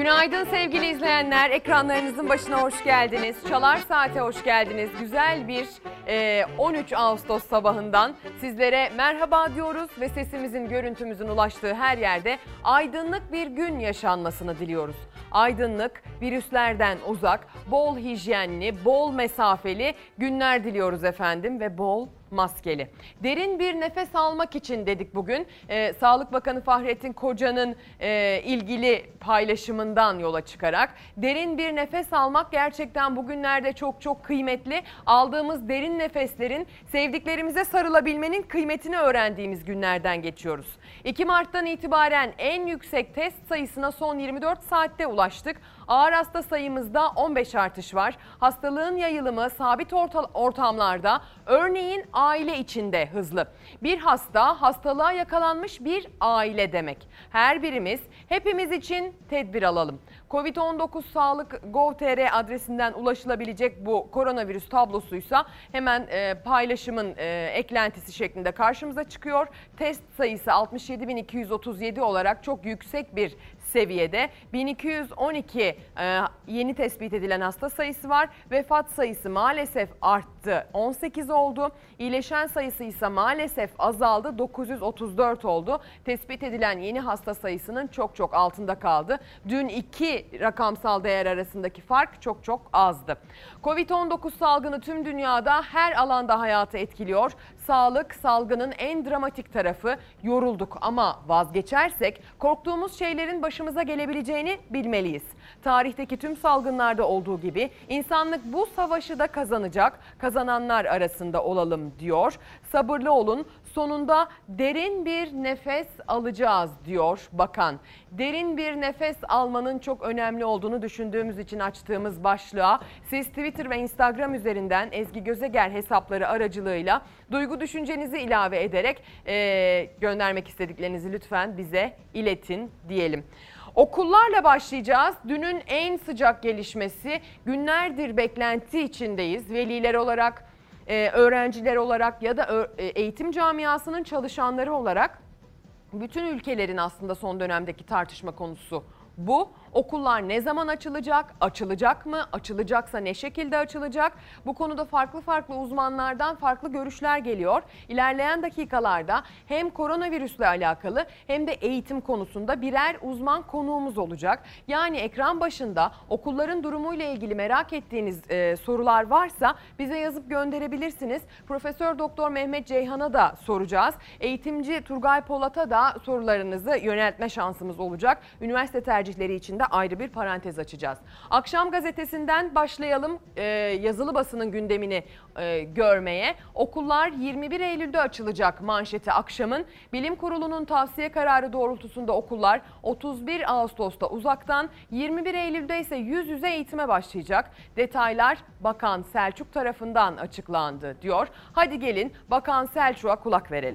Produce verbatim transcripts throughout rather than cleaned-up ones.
Günaydın sevgili izleyenler. Ekranlarınızın başına hoş geldiniz. Çalar Saat'e hoş geldiniz. Güzel bir e, on üç Ağustos sabahından sizlere merhaba diyoruz ve sesimizin, görüntümüzün ulaştığı her yerde aydınlık bir gün yaşanmasını diliyoruz. Aydınlık, virüslerden uzak, bol hijyenli, bol mesafeli günler diliyoruz efendim ve bol maskeli. Derin bir nefes almak için dedik bugün. Ee, Sağlık Bakanı Fahrettin Koca'nın e, ilgili paylaşımından yola çıkarak derin bir nefes almak gerçekten bugünlerde çok çok kıymetli. Aldığımız derin nefeslerin sevdiklerimize sarılabilmenin kıymetini öğrendiğimiz günlerden geçiyoruz. iki Mart'tan itibaren en yüksek test sayısına son yirmi dört saatte ulaştık. Ağır hasta sayımızda on beş artış var. Hastalığın yayılımı sabit ortamlarda, örneğin aile içinde hızlı. Bir hasta, hastalığa yakalanmış bir aile demek. Her birimiz, hepimiz için tedbir alalım. Covid on dokuz sağlık nokta gov nokta tr adresinden ulaşılabilecek bu koronavirüs tablosuysa hemen e, paylaşımın e, eklentisi şeklinde karşımıza çıkıyor. Test sayısı altmış yedi bin iki yüz otuz yedi olarak çok yüksek bir seviyede. bin iki yüz on iki e, yeni tespit edilen hasta sayısı var. Vefat sayısı maalesef arttı, on sekiz oldu. İyileşen sayısı ise maalesef azaldı, dokuz yüz otuz dört oldu. Tespit edilen yeni hasta sayısının çok çok altında kaldı. Dün iki rakamsal değer arasındaki fark çok çok azdı. Covid on dokuz salgını tüm dünyada her alanda hayatı etkiliyor. Sağlık salgının en dramatik tarafı. Yorulduk ama vazgeçersek korktuğumuz şeylerin başımıza gelebileceğini bilmeliyiz. Tarihteki tüm salgınlarda olduğu gibi insanlık bu savaşı da kazanacak. Kazananlar arasında olalım diyor. Sabırlı olun. Sonunda derin bir nefes alacağız diyor bakan. Derin bir nefes almanın çok önemli olduğunu düşündüğümüz için açtığımız başlığa siz Twitter ve Instagram üzerinden Ezgi Gözeger hesapları aracılığıyla duygu düşüncenizi ilave ederek e, göndermek istediklerinizi lütfen bize iletin diyelim. Okullarla başlayacağız. Dünün en sıcak gelişmesi, günlerdir beklenti içindeyiz. Veliler olarak, öğrenciler olarak ya da eğitim camiasının çalışanları olarak bütün ülkelerin aslında son dönemdeki tartışma konusu bu. Okullar ne zaman açılacak? Açılacak mı? Açılacaksa ne şekilde açılacak? Bu konuda farklı farklı uzmanlardan farklı görüşler geliyor. İlerleyen dakikalarda hem koronavirüsle alakalı hem de eğitim konusunda birer uzman konuğumuz olacak. Yani ekran başında okulların durumuyla ilgili merak ettiğiniz e, sorular varsa bize yazıp gönderebilirsiniz. Profesör Doktor Mehmet Ceyhan'a da soracağız. Eğitimci Turgay Polat'a da sorularınızı yöneltme şansımız olacak. Üniversite tercihleri için de ayrı bir parantez açacağız. Akşam gazetesinden başlayalım e, yazılı basının gündemini e, görmeye. Okullar yirmi bir Eylül'de açılacak manşeti akşamın. Bilim Kurulu'nun tavsiye kararı doğrultusunda okullar otuz bir Ağustos'ta uzaktan, yirmi bir Eylül'de ise yüz yüze eğitime başlayacak. Detaylar Bakan Selçuk tarafından açıklandı diyor. Hadi gelin Bakan Selçuk'a kulak verelim.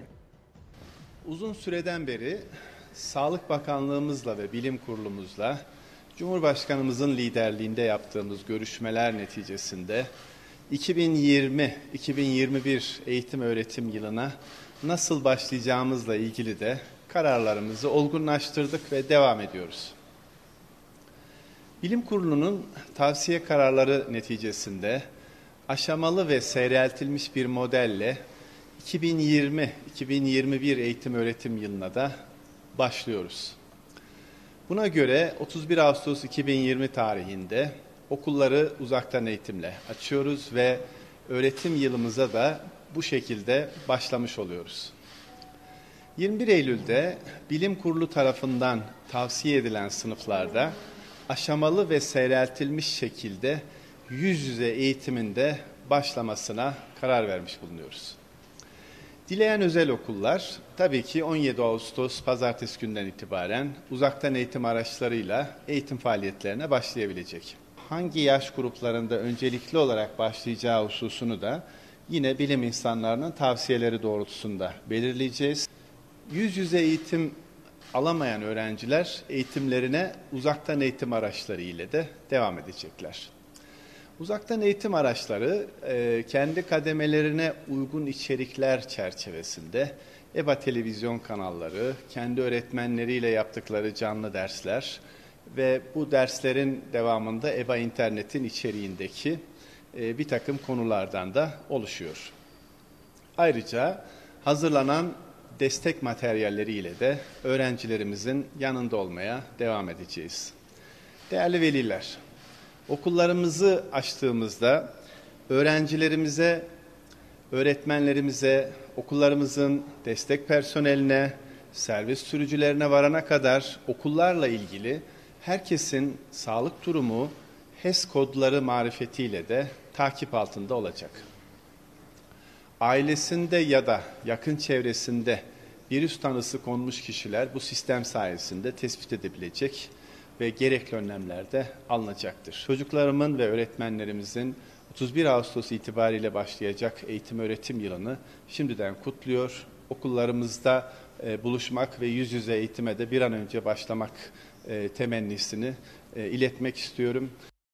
Uzun süreden beri Sağlık Bakanlığımızla ve Bilim Kurulumuzla Cumhurbaşkanımızın liderliğinde yaptığımız görüşmeler neticesinde iki bin yirmi iki bin yirmi bir eğitim öğretim yılına nasıl başlayacağımızla ilgili de kararlarımızı olgunlaştırdık ve devam ediyoruz. Bilim Kurulu'nun tavsiye kararları neticesinde aşamalı ve seyreltilmiş bir modelle iki bin yirmi iki bin yirmi bir eğitim öğretim yılına da başlıyoruz. Buna göre otuz bir Ağustos iki bin yirmi tarihinde okulları uzaktan eğitimle açıyoruz ve öğretim yılımıza da bu şekilde başlamış oluyoruz. yirmi bir Eylül'de Bilim Kurulu tarafından tavsiye edilen sınıflarda aşamalı ve seyreltilmiş şekilde yüz yüze eğitiminde başlamasına karar vermiş bulunuyoruz. Dileyen özel okullar tabii ki on yedi Ağustos pazartesi günden itibaren uzaktan eğitim araçlarıyla eğitim faaliyetlerine başlayabilecek. Hangi yaş gruplarında öncelikli olarak başlayacağı hususunu da yine bilim insanlarının tavsiyeleri doğrultusunda belirleyeceğiz. Yüz yüze eğitim alamayan öğrenciler eğitimlerine uzaktan eğitim araçları ile de devam edecekler. Uzaktan eğitim araçları e, kendi kademelerine uygun içerikler çerçevesinde E B A televizyon kanalları, kendi öğretmenleriyle yaptıkları canlı dersler, ve bu derslerin devamında E B A İnternet'in içeriğindeki e, bir takım konulardan da oluşuyor. Ayrıca hazırlanan destek materyalleriyle de öğrencilerimizin yanında olmaya devam edeceğiz. Değerli veliler, okullarımızı açtığımızda öğrencilerimize, öğretmenlerimize, okullarımızın destek personeline, servis sürücülerine varana kadar okullarla ilgili herkesin sağlık durumu H E S kodları marifetiyle de takip altında olacak. Ailesinde ya da yakın çevresinde virüs tanısı konmuş kişiler bu sistem sayesinde tespit edilebilecek ve gerekli önlemler de alınacaktır. Çocuklarımın ve öğretmenlerimizin otuz bir Ağustos itibariyle başlayacak eğitim öğretim yılını şimdiden kutluyor. Okullarımızda e, buluşmak ve yüz yüze eğitime de bir an önce başlamak e, temennisini e, iletmek istiyorum.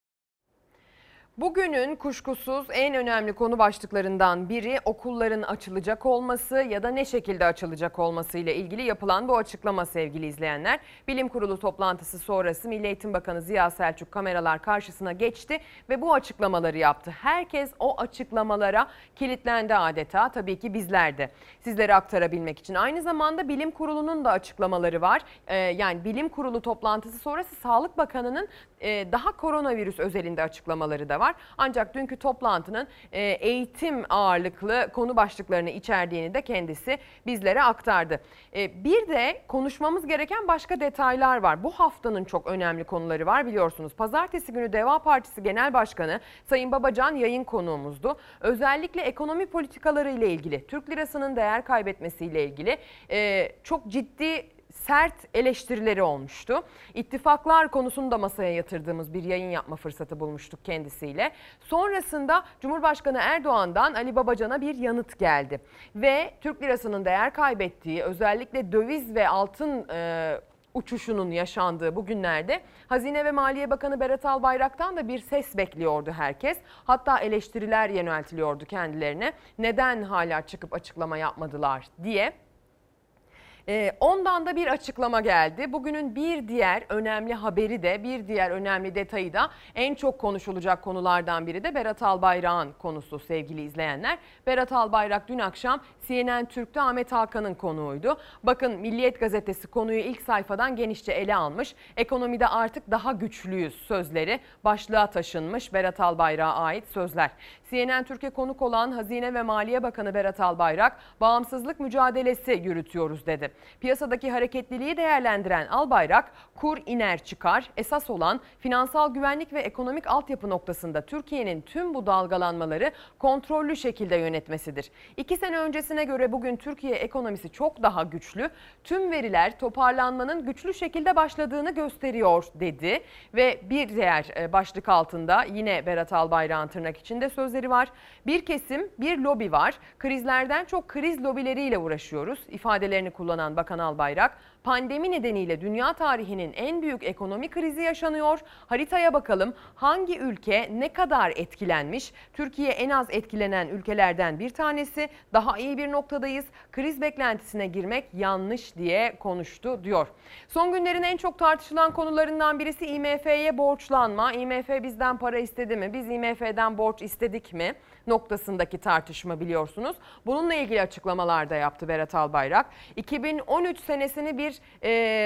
Bugünün kuşkusuz en önemli konu başlıklarından biri okulların açılacak olması ya da ne şekilde açılacak olması ile ilgili yapılan bu açıklama sevgili izleyenler. Bilim Kurulu toplantısı sonrası Milli Eğitim Bakanı Ziya Selçuk kameralar karşısına geçti ve bu açıklamaları yaptı. Herkes o açıklamalara kilitlendi adeta, tabii ki bizler de sizlere aktarabilmek için. Aynı zamanda Bilim Kurulu'nun da açıklamaları var. Ee, yani Bilim Kurulu toplantısı sonrası Sağlık Bakanı'nın e, daha koronavirüs özelinde açıklamaları da var. Var. Ancak dünkü toplantının eğitim ağırlıklı konu başlıklarını içerdiğini de kendisi bizlere aktardı. Bir de konuşmamız gereken başka detaylar var. Bu haftanın çok önemli konuları var biliyorsunuz. Pazartesi günü Deva Partisi Genel Başkanı Sayın Babacan yayın konuğumuzdu. Özellikle ekonomi politikaları ile ilgili, Türk lirasının değer kaybetmesiyle ilgili çok ciddi sert eleştirileri olmuştu. İttifaklar konusunu da masaya yatırdığımız bir yayın yapma fırsatı bulmuştuk kendisiyle. Sonrasında Cumhurbaşkanı Erdoğan'dan Ali Babacan'a bir yanıt geldi. Ve Türk lirasının değer kaybettiği, özellikle döviz ve altın e, uçuşunun yaşandığı bu günlerde Hazine ve Maliye Bakanı Berat Albayrak'tan da bir ses bekliyordu herkes. Hatta eleştiriler yöneltiliyordu kendilerine. Neden hala çıkıp açıklama yapmadılar diye. Ondan da bir açıklama geldi. Bugünün bir diğer önemli haberi de, bir diğer önemli detayı da, en çok konuşulacak konulardan biri de Berat Albayrak'ın konusu sevgili izleyenler. Berat Albayrak dün akşam C N N Türk'te Ahmet Hakan'ın konuğuydu. Bakın Milliyet Gazetesi konuyu ilk sayfadan genişçe ele almış. Ekonomide artık daha güçlüyüz sözleri başlığa taşınmış, Berat Albayrak'a ait sözler. C N N Türk'e konuk olan Hazine ve Maliye Bakanı Berat Albayrak, bağımsızlık mücadelesi yürütüyoruz dedi. Piyasadaki hareketliliği değerlendiren Albayrak, kur iner çıkar, esas olan finansal güvenlik ve ekonomik altyapı noktasında Türkiye'nin tüm bu dalgalanmaları kontrollü şekilde yönetmesidir. İki sene öncesine göre bugün Türkiye ekonomisi çok daha güçlü, tüm veriler toparlanmanın güçlü şekilde başladığını gösteriyor dedi. Ve bir diğer başlık altında yine Berat Albayrak'ın tırnak içinde sözleri var. Bir kesim, bir lobi var. Krizlerden çok kriz lobileriyle uğraşıyoruz ifadelerini kullanan Bakan Albayrak, pandemi nedeniyle dünya tarihinin en büyük ekonomi krizi yaşanıyor. Haritaya bakalım, hangi ülke ne kadar etkilenmiş? Türkiye en az etkilenen ülkelerden bir tanesi. Daha iyi bir noktadayız. Kriz beklentisine girmek yanlış diye konuştu diyor. Son günlerin en çok tartışılan konularından birisi I M F'ye borçlanma. I M F bizden para istedi mi? Biz I M F'den borç istedik mi? Noktasındaki tartışma biliyorsunuz. Bununla ilgili açıklamalar da yaptı Berat Albayrak. iki bin on üç senesini bir e,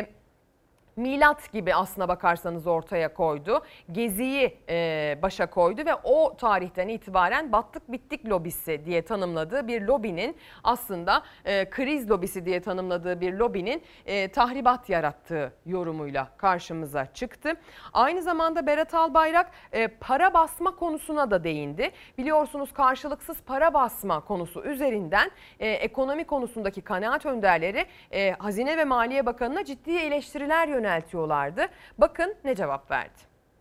milat gibi aslına bakarsanız ortaya koydu. Gezi'yi e, başa koydu ve o tarihten itibaren battık bittik lobisi diye tanımladığı bir lobinin, aslında e, kriz lobisi diye tanımladığı bir lobinin e, tahribat yarattığı yorumuyla karşımıza çıktı. Aynı zamanda Berat Albayrak e, para basma konusuna da değindi. Biliyorsunuz karşılıksız para basma konusu üzerinden e, ekonomi konusundaki kanaat önderleri e, Hazine ve Maliye Bakanı'na ciddi eleştiriler yöneltti. yöneltiyorlardı. Bakın ne cevap verdi.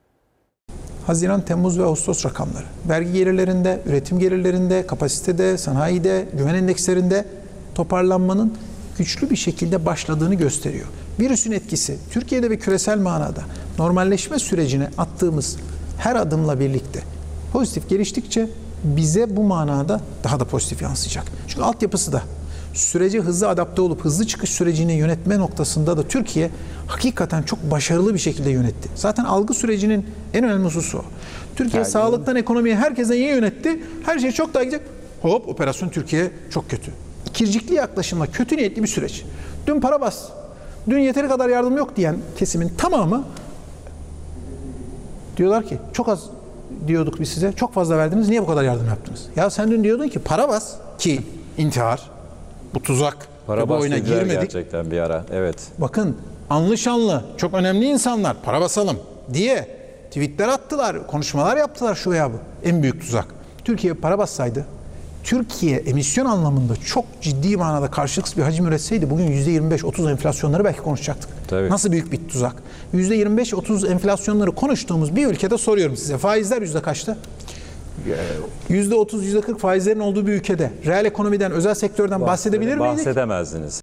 Haziran, Temmuz ve Ağustos rakamları. Vergi gelirlerinde, üretim gelirlerinde, kapasitede, sanayide, güven endekslerinde toparlanmanın güçlü bir şekilde başladığını gösteriyor. Virüsün etkisi Türkiye'de ve küresel manada normalleşme sürecine attığımız her adımla birlikte pozitif geliştikçe bize bu manada daha da pozitif yansıyacak. Çünkü altyapısı da, sürece hızlı adapte olup hızlı çıkış sürecini yönetme noktasında da Türkiye hakikaten çok başarılı bir şekilde yönetti. Zaten algı sürecinin en önemli hususu o. Türkiye Yani sağlıktan ekonomiye herkesten iyi yönetti. Her şey çok daha gidecek. Hop, operasyon Türkiye çok kötü. İkircikli yaklaşımla kötü niyetli bir süreç. Dün para bas, dün yeteri kadar yardım yok diyen kesimin tamamı diyorlar ki çok az diyorduk biz size, çok fazla verdiniz, niye bu kadar yardım yaptınız? Ya sen dün diyordun ki para bas, ki intihar, bu tuzak, Para bu oyuna bastırdılar girmedik. gerçekten bir ara. Evet. Bakın anlı şanlı, çok önemli insanlar para basalım diye tweetler attılar, konuşmalar yaptılar, şu veya bu. En büyük tuzak. Türkiye para bassaydı, Türkiye emisyon anlamında çok ciddi manada karşılıksız bir hacim üretseydi bugün yüzde yirmi beş otuz enflasyonları belki konuşacaktık. Tabii. Nasıl büyük bir tuzak? yüzde yirmi beş otuz enflasyonları konuştuğumuz bir ülkede soruyorum size. Faizler yüzde kaçta? yüzde otuz yüzde kırk faizlerin olduğu bir ülkede reel ekonomiden, özel sektörden bahsedebilir miydik? Bahsedemezdiniz.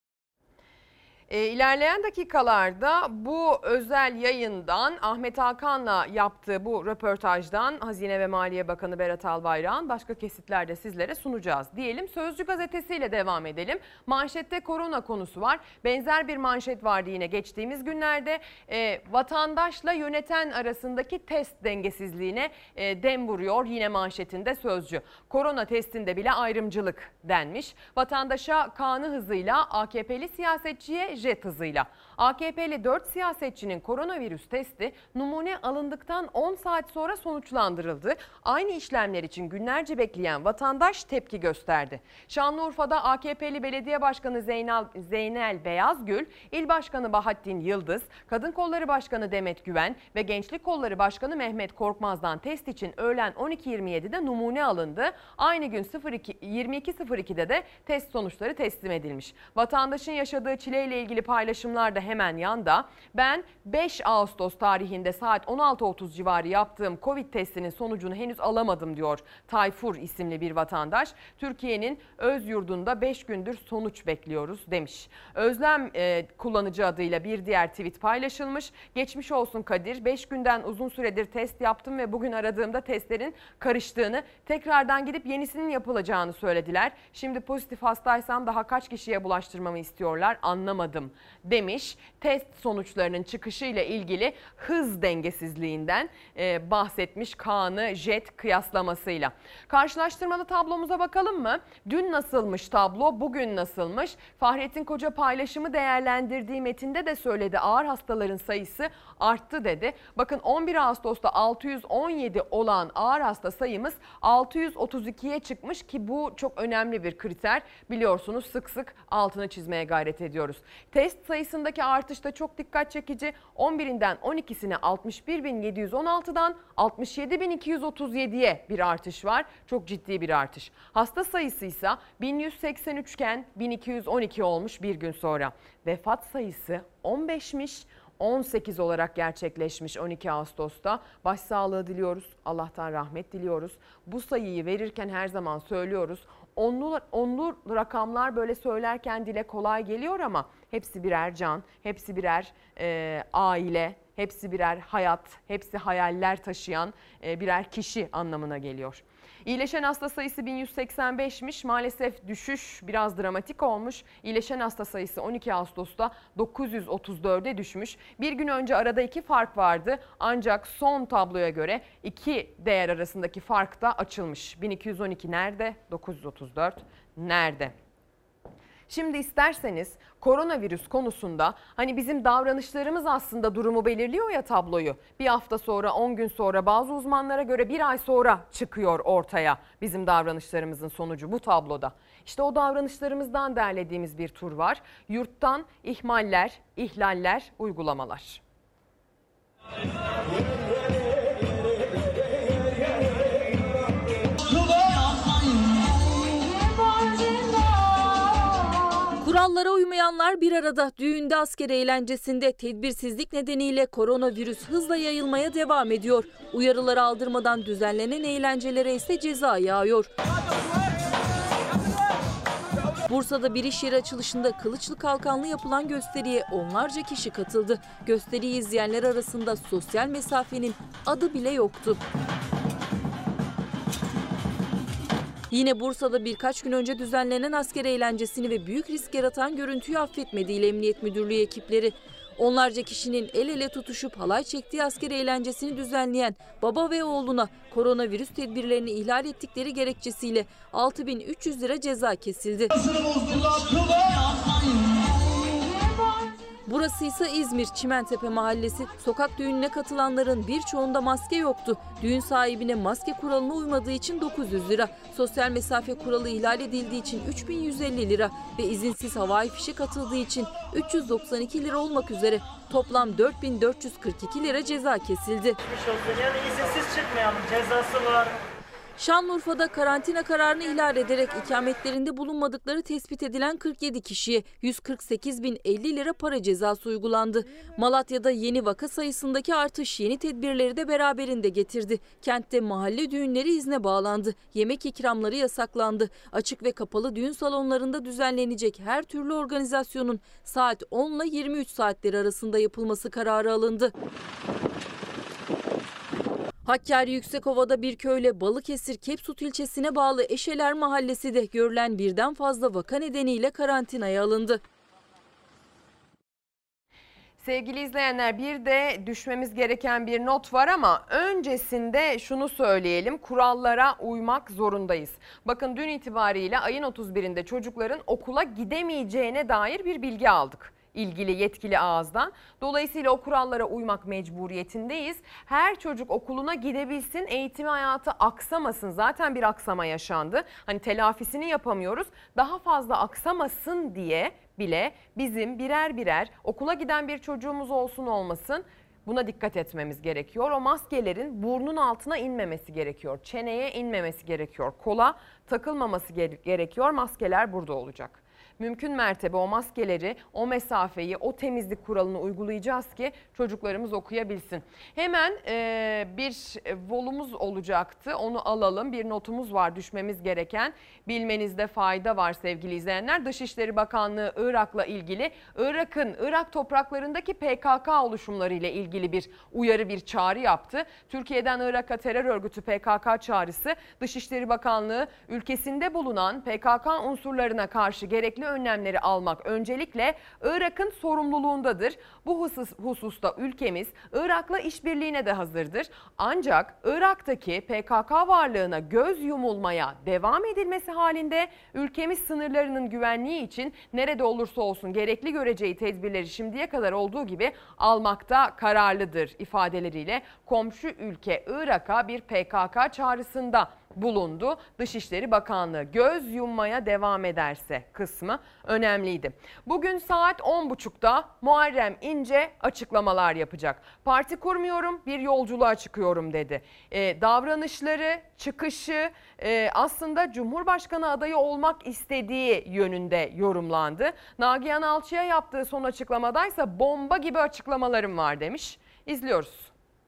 E, ilerleyen dakikalarda bu özel yayından Ahmet Hakan'la yaptığı bu röportajdan Hazine ve Maliye Bakanı Berat Albayrak'ın başka kesitlerde sizlere sunacağız diyelim. Sözcü gazetesiyle devam edelim. Manşette korona konusu var. Benzer bir manşet vardı yine geçtiğimiz günlerde. E, vatandaşla yöneten arasındaki test dengesizliğine e, dem vuruyor yine manşetinde Sözcü. Korona testinde bile ayrımcılık denmiş. Vatandaşa kanı hızıyla, A K P'li siyasetçiye jet hızıyla. A K P'li dört siyasetçinin koronavirüs testi numune alındıktan on saat sonra sonuçlandırıldı. Aynı işlemler için günlerce bekleyen vatandaş tepki gösterdi. Şanlıurfa'da A K P'li Belediye Başkanı Zeynel, Zeynel Beyazgül, İl Başkanı Bahattin Yıldız, Kadın Kolları Başkanı Demet Güven ve Gençlik Kolları Başkanı Mehmet Korkmaz'dan test için öğlen on iki yirmi yedi'de numune alındı. Aynı gün yirmi iki sıfır iki'de de test sonuçları teslim edilmiş. Vatandaşın yaşadığı çileyle ilgili paylaşımlar da hemen yanda. Ben beş Ağustos tarihinde saat on altı otuz civarı yaptığım Covid testinin sonucunu henüz alamadım diyor Tayfur isimli bir vatandaş. Türkiye'nin öz yurdunda beş gündür sonuç bekliyoruz demiş. Özlem e, kullanıcı adıyla bir diğer tweet paylaşılmış. Geçmiş olsun Kadir. beş günden uzun süredir test yaptım ve bugün aradığımda testlerin karıştığını, tekrardan gidip yenisinin yapılacağını söylediler. Şimdi pozitif hastaysam daha kaç kişiye bulaştırmamı istiyorlar anlamadım demiş. Test sonuçlarının çıkışıyla ilgili hız dengesizliğinden e, bahsetmiş Kaan'ı jet kıyaslamasıyla. Karşılaştırmalı tablomuza bakalım mı? Dün nasılmış tablo, bugün nasılmış? Fahrettin Koca paylaşımı değerlendirdiği metinde de söyledi. Ağır hastaların sayısı arttı dedi. Bakın on bir Ağustos'ta altı yüz on yedi olan ağır hasta sayımız altı yüz otuz iki'ye çıkmış ki bu çok önemli bir kriter. Biliyorsunuz sık sık altını çizmeye gayret ediyoruz. Test sayısındaki artış da çok dikkat çekici. on birinden on ikisine altmış bir bin yedi yüz on altı'dan altmış yedi bin iki yüz otuz yedi'ye bir artış var. Çok ciddi bir artış. Hasta sayısı ise bin yüz seksen üç iken bin iki yüz on iki olmuş bir gün sonra. Vefat sayısı on beş'miş. on sekiz olarak gerçekleşmiş on iki Ağustos'ta. Başsağlığı diliyoruz. Allah'tan rahmet diliyoruz. Bu sayıyı verirken her zaman söylüyoruz. Onlu, onlu rakamlar böyle söylerken dile kolay geliyor ama hepsi birer can, hepsi birer e, aile, hepsi birer hayat, hepsi hayaller taşıyan e, birer kişi anlamına geliyor. İyileşen hasta sayısı bin yüz seksen beş'miş. Maalesef düşüş biraz dramatik olmuş. İyileşen hasta sayısı on iki Ağustos'ta dokuz yüz otuz dört'e düşmüş. Bir gün önce arada iki fark vardı. Ancak son tabloya göre iki değer arasındaki fark da açılmış. bin iki yüz on iki nerede? dokuz yüz otuz dört nerede? Şimdi isterseniz koronavirüs konusunda hani bizim davranışlarımız aslında durumu belirliyor ya, tabloyu. Bir hafta sonra, on gün sonra, bazı uzmanlara göre bir ay sonra çıkıyor ortaya bizim davranışlarımızın sonucu bu tabloda. İşte o davranışlarımızdan derlediğimiz bir tur var. Yurttan ihmaller, ihlaller, uygulamalar. Kurallara uymayanlar bir arada. Düğünde, asker eğlencesinde tedbirsizlik nedeniyle koronavirüs hızla yayılmaya devam ediyor. Uyarıları aldırmadan düzenlenen eğlencelere ise ceza yağıyor. Bursa'da bir iş yeri açılışında kılıçlı kalkanlı yapılan gösteriye onlarca kişi katıldı. Gösteriyi izleyenler arasında sosyal mesafenin adı bile yoktu. Yine Bursa'da birkaç gün önce düzenlenen asker eğlencesini ve büyük risk yaratan görüntüyü affetmedi İl Emniyet Müdürlüğü ekipleri. Onlarca kişinin el ele tutuşup halay çektiği asker eğlencesini düzenleyen baba ve oğluna koronavirüs tedbirlerini ihlal ettikleri gerekçesiyle altı bin üç yüz lira ceza kesildi. Burası ise İzmir Çimentepe Mahallesi. Sokak düğününe katılanların birçoğunda maske yoktu. Düğün sahibine maske kuralına uymadığı için dokuz yüz lira, sosyal mesafe kuralı ihlal edildiği için üç bin yüz elli lira ve izinsiz havai fişek atıldığı için üç yüz doksan iki lira olmak üzere toplam dört bin dört yüz kırk iki lira ceza kesildi. Yani izinsiz çıkmayalım, cezası var. Şanlıurfa'da karantina kararını ihlal ederek ikametlerinde bulunmadıkları tespit edilen kırk yedi kişiye yüz kırk sekiz bin elli lira para cezası uygulandı. Malatya'da yeni vaka sayısındaki artış yeni tedbirleri de beraberinde getirdi. Kentte mahalle düğünleri izne bağlandı. Yemek ikramları yasaklandı. Açık ve kapalı düğün salonlarında düzenlenecek her türlü organizasyonun saat on ile yirmi üç saatleri arasında yapılması kararı alındı. Hakkari Yüksekova'da bir köyle Balıkesir Kepsut ilçesine bağlı Eşeler Mahallesi de görülen birden fazla vaka nedeniyle karantinaya alındı. Sevgili izleyenler, bir de düşmemiz gereken bir not var ama öncesinde şunu söyleyelim: kurallara uymak zorundayız. Bakın, dün itibariyle ayın otuz birinde çocukların okula gidemeyeceğine dair bir bilgi aldık ilgili yetkili ağızdan. Dolayısıyla o kurallara uymak mecburiyetindeyiz. Her çocuk okuluna gidebilsin, eğitim hayatı aksamasın. Zaten bir aksama yaşandı. Hani telafisini yapamıyoruz. Daha fazla aksamasın diye bile bizim birer birer okula giden bir çocuğumuz olsun olmasın, buna dikkat etmemiz gerekiyor. O maskelerin burnun altına inmemesi gerekiyor. Çeneye inmemesi gerekiyor. Kola takılmaması gerekiyor. Maskeler burada olacak. Mümkün mertebe o maskeleri, o mesafeyi, o temizlik kuralını uygulayacağız ki çocuklarımız okuyabilsin. Hemen e, bir volumuz olacaktı, onu alalım. Bir notumuz var düşmemiz gereken, bilmenizde fayda var sevgili izleyenler. Dışişleri Bakanlığı Irak'la ilgili, Irak'ın Irak topraklarındaki P K K oluşumları ile ilgili bir uyarı, bir çağrı yaptı. Türkiye'den Irak'a terör örgütü P K K çağrısı, Dışişleri Bakanlığı ülkesinde bulunan P K K unsurlarına karşı gerekli önlemleri almak öncelikle Irak'ın sorumluluğundadır. Bu husus, hususta ülkemiz Irak'la işbirliğine de hazırdır. Ancak Irak'taki P K K varlığına göz yumulmaya devam edilmesi halinde ülkemiz sınırlarının güvenliği için nerede olursa olsun gerekli göreceği tedbirleri şimdiye kadar olduğu gibi almakta kararlıdır ifadeleriyle komşu ülke Irak'a bir P K K çağrısında bulundu. Dışişleri Bakanlığı göz yummaya devam ederse kısmı önemliydi. Bugün saat on buçukta Muharrem İnce açıklamalar yapacak. Parti kurmuyorum, bir yolculuğa çıkıyorum dedi. Ee, davranışları, çıkışı e, aslında Cumhurbaşkanı adayı olmak istediği yönünde yorumlandı. Nagihan Alçı'ya yaptığı son açıklamadaysa bomba gibi açıklamalarım var demiş. İzliyoruz.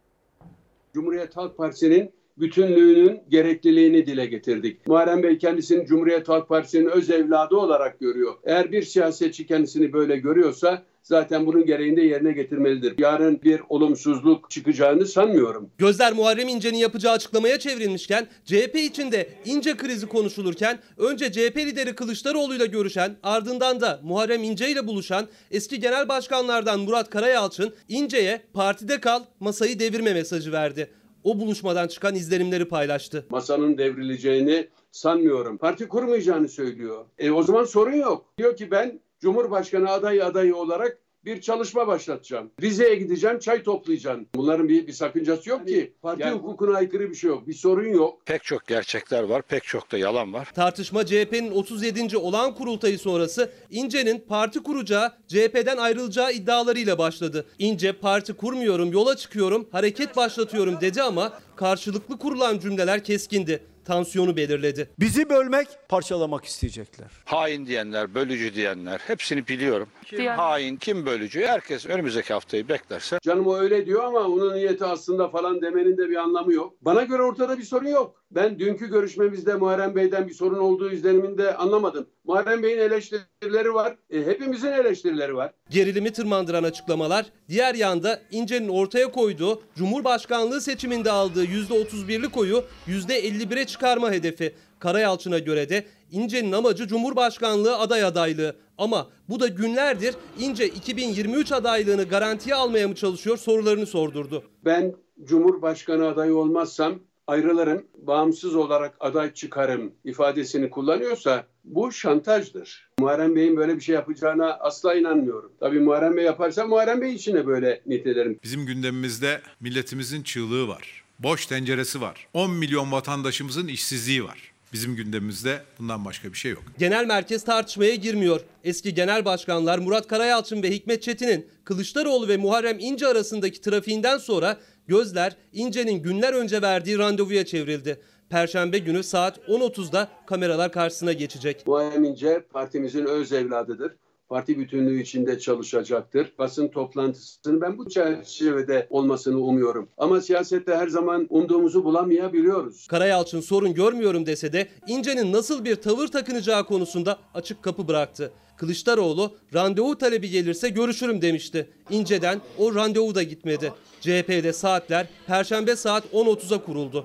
Cumhuriyet Halk Partisi'nin bütünlüğünün gerekliliğini dile getirdik. Muharrem Bey kendisini Cumhuriyet Halk Partisi'nin öz evladı olarak görüyor. Eğer bir siyasetçi kendisini böyle görüyorsa zaten bunun gereğini de yerine getirmelidir. Yarın bir olumsuzluk çıkacağını sanmıyorum. Gözler Muharrem İnce'nin yapacağı açıklamaya çevrilmişken, C H P içinde İnce krizi konuşulurken önce C H P lideri Kılıçdaroğlu ile görüşen, ardından da Muharrem İnce ile buluşan eski genel başkanlardan Murat Karayalçın, İnce'ye partide kal, masayı devirme mesajı verdi. O buluşmadan çıkan izlenimleri paylaştı. Masanın devrileceğini sanmıyorum. Parti kurmayacağını söylüyor. E o zaman sorun yok. Diyor ki ben Cumhurbaşkanı adayı adayı olarak bir çalışma başlatacağım. Rize'ye gideceğim, çay toplayacağım. Bunların bir, bir sakıncası yok ki. Parti yani, hukukuna aykırı bir şey yok. Bir sorun yok. Pek çok gerçekler var, pek çok da yalan var. Tartışma C H P'nin otuz yedinci olağan kurultayı sonrası İnce'nin parti kuracağı, C H P'den ayrılacağı iddialarıyla başladı. İnce parti kurmuyorum, yola çıkıyorum, hareket başlatıyorum dedi ama karşılıklı kurulan cümleler keskindi. Tansiyonu belirledi. Bizi bölmek, parçalamak isteyecekler. Hain diyenler, bölücü diyenler hepsini biliyorum. Kim hain, kim bölücü, herkes önümüzdeki haftayı beklerse. Canım o öyle diyor ama onun niyeti aslında falan demenin de bir anlamı yok. Bana göre ortada bir sorun yok. Ben dünkü görüşmemizde Muharrem Bey'den bir sorun olduğu izleniminde anlamadım. Muharrem Bey'in eleştirileri var, e, hepimizin eleştirileri var. Gerilimi tırmandıran açıklamalar, diğer yanda İnce'nin ortaya koyduğu Cumhurbaşkanlığı seçiminde aldığı yüzde otuz birlik oyu yüzde elli bire çıkarma hedefi. Karayalçın'a göre de İnce'nin amacı Cumhurbaşkanlığı aday adaylığı. Ama bu da günlerdir İnce iki bin yirmi üç adaylığını garantiye almaya mı çalışıyor sorularını sordurdu. Ben Cumhurbaşkanı adayı olmazsam ayrılırım, bağımsız olarak aday çıkarım ifadesini kullanıyorsa bu şantajdır. Muharrem Bey'in böyle bir şey yapacağına asla inanmıyorum. Tabii Muharrem Bey yaparsa Muharrem Bey için de böyle nitelerim. Bizim gündemimizde milletimizin çığlığı var. Boş tenceresi var. on milyon vatandaşımızın işsizliği var. Bizim gündemimizde bundan başka bir şey yok. Genel merkez tartışmaya girmiyor. Eski genel başkanlar Murat Karayalçın ve Hikmet Çetin'in Kılıçdaroğlu ve Muharrem İnce arasındaki trafiğinden sonra gözler İnce'nin günler önce verdiği randevuya çevrildi. Perşembe günü saat on otuzda kameralar karşısına geçecek. Muharrem İnce partimizin öz evladıdır. Parti bütünlüğü içinde çalışacaktır. Basın toplantısının ben bu çerçevede olmasını umuyorum. Ama siyasette her zaman umduğumuzu bulamayabiliyoruz. Karayalçın sorun görmüyorum dese de İnce'nin nasıl bir tavır takınacağı konusunda açık kapı bıraktı. Kılıçdaroğlu randevu talebi gelirse görüşürüm demişti. İnce'den o randevu da gitmedi. C H P'de saatler Perşembe saat on otuza kuruldu.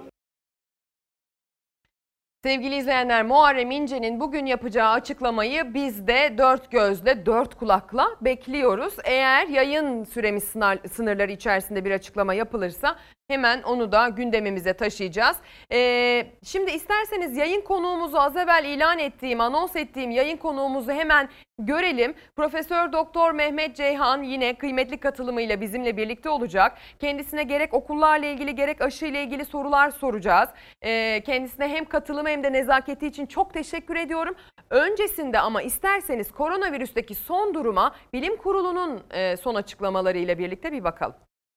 Sevgili izleyenler, Muharrem İnce'nin bugün yapacağı açıklamayı biz de dört gözle, dört kulakla bekliyoruz. Eğer yayın süremiz sınırları içerisinde bir açıklama yapılırsa hemen onu da gündemimize taşıyacağız. Ee, şimdi isterseniz yayın konuğumuzu az evvel ilan ettiğim, anons ettiğim yayın konuğumuzu hemen görelim. Profesör Doktor Mehmet Ceyhan yine kıymetli katılımıyla bizimle birlikte olacak. Kendisine gerek okullarla ilgili gerek aşı ile ilgili sorular soracağız. Ee, kendisine hem katılımı hem de nezaketi için çok teşekkür ediyorum. Öncesinde ama isterseniz koronavirüsteki son duruma Bilim Kurulu'nun e, son açıklamalarıyla birlikte bir bakalım.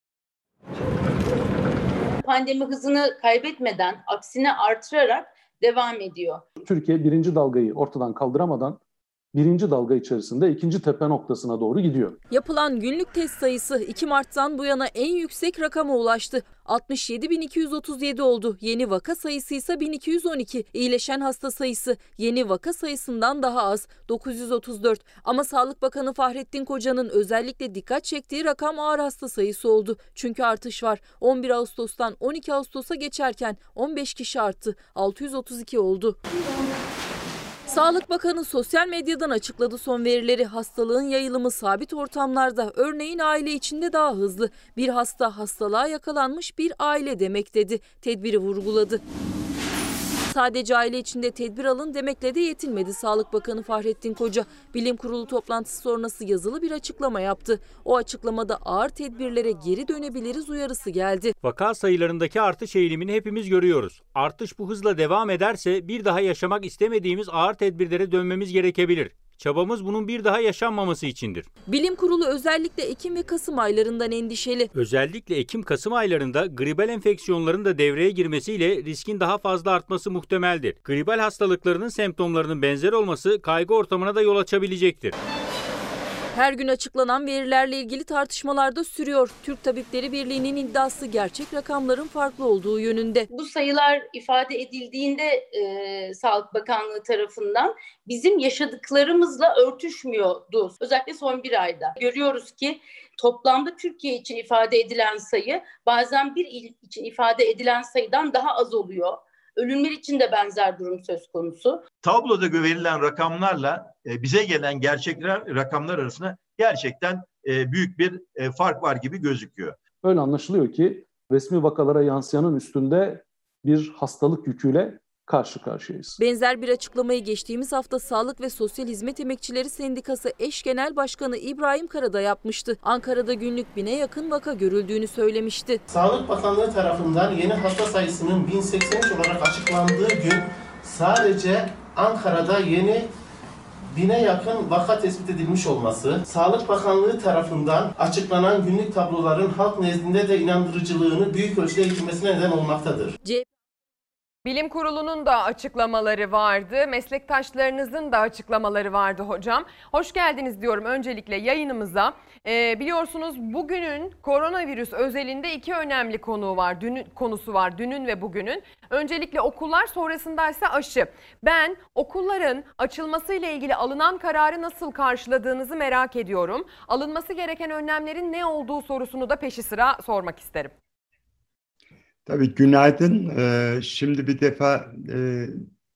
Pandemi hızını kaybetmeden, aksine artırarak devam ediyor. Türkiye birinci dalgayı ortadan kaldıramadan birinci dalga içerisinde ikinci tepe noktasına doğru gidiyor. Yapılan günlük test sayısı iki Mart'tan bu yana en yüksek rakama ulaştı. altmış yedi bin iki yüz otuz yedi oldu. Yeni vaka sayısı ise bin iki yüz on iki. İyileşen hasta sayısı yeni vaka sayısından daha az, dokuz yüz otuz dört. Ama Sağlık Bakanı Fahrettin Koca'nın özellikle dikkat çektiği rakam ağır hasta sayısı oldu. Çünkü artış var. on bir Ağustos'tan on iki Ağustos'a geçerken on beş kişi arttı. altı yüz otuz iki oldu. Sağlık Bakanı sosyal medyadan açıkladı son verileri. Hastalığın yayılımı sabit ortamlarda, örneğin aile içinde daha hızlı. Bir hasta hastalığa yakalanmış bir aile demek dedi. Tedbiri vurguladı. Sadece aile içinde tedbir alın demekle de yetinmedi Sağlık Bakanı Fahrettin Koca. Bilim Kurulu toplantısı sonrası yazılı bir açıklama yaptı. O açıklamada ağır tedbirlere geri dönebiliriz uyarısı geldi. Vaka sayılarındaki artış eğilimini hepimiz görüyoruz. Artış bu hızla devam ederse bir daha yaşamak istemediğimiz ağır tedbirlere dönmemiz gerekebilir. Çabamız bunun bir daha yaşanmaması içindir. Bilim Kurulu özellikle Ekim ve Kasım aylarından endişeli. Özellikle Ekim-Kasım aylarında gribal enfeksiyonların da devreye girmesiyle riskin daha fazla artması muhtemeldir. Gribal hastalıklarının semptomlarının benzer olması kaygı ortamına da yol açabilecektir. Her gün açıklanan verilerle ilgili tartışmalar da sürüyor. Türk Tabipleri Birliği'nin iddiası gerçek rakamların farklı olduğu yönünde. Bu sayılar ifade edildiğinde e, Sağlık Bakanlığı tarafından bizim yaşadıklarımızla örtüşmüyordu. Özellikle son bir ayda. Görüyoruz ki toplamda Türkiye için ifade edilen sayı bazen bir il için ifade edilen sayıdan daha az oluyor. Ölümler için de benzer durum söz konusu. Tabloda verilen rakamlarla bize gelen gerçek rakamlar arasında gerçekten büyük bir fark var gibi gözüküyor. Öyle anlaşılıyor ki resmi vakalara yansıyanın üstünde bir hastalık yüküyle karşı karşıyayız. Benzer bir açıklamayı geçtiğimiz hafta Sağlık ve Sosyal Hizmet Emekçileri Sendikası eş genel başkanı İbrahim Karada yapmıştı. Ankara'da günlük bine yakın vaka görüldüğünü söylemişti. Sağlık Bakanlığı tarafından yeni hasta sayısının bin seksen üç olarak açıklandığı gün sadece Ankara'da yeni bine yakın vaka tespit edilmiş olması, Sağlık Bakanlığı tarafından açıklanan günlük tabloların halk nezdinde de inandırıcılığını büyük ölçüde yitirmesine neden olmaktadır. C Bilim Kurulu'nun da açıklamaları vardı. Meslektaşlarınızın da açıklamaları vardı hocam. Hoş geldiniz diyorum öncelikle yayınımıza. Ee, biliyorsunuz bugünün koronavirüs özelinde iki önemli konu var. Dün, konusu var dünün ve bugünün. Öncelikle okullar, sonrasında ise aşı. Ben okulların açılmasıyla ilgili alınan kararı nasıl karşıladığınızı merak ediyorum. Alınması gereken önlemlerin ne olduğu sorusunu da peşi sıra sormak isterim. Tabii günaydın. Ee, şimdi bir defa e,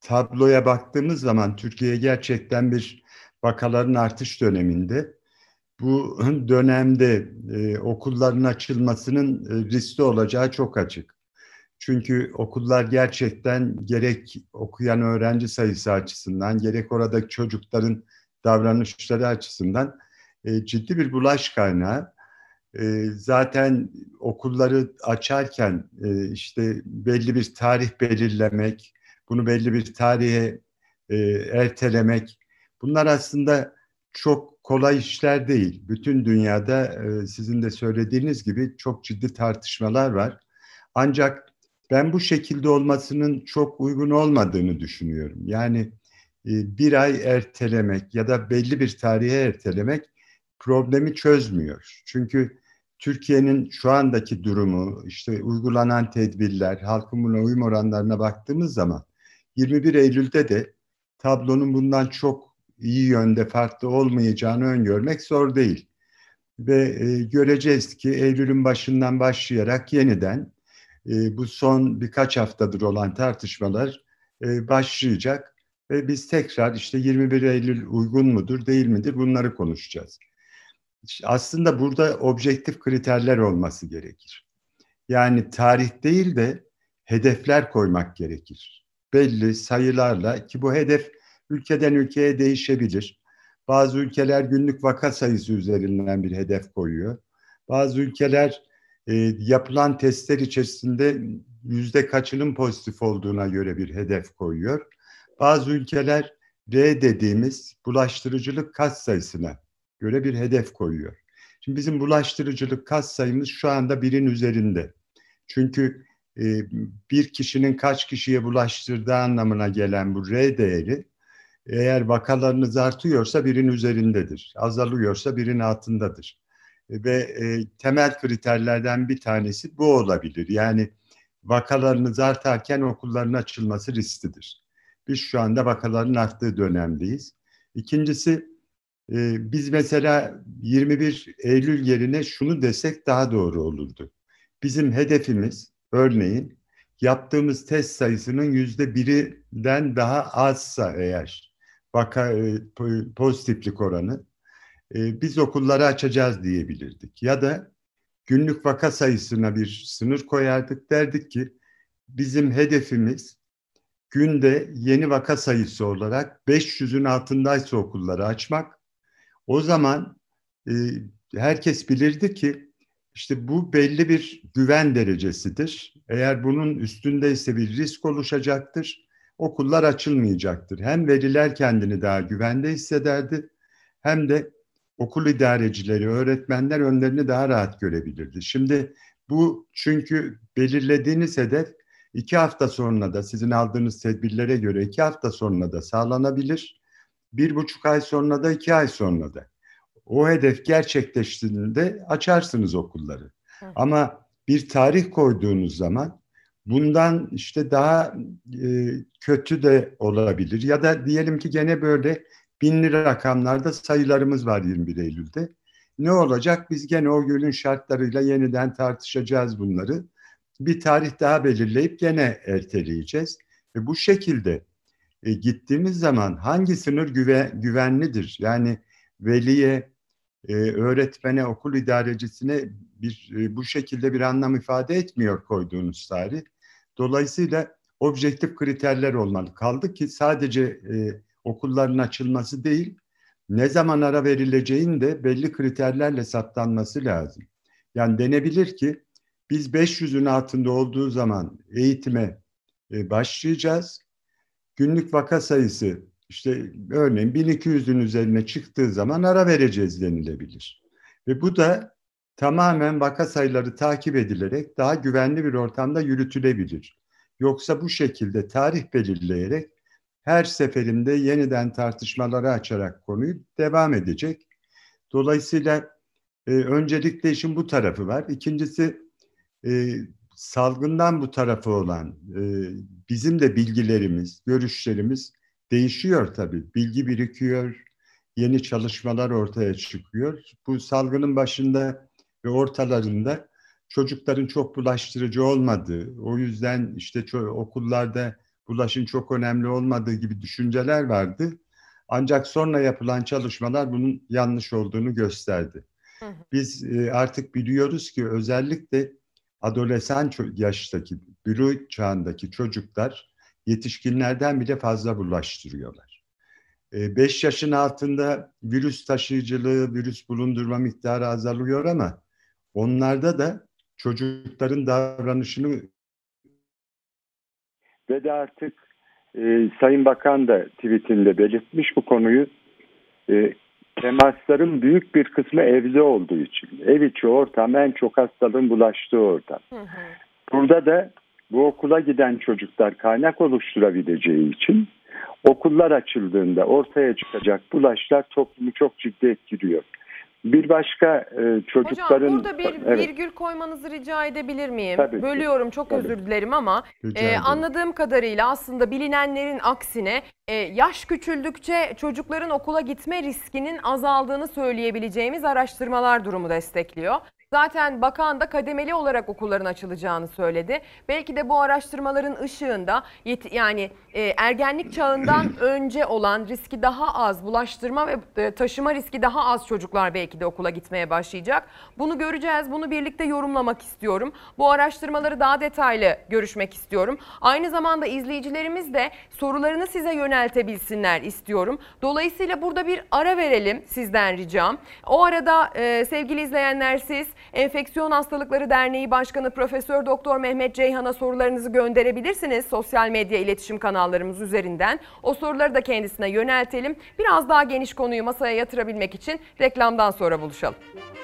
tabloya baktığımız zaman Türkiye gerçekten bir vakaların artış döneminde. Bu dönemde e, okulların açılmasının e, riskli olacağı çok açık. Çünkü okullar gerçekten gerek okuyan öğrenci sayısı açısından, gerek oradaki çocukların davranışları açısından e, ciddi bir bulaş kaynağı. E, zaten okulları açarken e, işte belli bir tarih belirlemek, bunu belli bir tarihe e, ertelemek, bunlar aslında çok kolay işler değil. Bütün dünyada e, sizin de söylediğiniz gibi çok ciddi tartışmalar var. Ancak ben bu şekilde olmasının çok uygun olmadığını düşünüyorum. Yani e, bir ay ertelemek ya da belli bir tarihe ertelemek problemi çözmüyor. Çünkü Türkiye'nin şu andaki durumu, işte uygulanan tedbirler, halkın buna uyum oranlarına baktığımız zaman yirmi bir Eylül'de de tablonun bundan çok iyi yönde farklı olmayacağını öngörmek zor değil. Ve e, göreceğiz ki Eylül'ün başından başlayarak yeniden e, bu son birkaç haftadır olan tartışmalar e, başlayacak. Ve biz tekrar işte yirmi bir Eylül uygun mudur, değil midir bunları konuşacağız. Aslında burada objektif kriterler olması gerekir. Yani tarih değil de hedefler koymak gerekir. Belli sayılarla, ki bu hedef ülkeden ülkeye değişebilir. Bazı ülkeler günlük vaka sayısı üzerinden bir hedef koyuyor. Bazı ülkeler e, yapılan testler içerisinde yüzde kaçının pozitif olduğuna göre bir hedef koyuyor. Bazı ülkeler R dediğimiz bulaştırıcılık kas sayısına göre bir hedef koyuyor. Şimdi bizim bulaştırıcılık kas sayımız şu anda birin üzerinde. Çünkü e, bir kişinin kaç kişiye bulaştırdığı anlamına gelen bu R değeri, eğer vakalarınız artıyorsa birin üzerindedir. Azalıyorsa birin altındadır. E, ve e, temel kriterlerden bir tanesi bu olabilir. Yani vakalarınız artarken okulların açılması risklidir. Biz şu anda vakaların arttığı dönemdeyiz. İkincisi, Ee, biz mesela yirmi bir Eylül yerine şunu desek daha doğru olurdu. Bizim hedefimiz örneğin yaptığımız test sayısının yüzde birinden daha azsa eğer vaka e, pozitiflik oranı e, biz okulları açacağız diyebilirdik. Ya da günlük vaka sayısına bir sınır koyardık, derdik ki bizim hedefimiz günde yeni vaka sayısı olarak beş yüzün altındaysa okulları açmak. O zaman e, herkes bilirdi ki işte bu belli bir güven derecesidir. Eğer bunun üstündeyse bir risk oluşacaktır. Okullar açılmayacaktır. Hem veliler kendini daha güvende hissederdi, hem de okul idarecileri, öğretmenler önlerini daha rahat görebilirdi. Şimdi bu, çünkü belirlediğiniz hedef iki hafta sonra da sizin aldığınız tedbirlere göre iki hafta sonra da sağlanabilir. Bir buçuk ay sonra da iki ay sonra da. O hedef gerçekleştiğinde açarsınız okulları. Hı. Ama bir tarih koyduğunuz zaman bundan işte daha e, kötü de olabilir. Ya da diyelim ki gene böyle binli rakamlarda sayılarımız var yirmi bir Eylül'de. Ne olacak? Biz gene o günün şartlarıyla yeniden tartışacağız bunları. Bir tarih daha belirleyip gene erteleyeceğiz. Ve bu şekilde E, gittiğimiz zaman hangi sınır güve, güvenlidir? Yani veliye, e, öğretmene, okul idarecisine bir e, bu şekilde bir anlam ifade etmiyor koyduğunuz tarih. Dolayısıyla objektif kriterler olmalı. Kaldı ki sadece e, okulların açılması değil, ne zaman ara verileceğin de belli kriterlerle saptanması lazım. Yani denebilir ki biz beş yüzün altında olduğu zaman eğitime e, başlayacağız. Günlük vaka sayısı işte örneğin bin iki yüzün üzerine çıktığı zaman ara vereceğiz denilebilir. Ve bu da tamamen vaka sayıları takip edilerek daha güvenli bir ortamda yürütülebilir. Yoksa bu şekilde tarih belirleyerek her seferinde yeniden tartışmaları açarak konuyu devam edecek. Dolayısıyla e, öncelikle işin bu tarafı var. İkincisi, e, salgından bu tarafı olan e, bizim de bilgilerimiz, görüşlerimiz değişiyor tabii. Bilgi birikiyor, yeni çalışmalar ortaya çıkıyor. Bu salgının başında ve ortalarında çocukların çok bulaştırıcı olmadığı, o yüzden işte okullarda bulaşın çok önemli olmadığı gibi düşünceler vardı. Ancak sonra yapılan çalışmalar bunun yanlış olduğunu gösterdi. Biz artık biliyoruz ki özellikle adolesan yaştaki, bülüğ çağındaki çocuklar yetişkinlerden bile fazla bulaştırıyorlar. beş yaşın altında virüs taşıyıcılığı, virüs bulundurma miktarı azalıyor ama onlarda da çocukların davranışını ve de artık e, Sayın Bakan da tweetinde belirtmiş bu konuyu. E, temasların büyük bir kısmı evde olduğu için. Ev içi ortam en çok hastalığın bulaştığı ortam. Hı hı. Burada da bu okula giden çocuklar kaynak oluşturabileceği için okullar açıldığında ortaya çıkacak bulaşlar toplumu çok ciddi etkiliyor. Bir başka e, çocukların... Hocam burada bir evet. virgül koymanızı rica edebilir miyim? Tabii Bölüyorum ki. çok Tabii. özür dilerim ama e, anladığım kadarıyla aslında bilinenlerin aksine e, yaş küçüldükçe çocukların okula gitme riskinin azaldığını söyleyebileceğimiz araştırmalar durumu destekliyor. Zaten bakan da kademeli olarak okulların açılacağını söyledi. Belki de bu araştırmaların ışığında yani e, ergenlik çağından önce olan riski daha az, bulaştırma ve e, taşıma riski daha az çocuklar belki de okula gitmeye başlayacak. Bunu göreceğiz, bunu birlikte yorumlamak istiyorum. Bu araştırmaları daha detaylı görüşmek istiyorum. Aynı zamanda izleyicilerimiz de sorularını size yöneltebilsinler istiyorum. Dolayısıyla burada bir ara verelim sizden ricam. O arada e, sevgili izleyenler siz Enfeksiyon Hastalıkları Derneği Başkanı Profesör Doktor Mehmet Ceyhan'a sorularınızı gönderebilirsiniz sosyal medya iletişim kanallarımız üzerinden. O soruları da kendisine yöneltelim. Biraz daha geniş konuyu masaya yatırabilmek için reklamdan sonra buluşalım.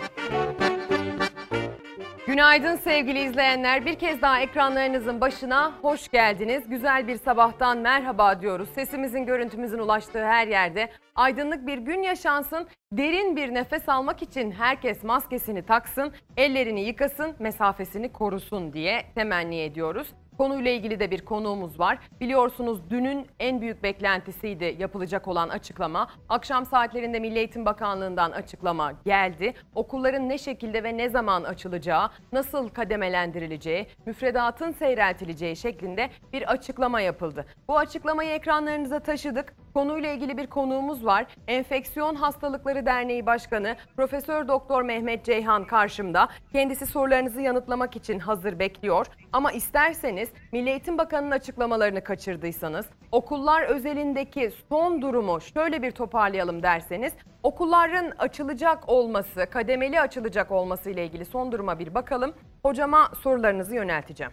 Günaydın sevgili izleyenler. Bir kez daha ekranlarınızın başına hoş geldiniz. Güzel bir sabahtan merhaba diyoruz. Sesimizin, görüntümüzün ulaştığı her yerde aydınlık bir gün yaşansın. Derin bir nefes almak için herkes maskesini taksın, ellerini yıkasın, mesafesini korusun diye temenni ediyoruz. Konuyla ilgili de bir konuğumuz var. Biliyorsunuz dünün en büyük beklentisiydi yapılacak olan açıklama. Akşam saatlerinde Milli Eğitim Bakanlığı'ndan açıklama geldi. Okulların ne şekilde ve ne zaman açılacağı, nasıl kademelendirileceği, müfredatın seyreltileceği şeklinde bir açıklama yapıldı. Bu açıklamayı ekranlarınıza taşıdık. Konuyla ilgili bir konuğumuz var. Enfeksiyon Hastalıkları Derneği Başkanı Profesör Doktor Mehmet Ceyhan karşımda. Kendisi sorularınızı yanıtlamak için hazır bekliyor. Ama isterseniz Milli Eğitim Bakanı'nın açıklamalarını kaçırdıysanız, okullar özelindeki son durumu şöyle bir toparlayalım derseniz, okulların açılacak olması, kademeli açılacak olması ile ilgili son duruma bir bakalım. Hocama sorularınızı yönelteceğim.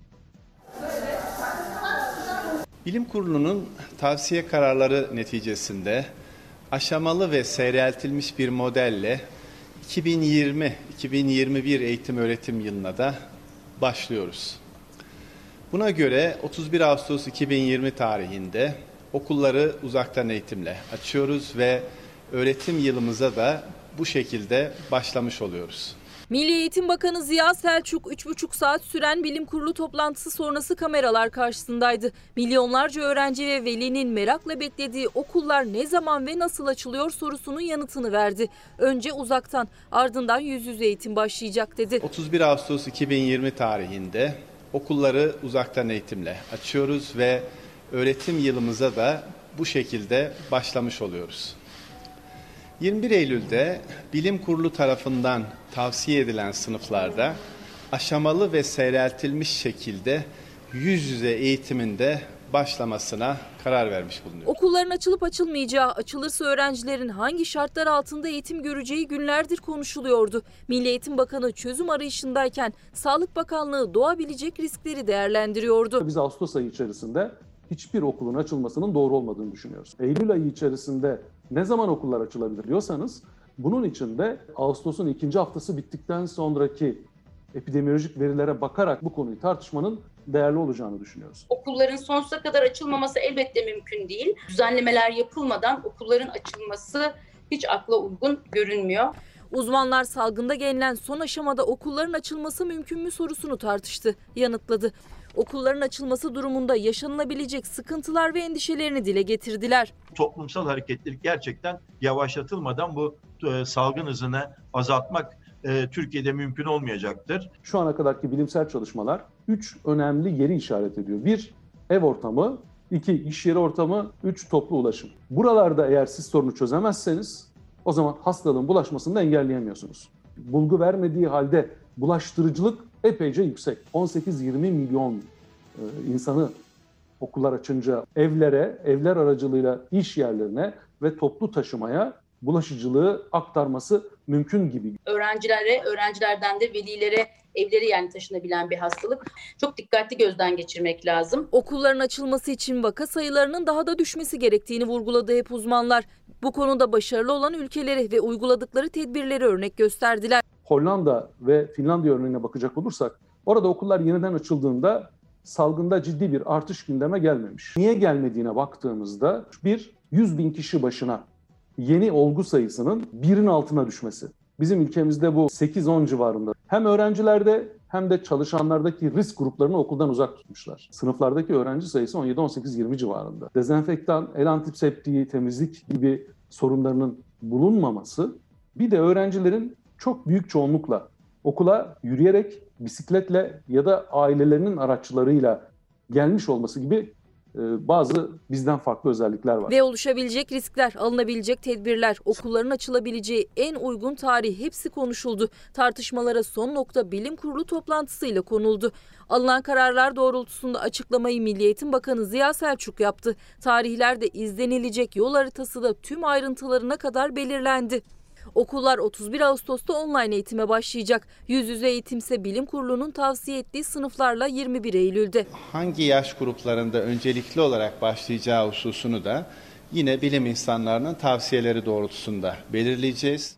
Bilim Kurulu'nun tavsiye kararları neticesinde aşamalı ve seyreltilmiş bir modelle iki bin yirmi iki bin yirmi bir eğitim öğretim yılına da başlıyoruz. Buna göre otuz bir Ağustos iki bin yirmi tarihinde okulları uzaktan eğitimle açıyoruz ve öğretim yılımıza da bu şekilde başlamış oluyoruz. Milli Eğitim Bakanı Ziya Selçuk üç buçuk saat süren bilim kurulu toplantısı sonrası kameralar karşısındaydı. Milyonlarca öğrenci ve velinin merakla beklediği okullar ne zaman ve nasıl açılıyor sorusunun yanıtını verdi. Önce uzaktan, ardından yüz yüze eğitim başlayacak dedi. otuz bir Ağustos iki bin yirmi tarihinde okulları uzaktan eğitimle açıyoruz ve öğretim yılımıza da bu şekilde başlamış oluyoruz. yirmi bir Eylül'de Bilim Kurulu tarafından tavsiye edilen sınıflarda aşamalı ve seyreltilmiş şekilde yüz yüze eğitiminde başlamasına karar vermiş bulunuyor. Okulların açılıp açılmayacağı, açılırsa öğrencilerin hangi şartlar altında eğitim göreceği günlerdir konuşuluyordu. Milli Eğitim Bakanı çözüm arayışındayken Sağlık Bakanlığı doğabilecek riskleri değerlendiriyordu. Biz Ağustos ayı içerisinde hiçbir okulun açılmasının doğru olmadığını düşünüyoruz. Eylül ayı içerisinde ne zaman okullar açılabilir diyorsanız, bunun için de Ağustos'un ikinci haftası bittikten sonraki epidemiyolojik verilere bakarak bu konuyu tartışmanın değerli olacağını düşünüyoruz. Okulların sonsuza kadar açılmaması elbette mümkün değil. Düzenlemeler yapılmadan okulların açılması hiç akla uygun görünmüyor. Uzmanlar salgında gelinen son aşamada okulların açılması mümkün mü sorusunu tartıştı, yanıtladı. Okulların açılması durumunda yaşanılabilecek sıkıntılar ve endişelerini dile getirdiler. Toplumsal hareketlilik gerçekten yavaşlatılmadan bu e, salgın hızını azaltmak e, Türkiye'de mümkün olmayacaktır. Şu ana kadarki bilimsel çalışmalar üç önemli yeri işaret ediyor. Bir, ev ortamı, iki iş yeri ortamı, üç toplu ulaşım. Buralarda eğer siz sorunu çözemezseniz o zaman hastalığın bulaşmasını da engelleyemiyorsunuz. Bulgu vermediği halde bulaştırıcılık epeyce yüksek. on sekiz yirmi milyon e, insanı okullar açınca evlere, evler aracılığıyla iş yerlerine ve toplu taşımaya bulaşıcılığı aktarması mümkün gibi. Öğrencilere, öğrencilerden de velilere, evleri yani taşınabilen bir hastalık. Çok dikkatli gözden geçirmek lazım. Okulların açılması için vaka sayılarının daha da düşmesi gerektiğini vurguladı hep uzmanlar. Bu konuda başarılı olan ülkeleri ve uyguladıkları tedbirleri örnek gösterdiler. Hollanda ve Finlandiya örneğine bakacak olursak, orada okullar yeniden açıldığında salgında ciddi bir artış gündeme gelmemiş. Niye gelmediğine baktığımızda bir, yüz bin kişi başına yeni olgu sayısının birin altına düşmesi. Bizim ülkemizde bu sekiz on civarında. Hem öğrencilerde hem de çalışanlardaki risk gruplarını okuldan uzak tutmuşlar. Sınıflardaki öğrenci sayısı on yedi on sekiz yirmi civarında. Dezenfektan, el antiseptiği, temizlik gibi sorunlarının bulunmaması, bir de öğrencilerin çok büyük çoğunlukla okula yürüyerek, bisikletle ya da ailelerinin araçlarıyla gelmiş olması gibi bazı bizden farklı özellikler var. Ve oluşabilecek riskler, alınabilecek tedbirler, okulların açılabileceği en uygun tarih hepsi konuşuldu. Tartışmalara son nokta bilim kurulu toplantısıyla konuldu. Alınan kararlar doğrultusunda açıklamayı Milli Eğitim Bakanı Ziya Selçuk yaptı. Tarihlerde izlenilecek yol haritası da tüm ayrıntılarına kadar belirlendi. Okullar otuz bir Ağustos'ta online eğitime başlayacak. Yüz yüze eğitimse bilim kurulunun tavsiye ettiği sınıflarla yirmi bir Eylül'de. Hangi yaş gruplarında öncelikli olarak başlayacağı hususunu da yine bilim insanlarının tavsiyeleri doğrultusunda belirleyeceğiz.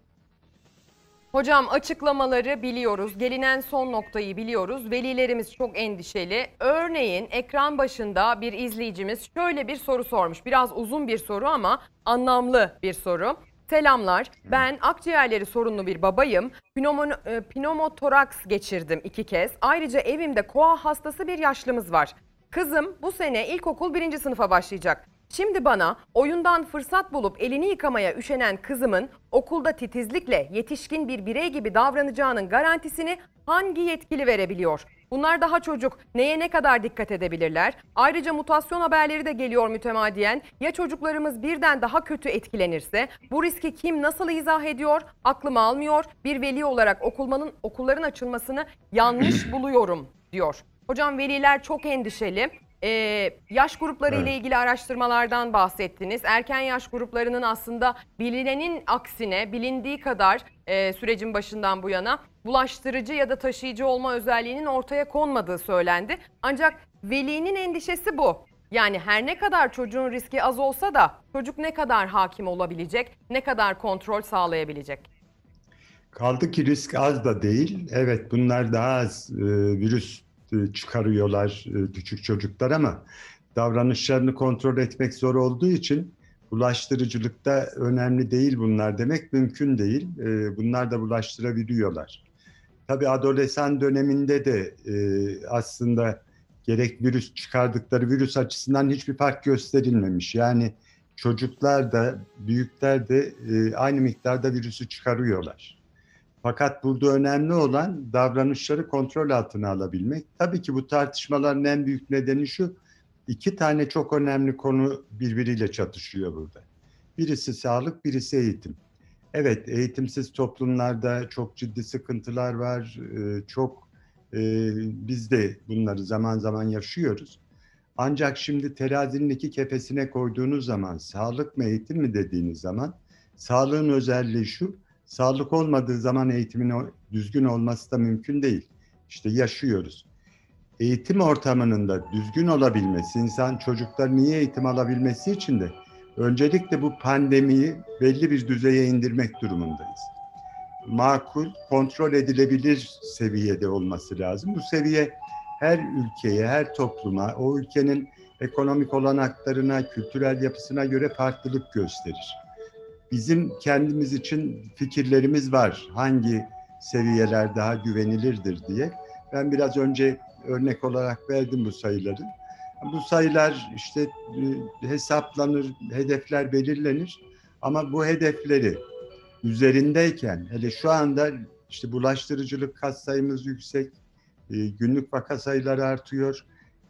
Hocam açıklamaları biliyoruz, gelinen son noktayı biliyoruz. Velilerimiz çok endişeli. Örneğin ekran başında bir izleyicimiz şöyle bir soru sormuş. Biraz uzun bir soru ama anlamlı bir soru. Selamlar, ben akciğerleri sorunlu bir babayım. Pneumo, e, pneumotoraks geçirdim iki kez. Ayrıca evimde koa hastası bir yaşlımız var. Kızım bu sene ilkokul birinci sınıfa başlayacak. Şimdi bana oyundan fırsat bulup elini yıkamaya üşenen kızımın okulda titizlikle yetişkin bir birey gibi davranacağının garantisini hangi yetkili verebiliyor? Bunlar daha çocuk. Neye ne kadar dikkat edebilirler? Ayrıca mutasyon haberleri de geliyor mütemadiyen. Ya çocuklarımız birden daha kötü etkilenirse? Bu riski kim nasıl izah ediyor? Aklım almıyor. Bir veli olarak okulmanın, okulların açılmasını yanlış buluyorum diyor. Hocam veliler çok endişeli. Ee, yaş grupları ile ilgili araştırmalardan bahsettiniz. Erken yaş gruplarının aslında bilinenin aksine bilindiği kadar e, sürecin başından bu yana bulaştırıcı ya da taşıyıcı olma özelliğinin ortaya konmadığı söylendi. Ancak velinin endişesi bu. Yani her ne kadar çocuğun riski az olsa da çocuk ne kadar hakim olabilecek, ne kadar kontrol sağlayabilecek? Kaldı ki risk az da değil. Evet bunlar daha az e, virüs çıkarıyorlar küçük çocuklar ama davranışlarını kontrol etmek zor olduğu için bulaştırıcılıkta önemli değil bunlar demek mümkün değil. Bunlar da bulaştırabiliyorlar. Tabii adolesan döneminde de aslında gerek virüs çıkardıkları virüs açısından hiçbir fark gösterilmemiş. Yani çocuklar da büyükler de aynı miktarda virüsü çıkarıyorlar. Fakat burada önemli olan davranışları kontrol altına alabilmek. Tabii ki bu tartışmaların en büyük nedeni şu, iki tane çok önemli konu birbiriyle çatışıyor burada. Birisi sağlık, birisi eğitim. Evet, eğitimsiz toplumlarda çok ciddi sıkıntılar var. Çok e, biz de bunları zaman zaman yaşıyoruz. Ancak şimdi terazinin iki kefesine koyduğunuz zaman, sağlık mı eğitim mi dediğiniz zaman, sağlığın özelliği şu, sağlık olmadığı zaman eğitimin düzgün olması da mümkün değil. İşte yaşıyoruz. Eğitim ortamının da düzgün olabilmesi, insan çocuklar niye eğitim alabilmesi için de öncelikle bu pandemiyi belli bir düzeye indirmek durumundayız. Makul, kontrol edilebilir seviyede olması lazım. Bu seviye her ülkeye, her topluma, o ülkenin ekonomik olanaklarına, kültürel yapısına göre farklılık gösterir. Bizim kendimiz için fikirlerimiz var. Hangi seviyeler daha güvenilirdir diye. Ben biraz önce örnek olarak verdim bu sayıları. Bu sayılar işte hesaplanır, hedefler belirlenir. Ama bu hedefleri üzerindeyken, hele şu anda işte bulaştırıcılık kat sayımız yüksek, günlük vaka sayıları artıyor.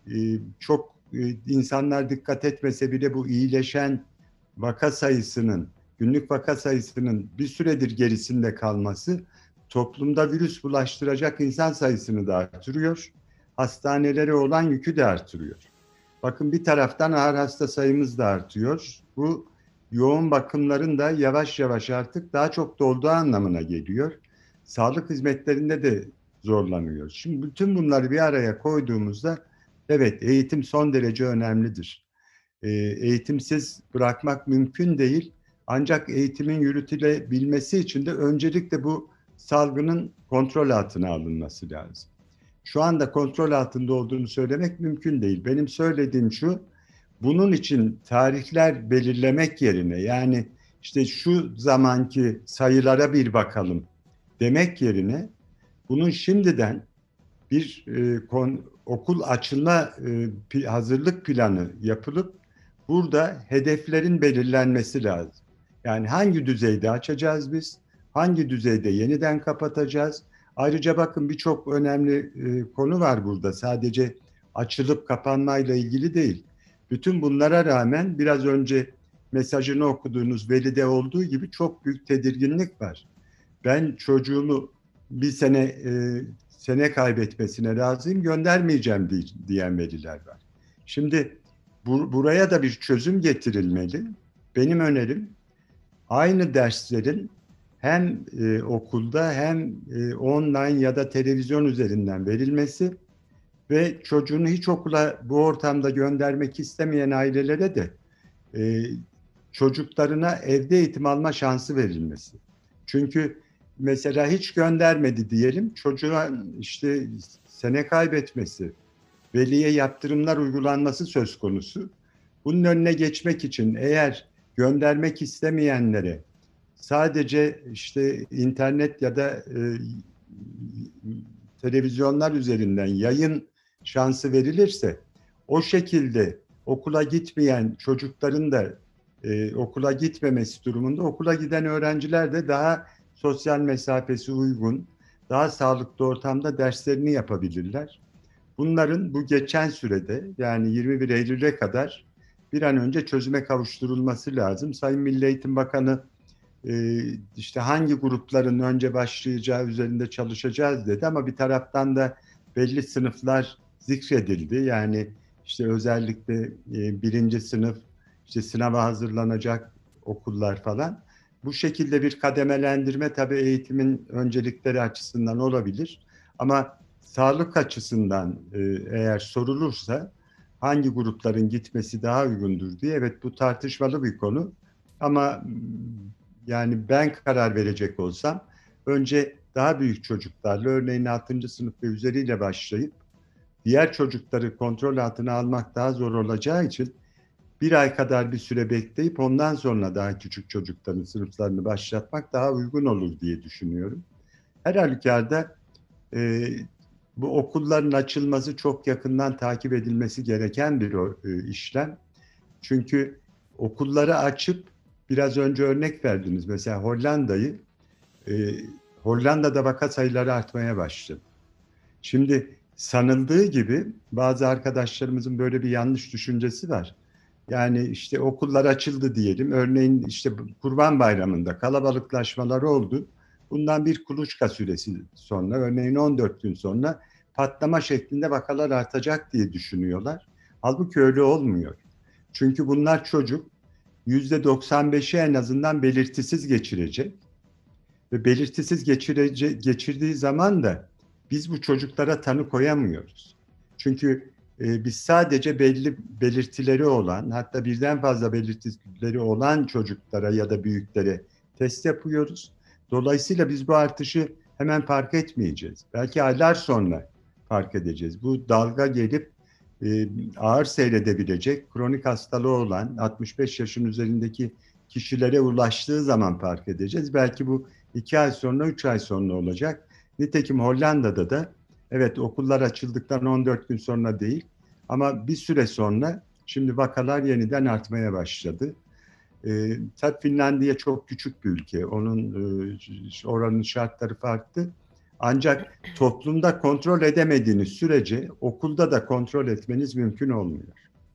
çok insanlar dikkat etmese bile bu iyileşen vaka sayısının, günlük vaka sayısının bir süredir gerisinde kalması toplumda virüs bulaştıracak insan sayısını da artırıyor. Hastanelere olan yükü de artırıyor. Bakın bir taraftan ağır hasta sayımız da artıyor. Bu yoğun bakımların da yavaş yavaş artık daha çok dolduğu anlamına geliyor. Sağlık hizmetlerinde de zorlanıyor. Şimdi bütün bunları bir araya koyduğumuzda evet, eğitim son derece önemlidir. E, eğitimsiz bırakmak mümkün değil. Ancak eğitimin yürütülebilmesi için de öncelikle bu salgının kontrol altına alınması lazım. Şu anda kontrol altında olduğunu söylemek mümkün değil. Benim söylediğim şu, bunun için tarihler belirlemek yerine, yani işte şu zamanki sayılara bir bakalım demek yerine bunun şimdiden bir e, kon, okul açılma e, hazırlık planı yapılıp burada hedeflerin belirlenmesi lazım. Yani hangi düzeyde açacağız biz, hangi düzeyde yeniden kapatacağız. Ayrıca bakın birçok önemli e, konu var burada. Sadece açılıp kapanmayla ilgili değil. Bütün bunlara rağmen biraz önce mesajını okuduğunuz velide olduğu gibi çok büyük tedirginlik var. Ben çocuğumu bir sene e, sene kaybetmesine razıyım, göndermeyeceğim diye, diyen veliler var. Şimdi bu, buraya da bir çözüm getirilmeli. Benim önerim aynı derslerin hem e, okulda hem e, online ya da televizyon üzerinden verilmesi ve çocuğunu hiç okula bu ortamda göndermek istemeyen ailelere de e, çocuklarına evde eğitim alma şansı verilmesi. Çünkü mesela hiç göndermedi diyelim, çocuğa işte sene kaybetmesi, veliye yaptırımlar uygulanması söz konusu. Bunun önüne geçmek için eğer göndermek istemeyenlere sadece işte internet ya da e, televizyonlar üzerinden yayın şansı verilirse, o şekilde okula gitmeyen çocukların da e, okula gitmemesi durumunda okula giden öğrenciler de daha sosyal mesafesi uygun, daha sağlıklı ortamda derslerini yapabilirler. Bunların bu geçen sürede, yani yirmi bir Eylül'e kadar bir an önce çözüme kavuşturulması lazım. Sayın Milli Eğitim Bakanı e, işte hangi grupların önce başlayacağı üzerinde çalışacağız dedi ama bir taraftan da belli sınıflar zikredildi. Yani işte özellikle e, birinci sınıf, işte sınava hazırlanacak okullar falan. Bu şekilde bir kademelendirme tabii eğitimin öncelikleri açısından olabilir. Ama sağlık açısından e, eğer sorulursa hangi grupların gitmesi daha uygundur diye, evet bu tartışmalı bir konu. Ama yani ben karar verecek olsam önce daha büyük çocuklarla, örneğin altıncı sınıf ve üzeriyle başlayıp diğer çocukları kontrol altına almak daha zor olacağı için bir ay kadar bir süre bekleyip ondan sonra daha küçük çocukların sınıflarını başlatmak daha uygun olur diye düşünüyorum. Her halükarda e, bu okulların açılması çok yakından takip edilmesi gereken bir e, işlem. Çünkü okulları açıp biraz önce örnek verdiniz. Mesela Hollanda'yı, e, Hollanda'da vaka sayıları artmaya başladı. Şimdi sanıldığı gibi bazı arkadaşlarımızın böyle bir yanlış düşüncesi var. Yani işte okullar açıldı diyelim. Örneğin işte Kurban Bayramı'nda kalabalıklaşmalar oldu. Bundan bir kuluçka süresi sonra, örneğin on dört gün sonra patlama şeklinde vakalar artacak diye düşünüyorlar. Halbuki öyle olmuyor. Çünkü bunlar çocuk yüzde doksan beşi en azından belirtisiz geçirecek. Ve belirtisiz geçirecek, geçirdiği zaman da biz bu çocuklara tanı koyamıyoruz. Çünkü e, biz sadece belli belirtileri olan, hatta birden fazla belirtileri olan çocuklara ya da büyüklere test yapıyoruz. Dolayısıyla biz bu artışı hemen fark etmeyeceğiz. Belki aylar sonra fark edeceğiz. Bu dalga gelip e, ağır seyredebilecek, kronik hastalığı olan altmış beş yaşın üzerindeki kişilere ulaştığı zaman fark edeceğiz. Belki bu iki ay sonra, üç ay sonra olacak. Nitekim Hollanda'da da evet okullar açıldıktan on dört gün sonra değil ama bir süre sonra şimdi vakalar yeniden artmaya başladı. E, tabii Finlandiya çok küçük bir ülke. Onun e, oranın şartları farklı. Ancak toplumda kontrol edemediğiniz sürece okulda da kontrol etmeniz mümkün olmuyor.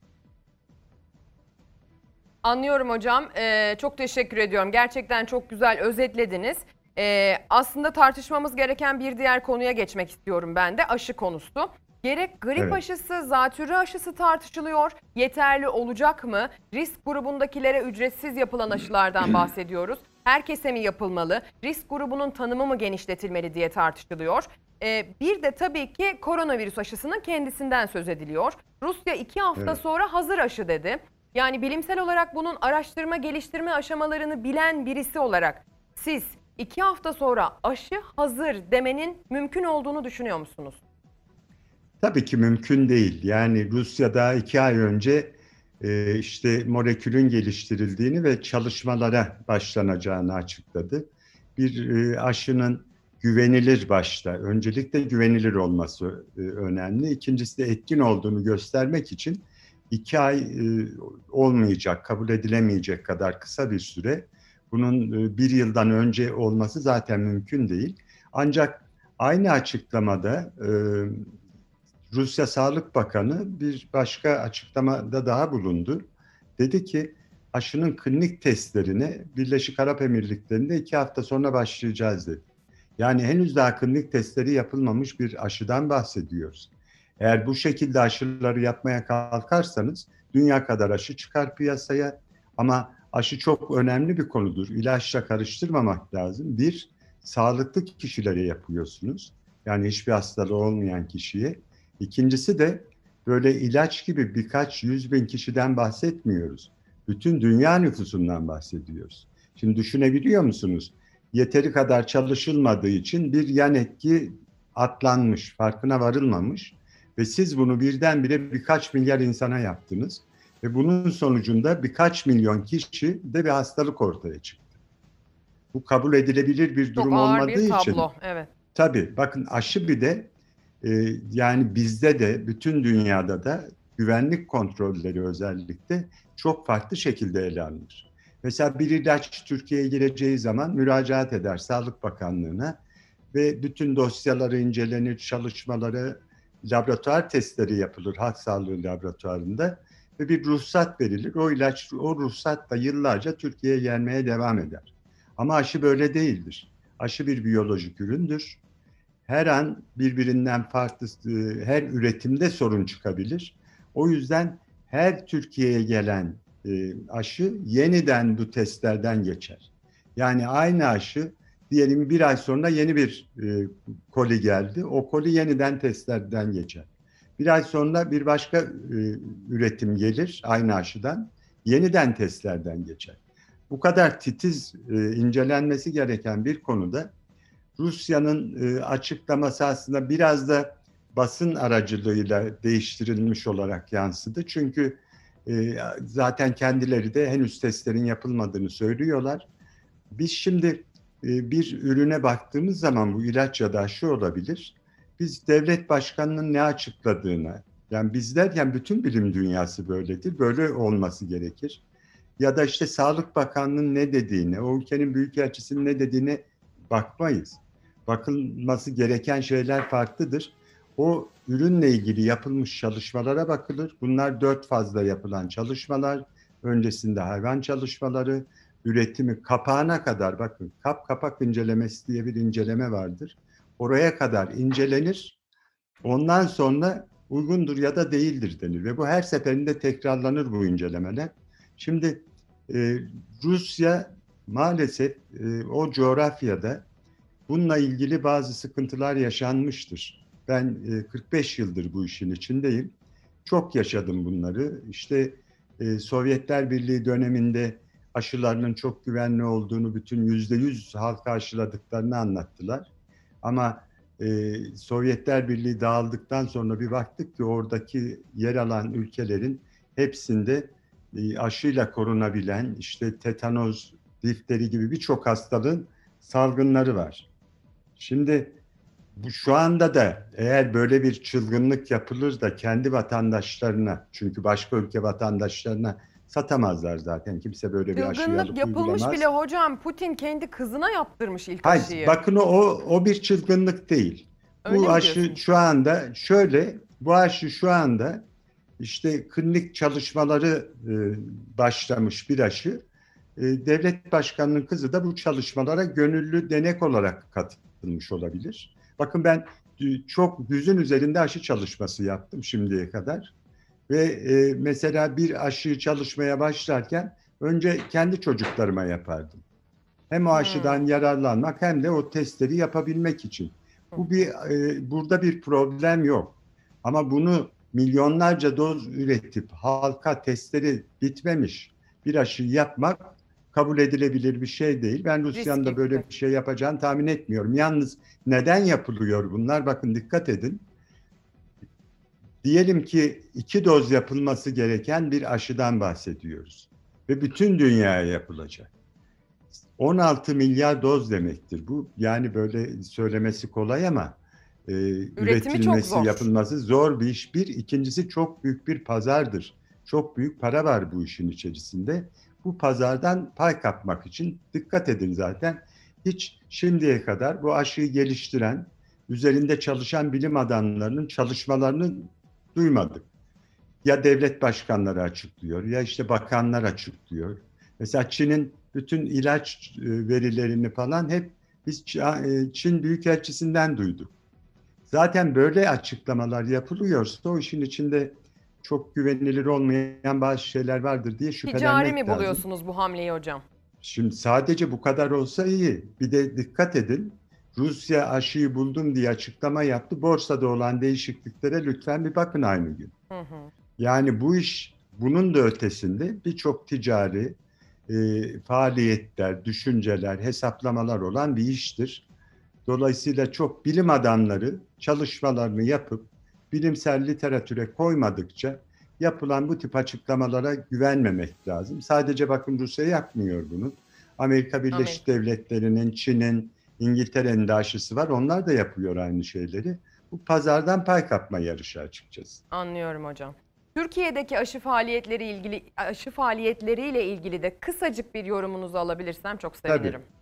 Anlıyorum hocam. Ee, çok teşekkür ediyorum. Gerçekten çok güzel özetlediniz. Ee, aslında tartışmamız gereken bir diğer konuya geçmek istiyorum ben de. Aşı konusu. Gerek grip Evet. aşısı, zatürre aşısı tartışılıyor. Yeterli olacak mı? Risk grubundakilere ücretsiz yapılan aşılardan bahsediyoruz. Herkese mi yapılmalı? Risk grubunun tanımı mı genişletilmeli diye tartışılıyor. Ee, bir de tabii ki koronavirüs aşısının kendisinden söz ediliyor. Rusya iki hafta Evet. sonra hazır aşı dedi. Yani bilimsel olarak bunun araştırma, geliştirme aşamalarını bilen birisi olarak siz iki hafta sonra aşı hazır demenin mümkün olduğunu düşünüyor musunuz? Tabii ki mümkün değil. Yani Rusya'da iki ay önce e, işte molekülün geliştirildiğini ve çalışmalara başlanacağını açıkladı. Bir e, aşının güvenilir başta, öncelikle güvenilir olması e, önemli. İkincisi de etkin olduğunu göstermek için iki ay e, olmayacak, kabul edilemeyecek kadar kısa bir süre. Bunun e, bir yıldan önce olması zaten mümkün değil. Ancak aynı açıklamada e, Rusya Sağlık Bakanı bir başka açıklamada daha bulundu. Dedi ki aşının klinik testlerine Birleşik Arap Emirlikleri'nde iki hafta sonra başlayacağız dedi. Yani henüz daha klinik testleri yapılmamış bir aşıdan bahsediyoruz. Eğer bu şekilde aşıları yapmaya kalkarsanız dünya kadar aşı çıkar piyasaya. Ama aşı çok önemli bir konudur. İlaçla karıştırmamak lazım. Bir, sağlıklı kişilere yapıyorsunuz. Yani hiçbir hastalığı olmayan kişiye. İkincisi de böyle ilaç gibi birkaç yüz bin kişiden bahsetmiyoruz. Bütün dünya nüfusundan bahsediyoruz. Şimdi düşünebiliyor musunuz? Yeteri kadar çalışılmadığı için bir yan etki atlanmış, farkına varılmamış ve siz bunu birdenbire birkaç milyar insana yaptınız ve bunun sonucunda birkaç milyon kişi de bir hastalık ortaya çıktı. Bu kabul edilebilir bir durum Çok ağır olmadığı bir için. tablo, evet. Tabii bakın aşı bir de e, yani bizde de bütün dünyada da güvenlik kontrolleri özellikle çok farklı şekilde ele alınır. Mesela bir ilaç Türkiye'ye gireceği zaman müracaat eder Sağlık Bakanlığı'na ve bütün dosyaları incelenir, çalışmaları, laboratuvar testleri yapılır halk sağlığı laboratuvarında ve bir ruhsat verilir. O ilaç o ruhsatla yıllarca Türkiye'ye gelmeye devam eder. Ama aşı böyle değildir. Aşı bir biyolojik üründür. Her an birbirinden farklı, her üretimde sorun çıkabilir. O yüzden her Türkiye'ye gelen e, aşı yeniden bu testlerden geçer. Yani aynı aşı diyelim bir ay sonra yeni bir e, koli geldi. O koli yeniden testlerden geçer. Bir ay sonra bir başka e, üretim gelir aynı aşıdan. Yeniden testlerden geçer. Bu kadar titiz e, incelenmesi gereken bir konuda Rusya'nın e, açıklaması aslında biraz da basın aracılığıyla değiştirilmiş olarak yansıdı. Çünkü e, zaten kendileri de henüz testlerin yapılmadığını söylüyorlar. Biz şimdi e, bir ürüne baktığımız zaman bu ilaç ya da aşı olabilir. Biz devlet başkanının ne açıkladığını, yani biz derken bütün bilim dünyası böyledir, böyle olması gerekir. Ya da işte Sağlık Bakanlığı'nın ne dediğini, o ülkenin büyükelçisinin ne dediğine bakmayız. Bakılması gereken şeyler farklıdır. O ürünle ilgili yapılmış çalışmalara bakılır. Bunlar dört fazla yapılan çalışmalar. Öncesinde hayvan çalışmaları, üretimi kapağına kadar bakın kap kapak incelemesi diye bir inceleme vardır. Oraya kadar incelenir. Ondan sonra uygundur ya da değildir denir ve bu her seferinde tekrarlanır bu incelemeler. Şimdi e, Rusya maalesef e, o coğrafyada bununla ilgili bazı sıkıntılar yaşanmıştır. Ben e, kırk beş yıldır bu işin içindeyim. Çok yaşadım bunları. İşte e, Sovyetler Birliği döneminde aşılarının çok güvenli olduğunu, bütün yüzde yüz halka aşıladıklarını anlattılar. Ama e, Sovyetler Birliği dağıldıktan sonra bir baktık ki oradaki yer alan ülkelerin hepsinde e, aşıyla korunabilen işte tetanoz, difteri gibi birçok hastalığın salgınları var. Şimdi bu şu anda da eğer böyle bir çılgınlık yapılır da kendi vatandaşlarına, çünkü başka ülke vatandaşlarına satamazlar zaten. Kimse böyle bir aşıyı Çılgınlık alıp yapılmış uygulamaz. bile hocam. Putin kendi kızına yaptırmış ilk Hayır, aşıyı. bakın o, o, o bir çılgınlık değil. Öyle bu mi aşı diyorsunuz? şu anda şöyle, bu aşı şu anda işte klinik çalışmaları e, başlamış bir aşı. E, devlet başkanının kızı da bu çalışmalara gönüllü denek olarak katılmış olabilir. Bakın ben e, çok yüzün üzerinde aşı çalışması yaptım şimdiye kadar. Ve e, mesela bir aşıyı çalışmaya başlarken önce kendi çocuklarıma yapardım. Hem o aşıdan Hmm. yararlanmak hem de o testleri yapabilmek için. Bu bir e, burada bir problem yok. Ama bunu milyonlarca doz üretip halka testleri bitmemiş bir aşı yapmak kabul edilebilir bir şey değil. Ben Rusya'nın da böyle bir şey yapacağını tahmin etmiyorum. Yalnız neden yapılıyor bunlar? Bakın dikkat edin. Diyelim ki iki doz yapılması gereken bir aşıdan bahsediyoruz. Ve bütün dünyaya yapılacak. on altı milyar doz demektir bu. Yani böyle söylemesi kolay ama e, üretilmesi, zor. yapılması zor bir iş. Bir, ikincisi çok büyük bir pazardır. Çok büyük para var bu işin içerisinde. Bu pazardan pay kapmak için dikkat edin zaten. Hiç şimdiye kadar bu aşıyı geliştiren, üzerinde çalışan bilim adamlarının çalışmalarını duymadık. Ya devlet başkanları açıklıyor ya işte bakanlar açıklıyor. Mesela Çin'in bütün ilaç verilerini falan hep biz Çin Büyükelçisi'nden duyduk. Zaten böyle açıklamalar yapılıyorsa o işin içinde çok güvenilir olmayan bazı şeyler vardır diye şüphelenmek lazım. Ticari mi buluyorsunuz bu hamleyi hocam? Şimdi sadece bu kadar olsa iyi. Bir de dikkat edin. Rusya aşıyı buldum diye açıklama yaptı. Borsada olan değişikliklere lütfen bir bakın aynı gün. Hı hı. Yani bu iş bunun da ötesinde birçok ticari e, faaliyetler, düşünceler, hesaplamalar olan bir iştir. Dolayısıyla çok bilim adamları çalışmalarını yapıp bilimsel literatüre koymadıkça yapılan bu tip açıklamalara güvenmemek lazım. Sadece bakın Rusya yapmıyor bunu. Amerika Birleşik Amerika. Devletleri'nin, Çin'in, İngiltere'nin de aşısı var. Onlar da yapıyor aynı şeyleri. Bu pazardan pay kapma yarışı açıkçası. Anlıyorum hocam. Türkiye'deki aşı faaliyetleri ilgili aşı faaliyetleriyle ilgili de kısacık bir yorumunuzu alabilirsem çok sevinirim. Tabii.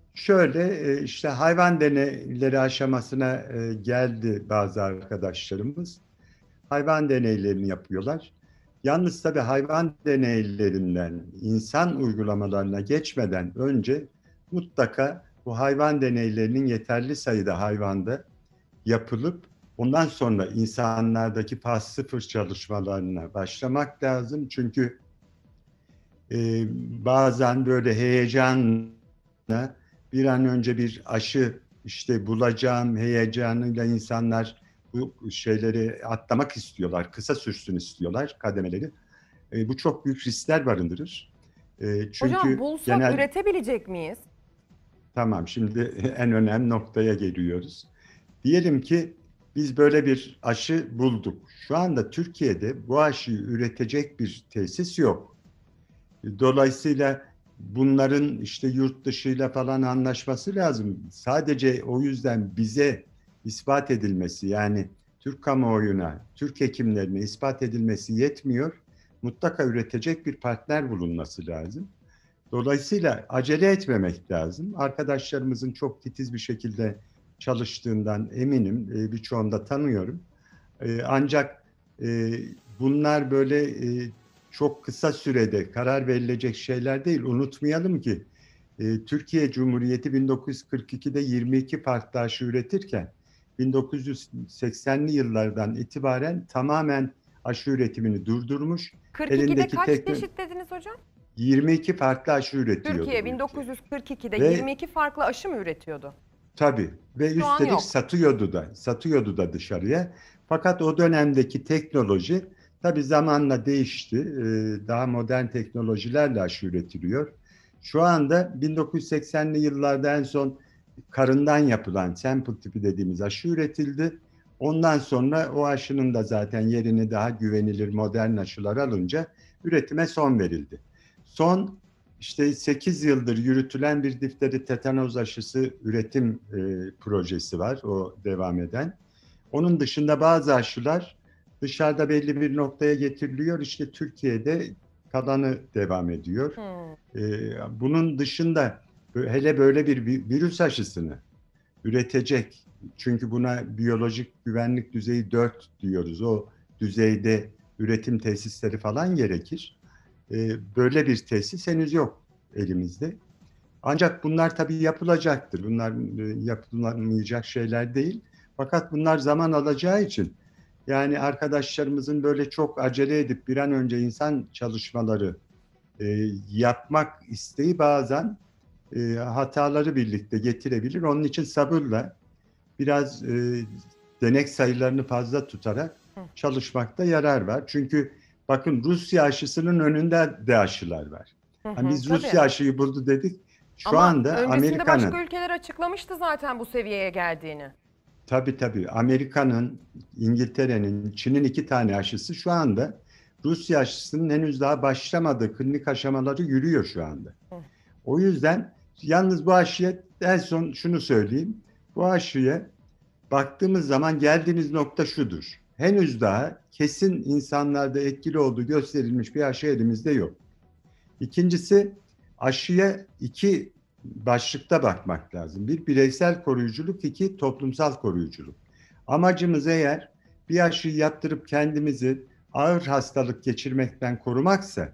Şöyle işte hayvan deneyleri aşamasına geldi bazı arkadaşlarımız. Hayvan deneylerini yapıyorlar. Yalnız tabii hayvan deneylerinden insan uygulamalarına geçmeden önce mutlaka bu hayvan deneylerinin yeterli sayıda hayvanda yapılıp ondan sonra insanlardaki faz sıfır çalışmalarına başlamak lazım. Çünkü e, bazen böyle heyecanla bir an önce bir aşı işte bulacağım heyecanıyla insanlar bu şeyleri atlamak istiyorlar. Kısa sürsün istiyorlar kademeleri. E, bu çok büyük riskler barındırır. E, çünkü hocam bulsak genel... üretebilecek miyiz? Tamam, şimdi en önemli noktaya geliyoruz. Diyelim ki biz böyle bir aşı bulduk. Şu anda Türkiye'de bu aşıyı üretecek bir tesis yok. Dolayısıyla bunların işte yurt dışıyla falan anlaşması lazım. Sadece o yüzden bize ispat edilmesi, yani Türk kamuoyuna, Türk hekimlerine ispat edilmesi yetmiyor. Mutlaka üretecek bir partner bulunması lazım. Dolayısıyla acele etmemek lazım. Arkadaşlarımızın çok titiz bir şekilde çalıştığından eminim. E, birçoğunu da tanıyorum. E, ancak e, bunlar böyle e, çok kısa sürede karar verilecek şeyler değil. Unutmayalım ki e, Türkiye Cumhuriyeti bin dokuz yüz kırk ikide yirmi iki farklı aşı üretirken bin dokuz yüz seksenli yıllardan itibaren tamamen aşı üretimini durdurmuş. kırk ikide Elindeki kaç tekno... çeşit dediniz hocam? yirmi iki farklı aşı üretiyordu. Türkiye bin dokuz yüz kırk ikide Ve, yirmi iki farklı aşı mı üretiyordu? Tabii ve Şu üstelik satıyordu da, satıyordu da dışarıya. Fakat o dönemdeki teknoloji tabii zamanla değişti. Daha modern teknolojilerle aşı üretiliyor. Şu anda bin dokuz yüz seksenli yıllarda en son karından yapılan sample tipi dediğimiz aşı üretildi. Ondan sonra o aşının da zaten yerini daha güvenilir modern aşılar alınca üretime son verildi. Son işte sekiz yıldır yürütülen bir difteri tetanoz aşısı üretim e, projesi var, o devam eden. Onun dışında bazı aşılar dışarıda belli bir noktaya getiriliyor. İşte Türkiye'de kalanı devam ediyor. Hmm. Ee, bunun dışında hele böyle bir virüs aşısını üretecek, çünkü buna biyolojik güvenlik düzeyi dört diyoruz. O düzeyde üretim tesisleri falan gerekir. Ee, böyle bir tesis henüz yok elimizde. Ancak bunlar tabii yapılacaktır. Bunlar yapılamayacak şeyler değil. Fakat bunlar zaman alacağı için, yani arkadaşlarımızın böyle çok acele edip bir an önce insan çalışmaları e, yapmak isteği bazen e, hataları birlikte getirebilir. Onun için sabırla, biraz e, denek sayılarını fazla tutarak çalışmakta yarar var. Çünkü bakın, Rusya aşısının önünde de aşılar var. Hı hı, yani biz tabii. Rusya aşıyı buldu dedik. Şu Ama anda öncesinde Amerika'nın... başka ülkeler açıklamıştı zaten bu seviyeye geldiğini. Tabii tabii. Amerika'nın, İngiltere'nin, Çin'in iki tane aşısı şu anda, Rusya aşısının henüz daha başlamadığı klinik aşamaları yürüyor şu anda. Hı. O yüzden yalnız bu aşıya en son şunu söyleyeyim. Bu aşıya baktığımız zaman geldiğiniz nokta şudur. Henüz daha kesin insanlarda etkili olduğu gösterilmiş bir aşı elimizde yok. İkincisi, aşıya iki başlıkta bakmak lazım. Bir, bireysel koruyuculuk, iki, toplumsal koruyuculuk. Amacımız eğer bir aşıyı yaptırıp kendimizi ağır hastalık geçirmekten korumaksa,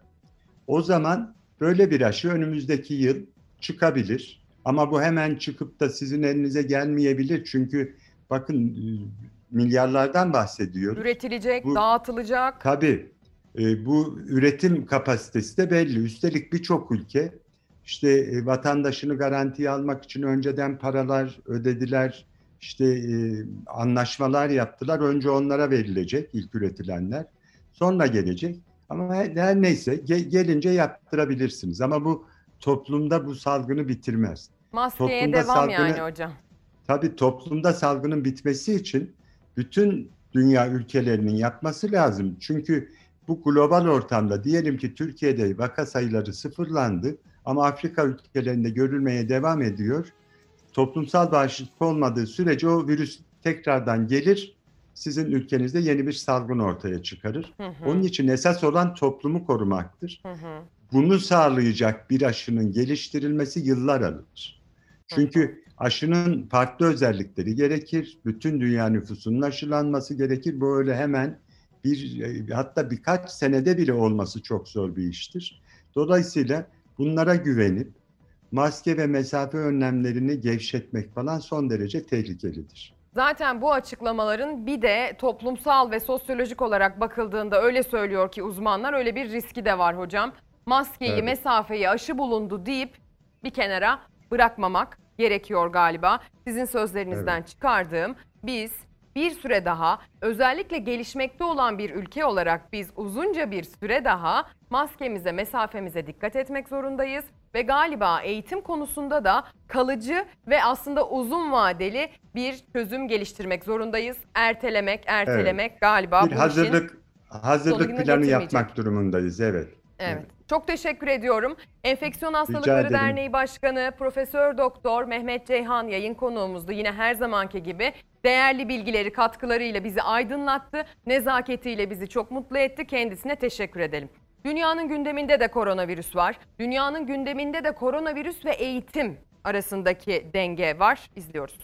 o zaman böyle bir aşı önümüzdeki yıl çıkabilir. Ama bu hemen çıkıp da sizin elinize gelmeyebilir. Çünkü bakın, milyarlardan bahsediyoruz. Üretilecek, bu, dağıtılacak. Tabii. E, bu üretim kapasitesi de belli. Üstelik birçok ülke işte e, vatandaşını garantiye almak için önceden paralar ödediler. İşte e, anlaşmalar yaptılar. Önce onlara verilecek ilk üretilenler. Sonra gelecek. Ama her, her neyse ge, gelince yaptırabilirsiniz. Ama bu toplumda bu salgını bitirmez. Maskeye Toplumda devam salgını, yani hocam. Tabii toplumda salgının bitmesi için bütün dünya ülkelerinin yapması lazım. Çünkü bu global ortamda, diyelim ki Türkiye'de vaka sayıları sıfırlandı ama Afrika ülkelerinde görülmeye devam ediyor. Toplumsal bağışıklık olmadığı sürece o virüs tekrardan gelir, sizin ülkenizde yeni bir salgın ortaya çıkarır. Hı hı. Onun için esas olan toplumu korumaktır. Hı hı. Bunu sağlayacak bir aşının geliştirilmesi yıllar alır. Çünkü hı hı. aşının farklı özellikleri gerekir. Bütün dünya nüfusunun aşılanması gerekir. Bu öyle hemen bir, hatta birkaç senede bile olması çok zor bir iştir. Dolayısıyla bunlara güvenip maske ve mesafe önlemlerini gevşetmek falan son derece tehlikelidir. Zaten bu açıklamaların bir de toplumsal ve sosyolojik olarak bakıldığında, öyle söylüyor ki uzmanlar, öyle bir riski de var hocam. Maskeyi, evet, mesafeyi, aşı bulundu deyip bir kenara bırakmamak gerekiyor galiba. Sizin sözlerinizden evet. çıkardığım, biz bir süre daha, özellikle gelişmekte olan bir ülke olarak biz uzunca bir süre daha maskemize, mesafemize dikkat etmek zorundayız. Ve galiba eğitim konusunda da kalıcı ve aslında uzun vadeli bir çözüm geliştirmek zorundayız. Ertelemek, ertelemek evet. galiba bir bu hazırlık, işin hazırlık planı yapmak durumundayız. Evet. Evet. Evet. Çok teşekkür ediyorum. Enfeksiyon Hastalıkları Derneği Başkanı Profesör Doktor Mehmet Ceyhan yayın konuğumuzdu. Yine her zamanki gibi değerli bilgileri, katkılarıyla bizi aydınlattı. Nezaketiyle bizi çok mutlu etti. Kendisine teşekkür edelim. Dünyanın gündeminde de koronavirüs var. Dünyanın gündeminde de koronavirüs ve eğitim arasındaki denge var. İzliyoruz.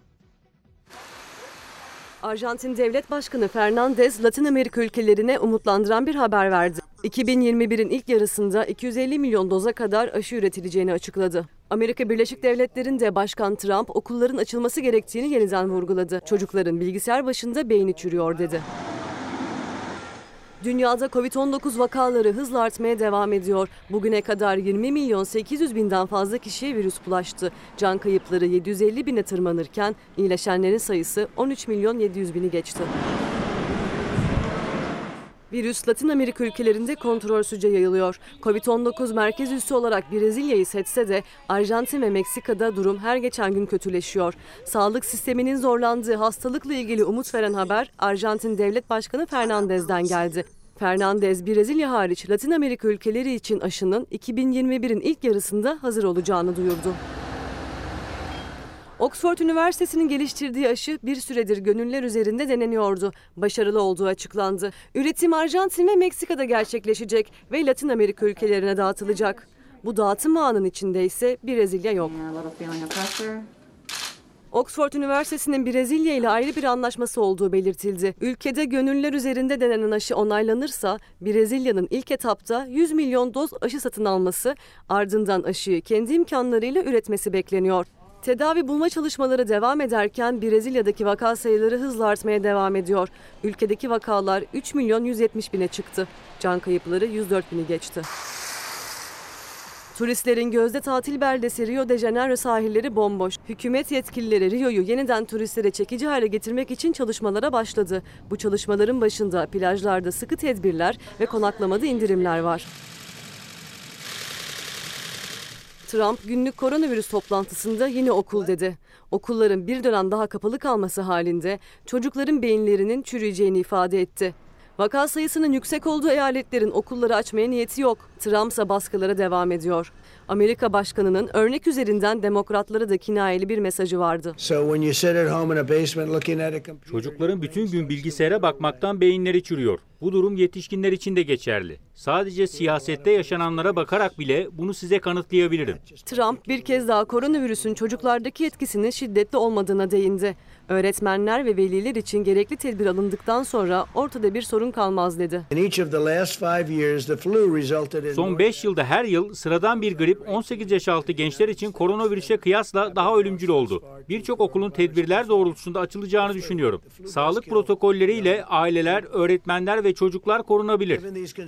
Arjantin Devlet Başkanı Fernandez, Latin Amerika ülkelerine umutlandıran bir haber verdi. iki bin yirmi birin ilk yarısında iki yüz elli milyon doza kadar aşı üretileceğini açıkladı. Amerika Birleşik Devletleri'nde Başkan Trump okulların açılması gerektiğini yeniden vurguladı. Çocukların bilgisayar başında beyni çürüyor dedi. Dünyada kovid on dokuz vakaları hızla artmaya devam ediyor. Bugüne kadar yirmi milyon sekiz yüz binden fazla kişiye virüs bulaştı. Can kayıpları yedi yüz elli bine tırmanırken iyileşenlerin sayısı on üç milyon yedi yüz bini geçti. Virüs Latin Amerika ülkelerinde kontrolsüzce yayılıyor. kovid on dokuz merkez üssü olarak Brezilya'yı seçse de Arjantin ve Meksika'da durum her geçen gün kötüleşiyor. Sağlık sisteminin zorlandığı hastalıkla ilgili umut veren haber Arjantin Devlet Başkanı Fernandez'den geldi. Fernandez, Brezilya hariç Latin Amerika ülkeleri için aşının iki bin yirmi birin ilk yarısında hazır olacağını duyurdu. Oxford Üniversitesi'nin geliştirdiği aşı bir süredir gönüller üzerinde deneniyordu. Başarılı olduğu açıklandı. Üretim Arjantin ve Meksika'da gerçekleşecek ve Latin Amerika ülkelerine dağıtılacak. Bu dağıtım ağının içinde ise Brezilya yok. Oxford Üniversitesi'nin Brezilya ile ayrı bir anlaşması olduğu belirtildi. Ülkede gönüller üzerinde denenen aşı onaylanırsa Brezilya'nın ilk etapta yüz milyon doz aşı satın alması, ardından aşıyı kendi imkanlarıyla üretmesi bekleniyor. Tedavi bulma çalışmaları devam ederken Brezilya'daki vaka sayıları hızla artmaya devam ediyor. Ülkedeki vakalar üç milyon yüz yetmiş bine çıktı. Can kayıpları yüz dört bini geçti. Turistlerin gözde tatil beldesi Rio de Janeiro sahilleri bomboş. Hükümet yetkilileri Rio'yu yeniden turistlere çekici hale getirmek için çalışmalara başladı. Bu çalışmaların başında plajlarda sıkı tedbirler ve konaklamada indirimler var. Trump günlük koronavirüs toplantısında yine okul dedi. Okulların bir dönem daha kapalı kalması halinde çocukların beyinlerinin çürüyeceğini ifade etti. Vaka sayısının yüksek olduğu eyaletlerin okulları açmaya niyeti yok. Trump ise baskılara devam ediyor. Amerika Başkanı'nın örnek üzerinden demokratlara da kinayeli bir mesajı vardı. Çocukların bütün gün bilgisayara bakmaktan beyinleri çürüyor. Bu durum yetişkinler için de geçerli. Sadece siyasette yaşananlara bakarak bile bunu size kanıtlayabilirim. Trump bir kez daha koronavirüsün çocuklardaki etkisinin şiddetli olmadığına değindi. Öğretmenler ve veliler için gerekli tedbir alındıktan sonra ortada bir sorun kalmaz dedi. Son beş yılda her yıl sıradan bir grip on sekiz yaş altı gençler için koronavirüse kıyasla daha ölümcül oldu. Birçok okulun tedbirler doğrultusunda açılacağını düşünüyorum. Sağlık protokolleriyle aileler, öğretmenler ve çocuklar korunabilir.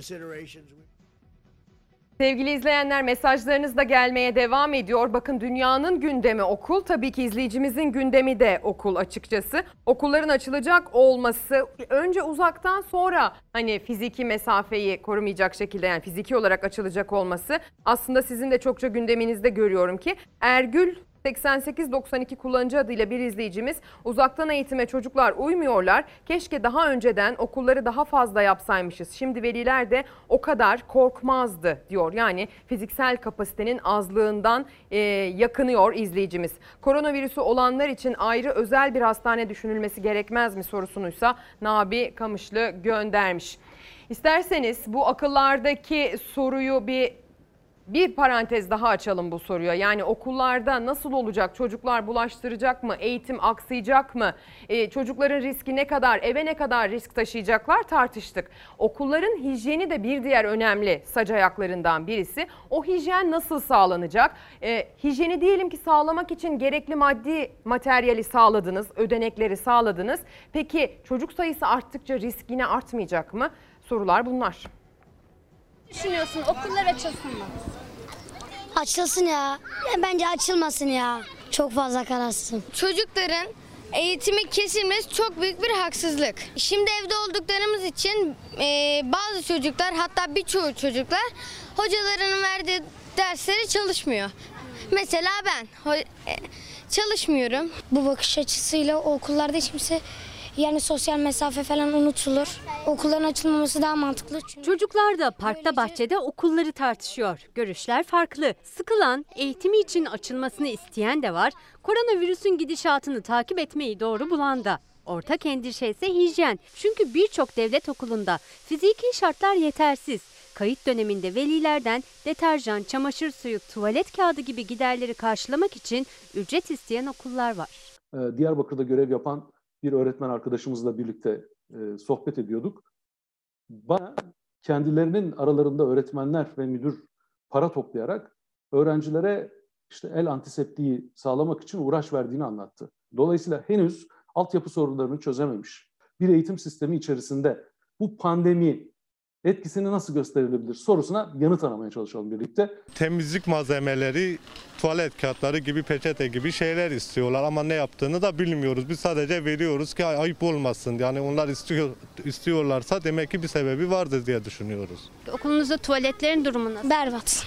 Sevgili izleyenler, mesajlarınız da gelmeye devam ediyor. Bakın, dünyanın gündemi okul. Tabii ki izleyicimizin gündemi de okul açıkçası. Okulların açılacak olması, önce uzaktan sonra hani fiziki mesafeyi korumayacak şekilde, yani fiziki olarak açılacak olması aslında sizin de çokça gündeminizde görüyorum ki. Ergül seksen sekiz doksan iki kullanıcı adıyla bir izleyicimiz, uzaktan eğitime çocuklar uymuyorlar. Keşke daha önceden okulları daha fazla yapsaymışız. Şimdi veliler de o kadar korkmazdı diyor. Yani fiziksel kapasitenin azlığından e, yakınıyor izleyicimiz. Koronavirüsü olanlar için ayrı özel bir hastane düşünülmesi gerekmez mi sorusunuysa Nabi Kamışlı göndermiş. İsterseniz bu akıllardaki soruyu bir Bir parantez daha açalım bu soruya. Yani okullarda nasıl olacak? Çocuklar bulaştıracak mı? Eğitim aksayacak mı? Ee, çocukların riski ne kadar? Eve ne kadar risk taşıyacaklar tartıştık. Okulların hijyeni de bir diğer önemli sac ayaklarından birisi. O hijyen nasıl sağlanacak? Ee, hijyeni diyelim ki sağlamak için gerekli maddi materyali sağladınız, ödenekleri sağladınız. Peki çocuk sayısı arttıkça risk yine artmayacak mı? Sorular bunlar. Düşünüyorsun, okullar açılsın mı? Açılsın ya. Bence açılmasın ya. Çok fazla kararsın. Çocukların eğitimi kesilmesi çok büyük bir haksızlık. Şimdi evde olduklarımız için e, bazı çocuklar, hatta birçoğu çocuklar hocalarının verdiği dersleri çalışmıyor. Mesela ben e, çalışmıyorum. Bu bakış açısıyla okullarda hiç kimse, yani sosyal mesafe falan unutulur. Okulların açılmaması daha mantıklı. Çünkü çocuklar da parkta, bahçede okulları tartışıyor. Görüşler farklı. Sıkılan, eğitimi için açılmasını isteyen de var. Koronavirüsün gidişatını takip etmeyi doğru bulan da. Ortak endişe ise hijyen. Çünkü birçok devlet okulunda fiziki şartlar yetersiz. Kayıt döneminde velilerden deterjan, çamaşır suyu, tuvalet kağıdı gibi giderleri karşılamak için ücret isteyen okullar var. Ee, Diyarbakır'da görev yapan bir öğretmen arkadaşımızla birlikte e, sohbet ediyorduk. Bana kendilerinin aralarında öğretmenler ve müdür para toplayarak öğrencilere işte el antiseptiği sağlamak için uğraş verdiğini anlattı. Dolayısıyla henüz altyapı sorunlarını çözememiş bir eğitim sistemi içerisinde bu pandemi etkisini nasıl gösterilebilir sorusuna yanıt aramaya çalışalım birlikte. Temizlik malzemeleri, tuvalet kağıtları gibi, peçete gibi şeyler istiyorlar ama ne yaptığını da bilmiyoruz. Biz sadece veriyoruz ki ayıp olmasın. Yani onlar istiyor istiyorlarsa demek ki bir sebebi vardır diye düşünüyoruz. Okulunuzda tuvaletlerin durumu nasıl? Berbat.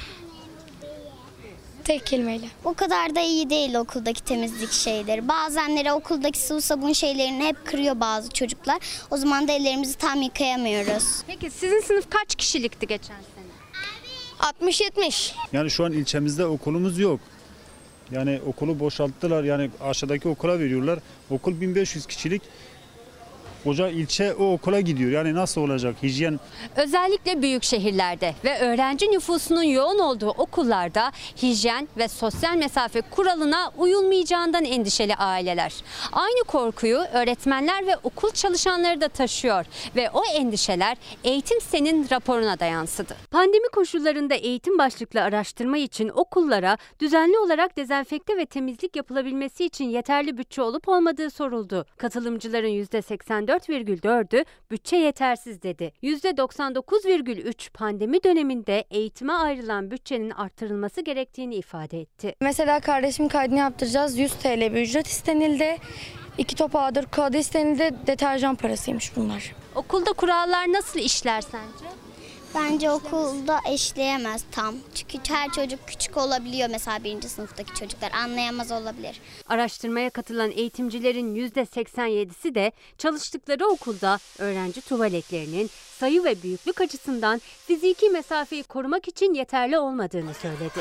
Tek kelimeyle. O kadar da iyi değil okuldaki temizlik şeyleri. Bazenleri okuldaki sıvı sabun şeylerini hep kırıyor bazı çocuklar. O zaman da ellerimizi tam yıkayamıyoruz. Peki sizin sınıf kaç kişilikti geçen sene? altmış yetmiş. Yani şu an ilçemizde okulumuz yok. Yani okulu boşalttılar. Yani aşağıdaki okula veriyorlar. Okul bin beş yüz kişilik. Koca ilçe o okula gidiyor. Yani nasıl olacak? Hijyen. Özellikle büyük şehirlerde ve öğrenci nüfusunun yoğun olduğu okullarda hijyen ve sosyal mesafe kuralına uyulmayacağından endişeli aileler. Aynı korkuyu öğretmenler ve okul çalışanları da taşıyor ve o endişeler Eğitim Sen'in raporuna da yansıdı. Pandemi koşullarında eğitim başlıklı araştırma için okullara düzenli olarak dezenfekte ve temizlik yapılabilmesi için yeterli bütçe olup olmadığı soruldu. Katılımcıların yüzde seksen dört virgül dördü bütçe yetersiz dedi. yüzde doksan dokuz virgül üç pandemi döneminde eğitime ayrılan bütçenin artırılması gerektiğini ifade etti. Mesela kardeşim kaydını yaptıracağız. yüz T L bir ücret istenildi. İki top ağdır kağıdı istenildi. Deterjan parasıymış bunlar. Okulda kurallar nasıl işler sence? Bence okulda eşleyemez tam. Çünkü her çocuk küçük olabiliyor, mesela birinci sınıftaki çocuklar anlayamaz olabilir. Araştırmaya katılan eğitimcilerin yüzde seksen yedisi de çalıştıkları okulda öğrenci tuvaletlerinin sayı ve büyüklük açısından fiziki mesafeyi korumak için yeterli olmadığını söyledi.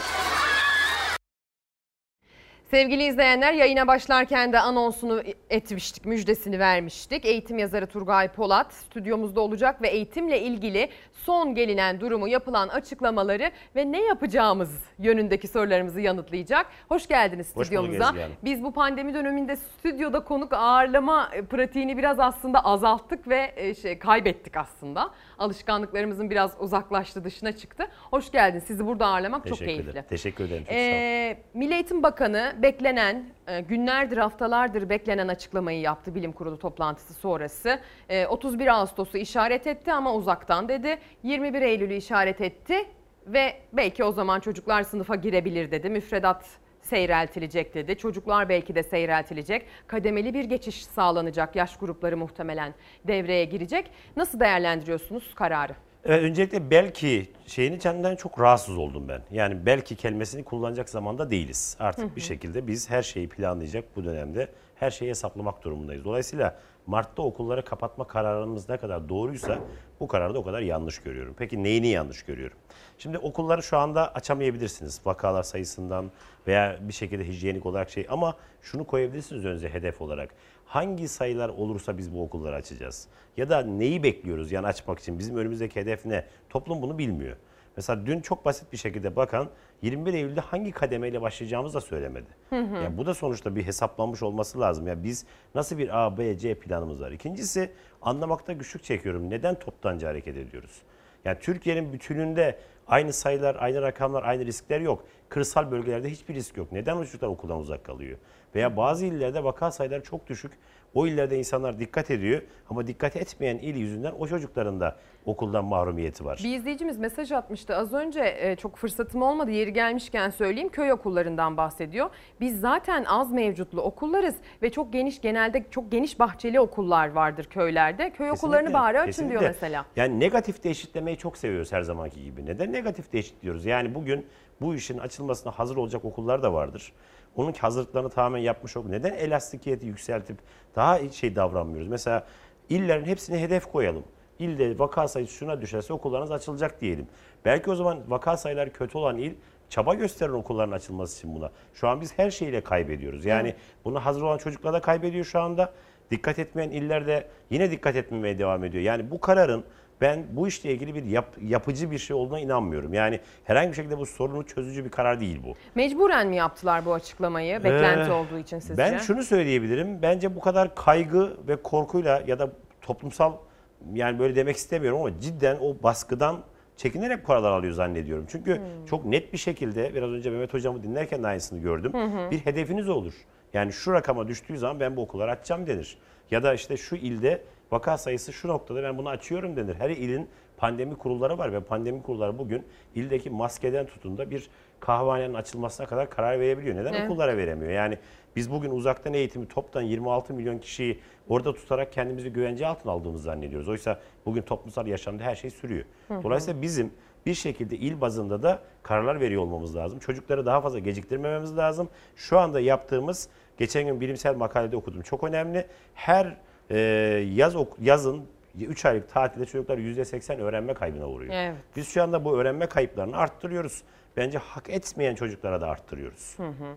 Sevgili izleyenler, yayına başlarken de anonsunu etmiştik, müjdesini vermiştik. Eğitim yazarı Turgay Polat stüdyomuzda olacak ve eğitimle ilgili son gelinen durumu, yapılan açıklamaları ve ne yapacağımız yönündeki sorularımızı yanıtlayacak. Hoş geldiniz stüdyomuza. Hoş Biz bu pandemi döneminde stüdyoda konuk ağırlama pratiğini biraz aslında azalttık ve şey, kaybettik aslında. Alışkanlıklarımızın biraz uzaklaştı, dışına çıktı. Hoş geldiniz. Sizi burada ağırlamak Teşekkür çok keyifli. Ederim. Teşekkür ederim. Çok ee, Milli Eğitim Bakanı beklenen, günlerdir, haftalardır beklenen açıklamayı yaptı bilim kurulu toplantısı sonrası. otuz bir Ağustos'u işaret etti ama uzaktan dedi. yirmi bir Eylül'ü işaret etti ve belki o zaman çocuklar sınıfa girebilir dedi. Müfredat seyreltilecek dedi. Çocuklar belki de seyreltilecek. Kademeli bir geçiş sağlanacak. Yaş grupları muhtemelen devreye girecek. Nasıl değerlendiriyorsunuz kararı? Evet, öncelikle belki şeyin içinden çok rahatsız oldum ben. Yani belki kelimesini kullanacak zamanda değiliz. Artık hı hı. bir şekilde biz her şeyi planlayacak bu dönemde her şeyi hesaplamak durumundayız. Dolayısıyla Mart'ta okulları kapatma kararımız ne kadar doğruysa bu kararı da o kadar yanlış görüyorum. Peki neyini yanlış görüyorum? Şimdi okulları şu anda açamayabilirsiniz vakalar sayısından veya bir şekilde hijyenik olarak şey, ama şunu koyabilirsiniz önce hedef olarak. Hangi sayılar olursa biz bu okulları açacağız? Ya da neyi bekliyoruz yani açmak için? Bizim önümüzdeki hedef ne? Toplum bunu bilmiyor. Mesela dün çok basit bir şekilde bakan yirmi bir Eylül'de hangi kademeyle başlayacağımızı da söylemedi. Hı hı. Yani bu da sonuçta bir hesaplanmış olması lazım. Yani biz nasıl bir A, B, C planımız var? İkincisi, anlamakta güçlük çekiyorum. Neden toptancı hareket ediyoruz? Yani Türkiye'nin bütününde aynı sayılar, aynı rakamlar, aynı riskler yok. Kırsal bölgelerde hiçbir risk yok. Neden o çocuklar okuldan uzak kalıyor? Veya bazı illerde vaka sayıları çok düşük. O illerde insanlar dikkat ediyor ama dikkat etmeyen il yüzünden o çocukların da okuldan mahrumiyeti var. Bir izleyicimiz mesaj atmıştı. Az önce çok fırsatım olmadı. Yeri gelmişken söyleyeyim. Köy okullarından bahsediyor. Biz zaten az mevcutlu okullarız ve çok geniş, genelde çok geniş bahçeli okullar vardır köylerde. Köy kesinlikle, okullarını bari açın kesinlikle. Diyor mesela. Yani negatif de eşitlemeyi çok seviyoruz her zamanki gibi. Neden negatif de eşitliyoruz? Yani bugün bu işin açılmasına hazır olacak okullar da vardır. Onun hazırlıklarını tamamen yapmış olduk. Neden elastikiyeti yükseltip daha şey davranmıyoruz? Mesela illerin hepsine hedef koyalım. İlde vaka sayısı şuna düşerse okullarınız açılacak diyelim. Belki o zaman vaka sayıları kötü olan il çaba gösterir okulların açılması için buna. Şu an biz her şeyle kaybediyoruz. Yani Hı. buna hazır olan çocuklar da kaybediyor şu anda. Dikkat etmeyen iller de yine dikkat etmemeye devam ediyor. Yani bu kararın ben bu işle ilgili bir yap, yapıcı bir şey olduğuna inanmıyorum. Yani herhangi bir şekilde bu sorunu çözücü bir karar değil bu. Mecburen mi yaptılar bu açıklamayı? Beklenti ee, olduğu için sizce? Ben şunu söyleyebilirim. Bence bu kadar kaygı ve korkuyla ya da toplumsal, yani böyle demek istemiyorum ama cidden o baskıdan çekinerek paralar alıyor zannediyorum. Çünkü hmm. çok net bir şekilde biraz önce Mehmet Hocam'ı dinlerken de aynısını gördüm. Hmm. Bir hedefiniz olur. Yani şu rakama düştüğü zaman ben bu okulları açacağım denir. Ya da işte şu ilde vaka sayısı şu noktada ben bunu açıyorum denir. Her ilin pandemi kurulları var ve pandemi kurulları bugün ildeki maskeden tutun da bir kahvehanenin açılmasına kadar karar verebiliyor. Neden evet. okullara veremiyor? Yani biz bugün uzaktan eğitimi toptan yirmi altı milyon kişiyi orada tutarak kendimizi güvence altına aldığımızı zannediyoruz. Oysa bugün toplumsal yaşamda her şey sürüyor. Hı hı. Dolayısıyla bizim bir şekilde il bazında da kararlar veriyor olmamız lazım. Çocukları daha fazla geciktirmememiz lazım. Şu anda yaptığımız, geçen gün bilimsel makalede okudum, çok önemli. Her e, yaz yazın üç aylık tatilde çocuklar yüzde seksen öğrenme kaybına uğruyor. Evet. Biz şu anda bu öğrenme kayıplarını arttırıyoruz. Bence hak etmeyen çocuklara da arttırıyoruz. Hı hı.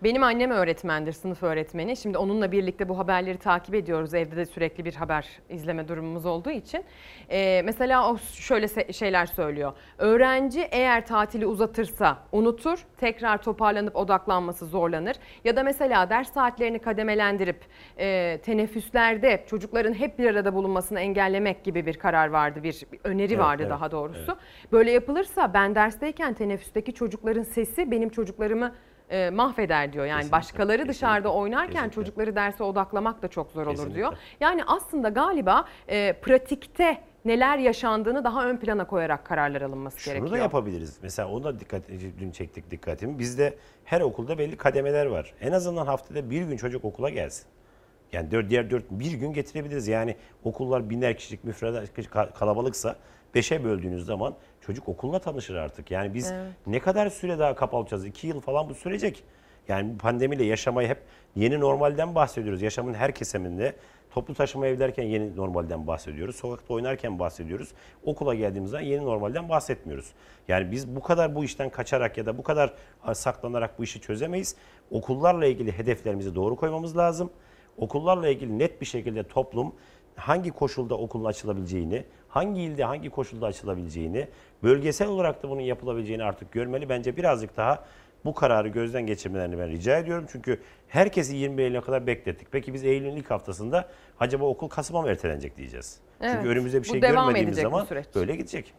Benim annem öğretmendir, sınıf öğretmeni. Şimdi onunla birlikte bu haberleri takip ediyoruz. Evde de sürekli bir haber izleme durumumuz olduğu için. Ee, mesela o şöyle şeyler söylüyor. Öğrenci eğer tatili uzatırsa unutur, tekrar toparlanıp odaklanması zorlanır. Ya da mesela ders saatlerini kademelendirip e, teneffüslerde çocukların hep bir arada bulunmasını engellemek gibi bir karar vardı, bir, bir öneri evet, vardı evet, daha doğrusu. Evet. Böyle yapılırsa ben dersteyken teneffüsteki çocukların sesi benim çocuklarımı E, mahveder diyor. Yani kesinlikle, başkaları kesinlikle, dışarıda oynarken kesinlikle. Çocukları derse odaklamak da çok zor kesinlikle. Olur diyor. Yani aslında galiba e, pratikte neler yaşandığını daha ön plana koyarak kararlar alınması Şunu gerekiyor. Şunu da yapabiliriz. Mesela onu da dikkat, dün çektik dikkatimi. Bizde her okulda belli kademeler var. En azından haftada bir gün çocuk okula gelsin. Yani dört, diğer dört bir gün getirebiliriz. Yani okullar biner kişilik müfredat kalabalıksa beşe böldüğünüz zaman çocuk okulla tanışır artık. Yani biz evet. ne kadar süre daha kapalı olacağız? İki yıl falan bu sürecek. Yani bu pandemiyle yaşamayı hep yeni normalden bahsediyoruz. Yaşamın her kesiminde toplu taşıma evlerken yeni normalden bahsediyoruz. Sokakta oynarken bahsediyoruz. Okula geldiğimizde yeni normalden bahsetmiyoruz. Yani biz bu kadar bu işten kaçarak ya da bu kadar saklanarak bu işi çözemeyiz. Okullarla ilgili hedeflerimizi doğru koymamız lazım. Okullarla ilgili net bir şekilde toplum hangi koşulda okulun açılabileceğini, hangi ilde hangi koşulda açılabileceğini, bölgesel olarak da bunun yapılabileceğini artık görmeli. Bence birazcık daha bu kararı gözden geçirmelerini ben rica ediyorum. Çünkü herkesi yirmi bir Eylül'e kadar beklettik. Peki biz Eylül'ün ilk haftasında acaba okul Kasım'a mı ertelenecek diyeceğiz. Evet, çünkü önümüzde bir şey görmediğimiz zaman böyle gidecek.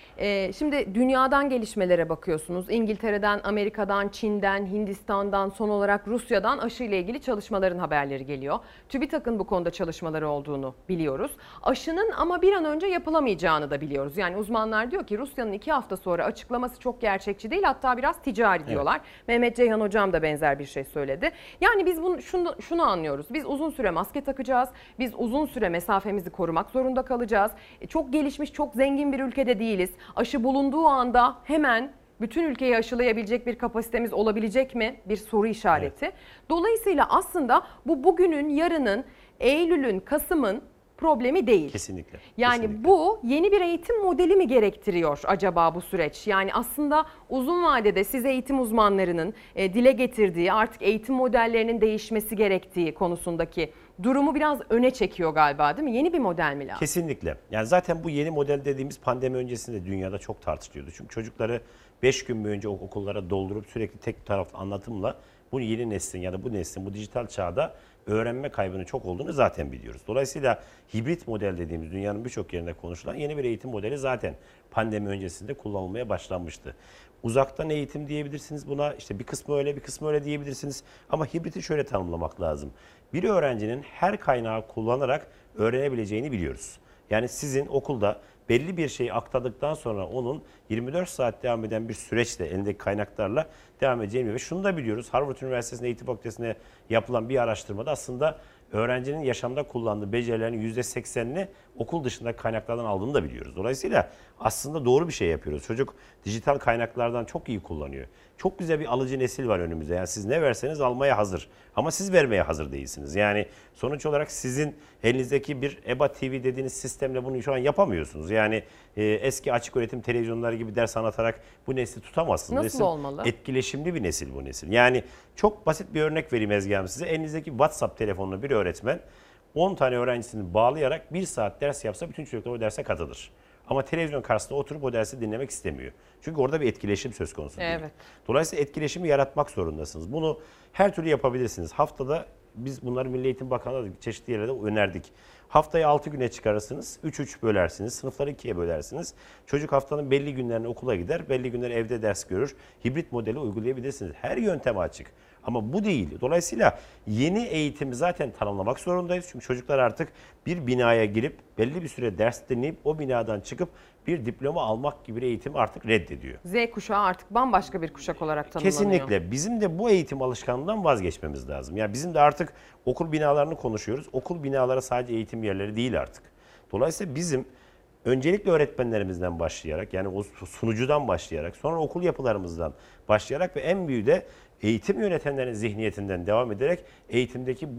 Şimdi dünyadan gelişmelere bakıyorsunuz. İngiltere'den, Amerika'dan, Çin'den, Hindistan'dan, son olarak Rusya'dan aşı ile ilgili çalışmaların haberleri geliyor. TÜBİTAK'ın bu konuda çalışmaları olduğunu biliyoruz. Aşının ama bir an önce yapılamayacağını da biliyoruz. Yani uzmanlar diyor ki Rusya'nın iki hafta sonra açıklaması çok gerçekçi değil, hatta biraz ticari diyorlar. Evet. Mehmet Ceyhan hocam da benzer bir şey söyledi. Yani biz bunu, şunu, şunu anlıyoruz. Biz uzun süre maske takacağız. Biz uzun süre mesafemizi korumak zorunda kalacağız. Çok gelişmiş, çok zengin bir ülkede değiliz. Aşı bulunduğu anda hemen bütün ülkeyi aşılayabilecek bir kapasitemiz olabilecek mi? Bir soru işareti. Evet. Dolayısıyla aslında bu bugünün, yarının, Eylül'ün, Kasım'ın problemi değil. Kesinlikle. Yani kesinlikle. Bu yeni bir eğitim modeli mi gerektiriyor acaba bu süreç? Yani aslında uzun vadede siz eğitim uzmanlarının e, dile getirdiği, artık eğitim modellerinin değişmesi gerektiği konusundaki durumu biraz öne çekiyor galiba, değil mi? Yeni bir model mi lazım? Kesinlikle. Yani zaten bu yeni model dediğimiz pandemi öncesinde dünyada çok tartışılıyordu. Çünkü çocukları beş gün boyunca okullara doldurup sürekli tek taraflı anlatımla bu yeni neslin ya da bu neslin bu dijital çağda öğrenme kaybının çok olduğunu zaten biliyoruz. Dolayısıyla hibrit model dediğimiz dünyanın birçok yerinde konuşulan yeni bir eğitim modeli zaten pandemi öncesinde kullanılmaya başlanmıştı. Uzaktan eğitim diyebilirsiniz buna, işte bir kısmı öyle bir kısmı öyle diyebilirsiniz. Ama hibriti şöyle tanımlamak lazım. Bir öğrencinin her kaynağı kullanarak öğrenebileceğini biliyoruz. Yani sizin okulda belli bir şeyi aktardıktan sonra onun yirmi dört saat devam eden bir süreçle elindeki kaynaklarla devam edeceğini ve şunu da biliyoruz. Harvard Üniversitesi'nde eğitim fakültesinde yapılan bir araştırmada aslında öğrencinin yaşamda kullandığı becerilerin yüzde seksenini okul dışında kaynaklardan aldığını da biliyoruz. Dolayısıyla aslında doğru bir şey yapıyoruz. Çocuk dijital kaynaklardan çok iyi kullanıyor. Çok güzel bir alıcı nesil var önümüzde. Yani siz ne verseniz almaya hazır. Ama siz vermeye hazır değilsiniz. Yani sonuç olarak sizin elinizdeki bir E B A T V dediğiniz sistemle bunu şu an yapamıyorsunuz. Yani e, eski açık öğretim televizyonları gibi ders anlatarak bu nesli tutamazsınız. Nasıl nesil, olmalı? Etkileşimli bir nesil bu nesil. Yani çok basit bir örnek vereyim Ezgi Hanım size. Elinizdeki WhatsApp telefonunu bir öğretmen on tane öğrencisini bağlayarak bir saat ders yapsa bütün çocuklar o derse katılır. Ama televizyon karşısında oturup o dersi dinlemek istemiyor. Çünkü orada bir etkileşim söz konusu değil. Evet. Dolayısıyla etkileşimi yaratmak zorundasınız. Bunu her türlü yapabilirsiniz. Haftada biz bunları Milli Eğitim Bakanlığı'na çeşitli yerlerde önerdik. Haftayı altı güne çıkarırsınız, üç üç bölersiniz, sınıfları ikiye bölersiniz. Çocuk haftanın belli günlerine okula gider, belli günler evde ders görür. Hibrit modeli uygulayabilirsiniz. Her yöntem açık. Ama bu değil. Dolayısıyla yeni eğitimi zaten tanımlamak zorundayız. Çünkü çocuklar artık bir binaya girip belli bir süre ders dinleyip o binadan çıkıp bir diploma almak gibi bir eğitim artık reddediyor. Z kuşağı artık bambaşka bir kuşak olarak tanımlanıyor. Kesinlikle. Bizim de bu eğitim alışkanlığından vazgeçmemiz lazım. Yani bizim de artık okul binalarını konuşuyoruz. Okul binaları sadece eğitim yerleri değil artık. Dolayısıyla bizim öncelikle öğretmenlerimizden başlayarak, yani o sunucudan başlayarak, sonra okul yapılarımızdan başlayarak ve en büyüğü de eğitim yönetenlerin zihniyetinden devam ederek eğitimdeki bu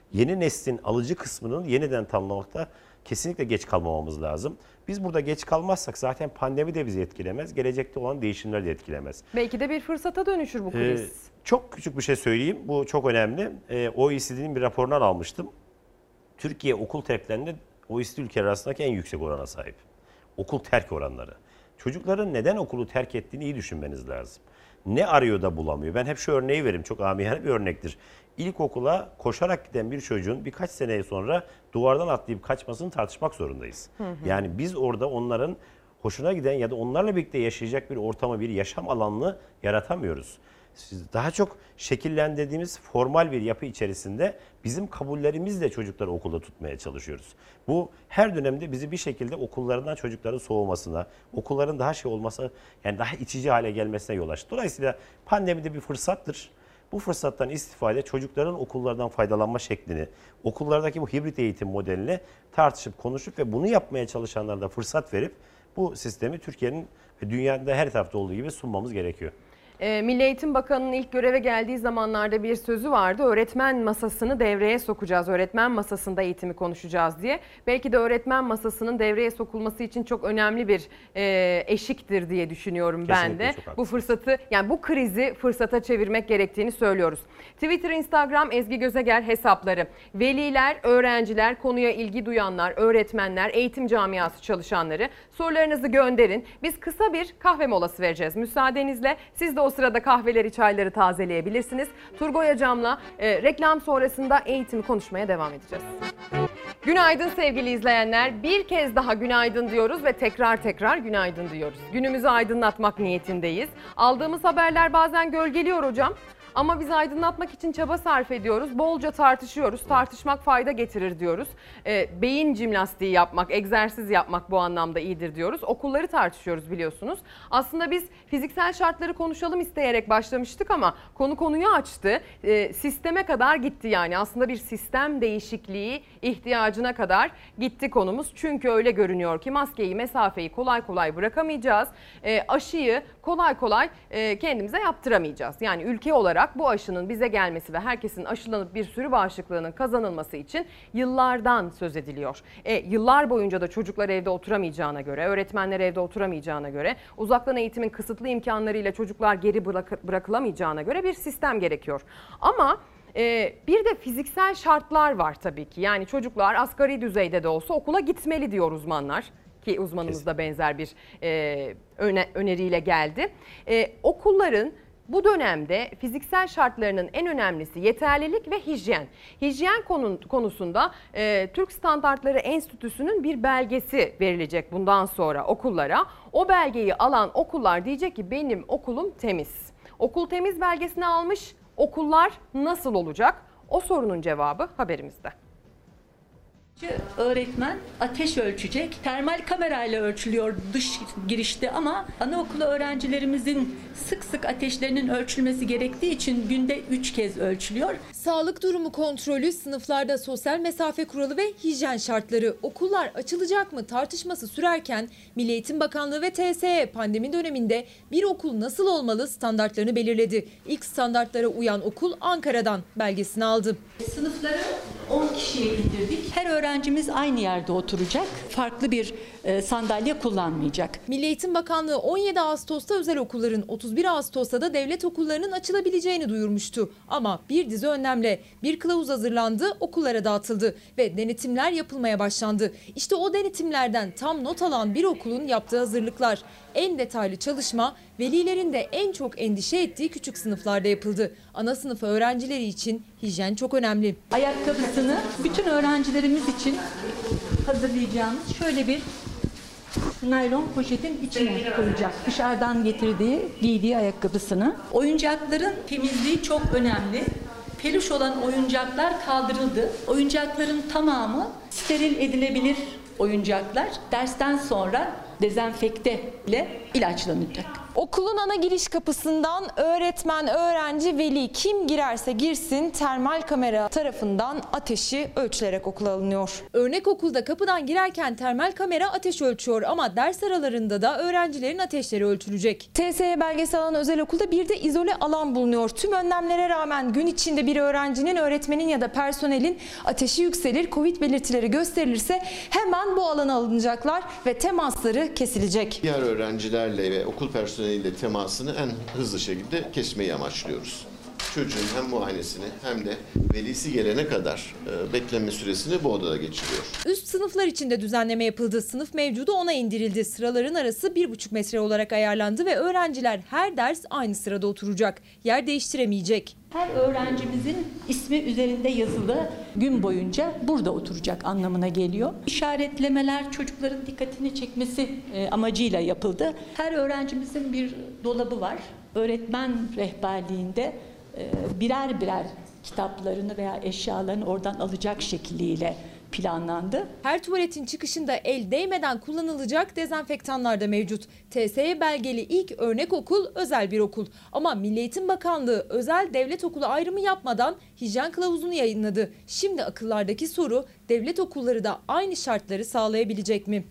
yeni neslin alıcı kısmının yeniden tanımlamakta kesinlikle geç kalmamamız lazım. Biz burada geç kalmazsak zaten pandemi de bizi etkilemez, gelecekte olan değişimler de etkilemez. Belki de bir fırsata dönüşür bu kriz. Ee, çok küçük bir şey söyleyeyim, bu çok önemli. Ee, O E C D'nin bir raporundan almıştım. Türkiye okul terklerinde O E C D ülkeler arasındaki en yüksek orana sahip. Okul terk oranları. Çocukların neden okulu terk ettiğini iyi düşünmeniz lazım. Ne arıyor da bulamıyor? Ben hep şu örneği veririm, çok amiyane bir örnektir. İlkokula koşarak giden bir çocuğun birkaç sene sonra duvardan atlayıp kaçmasını tartışmak zorundayız. Hı hı. Yani biz orada onların hoşuna giden ya da onlarla birlikte yaşayacak bir ortamı, bir yaşam alanını yaratamıyoruz. Daha çok şekillendirdiğimiz formal bir yapı içerisinde bizim kabullerimizle çocukları okulda tutmaya çalışıyoruz. Bu her dönemde bizi bir şekilde okullarından çocukların soğumasına, okulların daha şey olması, yani daha içici hale gelmesine yol açtı. Dolayısıyla pandemide bir fırsattır. Bu fırsattan istifade çocukların okullardan faydalanma şeklini, okullardaki bu hibrit eğitim modelini tartışıp konuşup ve bunu yapmaya çalışanlara da fırsat verip bu sistemi Türkiye'nin ve dünyada her tarafta olduğu gibi sunmamız gerekiyor. E, Milli Eğitim Bakanı'nın ilk göreve geldiği zamanlarda bir sözü vardı. Öğretmen masasını devreye sokacağız, öğretmen masasında eğitimi konuşacağız diye. Belki de öğretmen masasının devreye sokulması için çok önemli bir e, eşiktir diye düşünüyorum ben de. Bu fırsatı, yani bu krizi fırsata çevirmek gerektiğini söylüyoruz. Twitter, Instagram Ezgi Gözeger hesapları. Veliler, öğrenciler, konuya ilgi duyanlar, öğretmenler, eğitim camiası çalışanları sorularınızı gönderin. Biz kısa bir kahve molası vereceğiz müsaadenizle. Siz de o sırada kahveleri, çayları tazeleyebilirsiniz. Turgay Hocam'la e, reklam sonrasında eğitimi konuşmaya devam edeceğiz. Günaydın sevgili izleyenler. Bir kez daha günaydın diyoruz ve tekrar tekrar günaydın diyoruz. Günümüzü aydınlatmak niyetindeyiz. Aldığımız haberler bazen gölgeliyor hocam. Ama biz aydınlatmak için çaba sarf ediyoruz. Bolca tartışıyoruz. Tartışmak fayda getirir diyoruz. E, beyin jimnastiği yapmak, egzersiz yapmak bu anlamda iyidir diyoruz. Okulları tartışıyoruz biliyorsunuz. Aslında biz fiziksel şartları konuşalım isteyerek başlamıştık ama konu konuyu açtı. E, sisteme kadar gitti yani. Aslında bir sistem değişikliği ihtiyacına kadar gitti konumuz. Çünkü öyle görünüyor ki maskeyi, mesafeyi kolay kolay bırakamayacağız. E, aşıyı kolay kolay e, kendimize yaptıramayacağız. Yani ülke olarak bu aşının bize gelmesi ve herkesin aşılanıp bir sürü bağışıklığının kazanılması için yıllardan söz ediliyor. E, yıllar boyunca da çocuklar evde oturamayacağına göre, öğretmenler evde oturamayacağına göre, uzaktan eğitimin kısıtlı imkanlarıyla çocuklar geri bırak- bırakılamayacağına göre bir sistem gerekiyor. Ama e, bir de fiziksel şartlar var tabii ki. Yani çocuklar asgari düzeyde de olsa okula gitmeli diyor uzmanlar. Ki uzmanımız da benzer bir e, öne, öneriyle geldi. E, okulların bu dönemde fiziksel şartlarının en önemlisi yeterlilik ve hijyen. Hijyen konu, konusunda e, Türk Standartları Enstitüsü'nün bir belgesi verilecek bundan sonra okullara. O belgeyi alan okullar diyecek ki benim okulum temiz. Okul temiz belgesini almış, okullar nasıl olacak? O sorunun cevabı haberimizde. Öğretmen ateş ölçecek. Termal kamerayla ölçülüyor dış girişte ama anaokulu öğrencilerimizin sık sık ateşlerinin ölçülmesi gerektiği için günde üç kez ölçülüyor. Sağlık durumu kontrolü, sınıflarda sosyal mesafe kuralı ve hijyen şartları, okullar açılacak mı tartışması sürerken Milli Eğitim Bakanlığı ve T S E pandemi döneminde bir okul nasıl olmalı standartlarını belirledi. İlk standartlara uyan okul Ankara'dan belgesini aldı. Sınıfları on kişiye indirdik. Her öğrencimiz aynı yerde oturacak. Farklı bir e, sandalye kullanmayacak. Milli Eğitim Bakanlığı on yedi Ağustos'ta özel okulların, otuz bir Ağustos'ta da devlet okullarının açılabileceğini duyurmuştu. Ama bir dizi önlemle bir kılavuz hazırlandı, okullara dağıtıldı ve denetimler yapılmaya başlandı. İşte o denetimlerden tam not alan bir okulun yaptığı hazırlıklar. En detaylı çalışma velilerin de en çok endişe ettiği küçük sınıflarda yapıldı. Ana sınıf öğrencileri için hijyen çok önemli. Ayakkabısını bütün öğrencilerimiz için hazırlayacağımız şöyle bir naylon poşetin içine koyacak. Dışarıdan getirdiği, giydiği ayakkabısını. Oyuncakların temizliği çok önemli. Peluş olan oyuncaklar kaldırıldı. Oyuncakların tamamı steril edilebilir oyuncaklar. Dersten sonra dezenfekte ile ilaçlanacak. Okulun ana giriş kapısından öğretmen, öğrenci, veli kim girerse girsin termal kamera tarafından ateşi ölçülerek okula alınıyor. Örnek okulda kapıdan girerken termal kamera ateş ölçüyor ama ders aralarında da öğrencilerin ateşleri ölçülecek. T S E belgesi alan özel okulda bir de izole alan bulunuyor. Tüm önlemlere rağmen gün içinde bir öğrencinin, öğretmenin ya da personelin ateşi yükselir, Covid belirtileri gösterilirse hemen bu alana alınacaklar ve temasları kesilecek. Diğer öğrencilerle ve okul personeliyle temasını en hızlı şekilde kesmeyi amaçlıyoruz. Çocuğun hem muayenesini hem de velisi gelene kadar bekleme süresini bu odada geçiriyor. Üst sınıflar için de düzenleme yapıldı. Sınıf mevcudu ona indirildi. Sıraların arası bir buçuk metre olarak ayarlandı ve öğrenciler her ders aynı sırada oturacak. Yer değiştiremeyecek. Her öğrencimizin ismi üzerinde yazılı gün boyunca burada oturacak anlamına geliyor. İşaretlemeler çocukların dikkatini çekmesi amacıyla yapıldı. Her öğrencimizin bir dolabı var. Öğretmen rehberliğinde birer birer kitaplarını veya eşyalarını oradan alacak şekliyle planlandı. Her tuvaletin çıkışında el değmeden kullanılacak dezenfektanlar da mevcut. T S E belgeli ilk örnek okul özel bir okul. Ama Milli Eğitim Bakanlığı özel devlet okulu ayrımı yapmadan hijyen kılavuzunu yayınladı. Şimdi akıllardaki soru, devlet okulları da aynı şartları sağlayabilecek mi?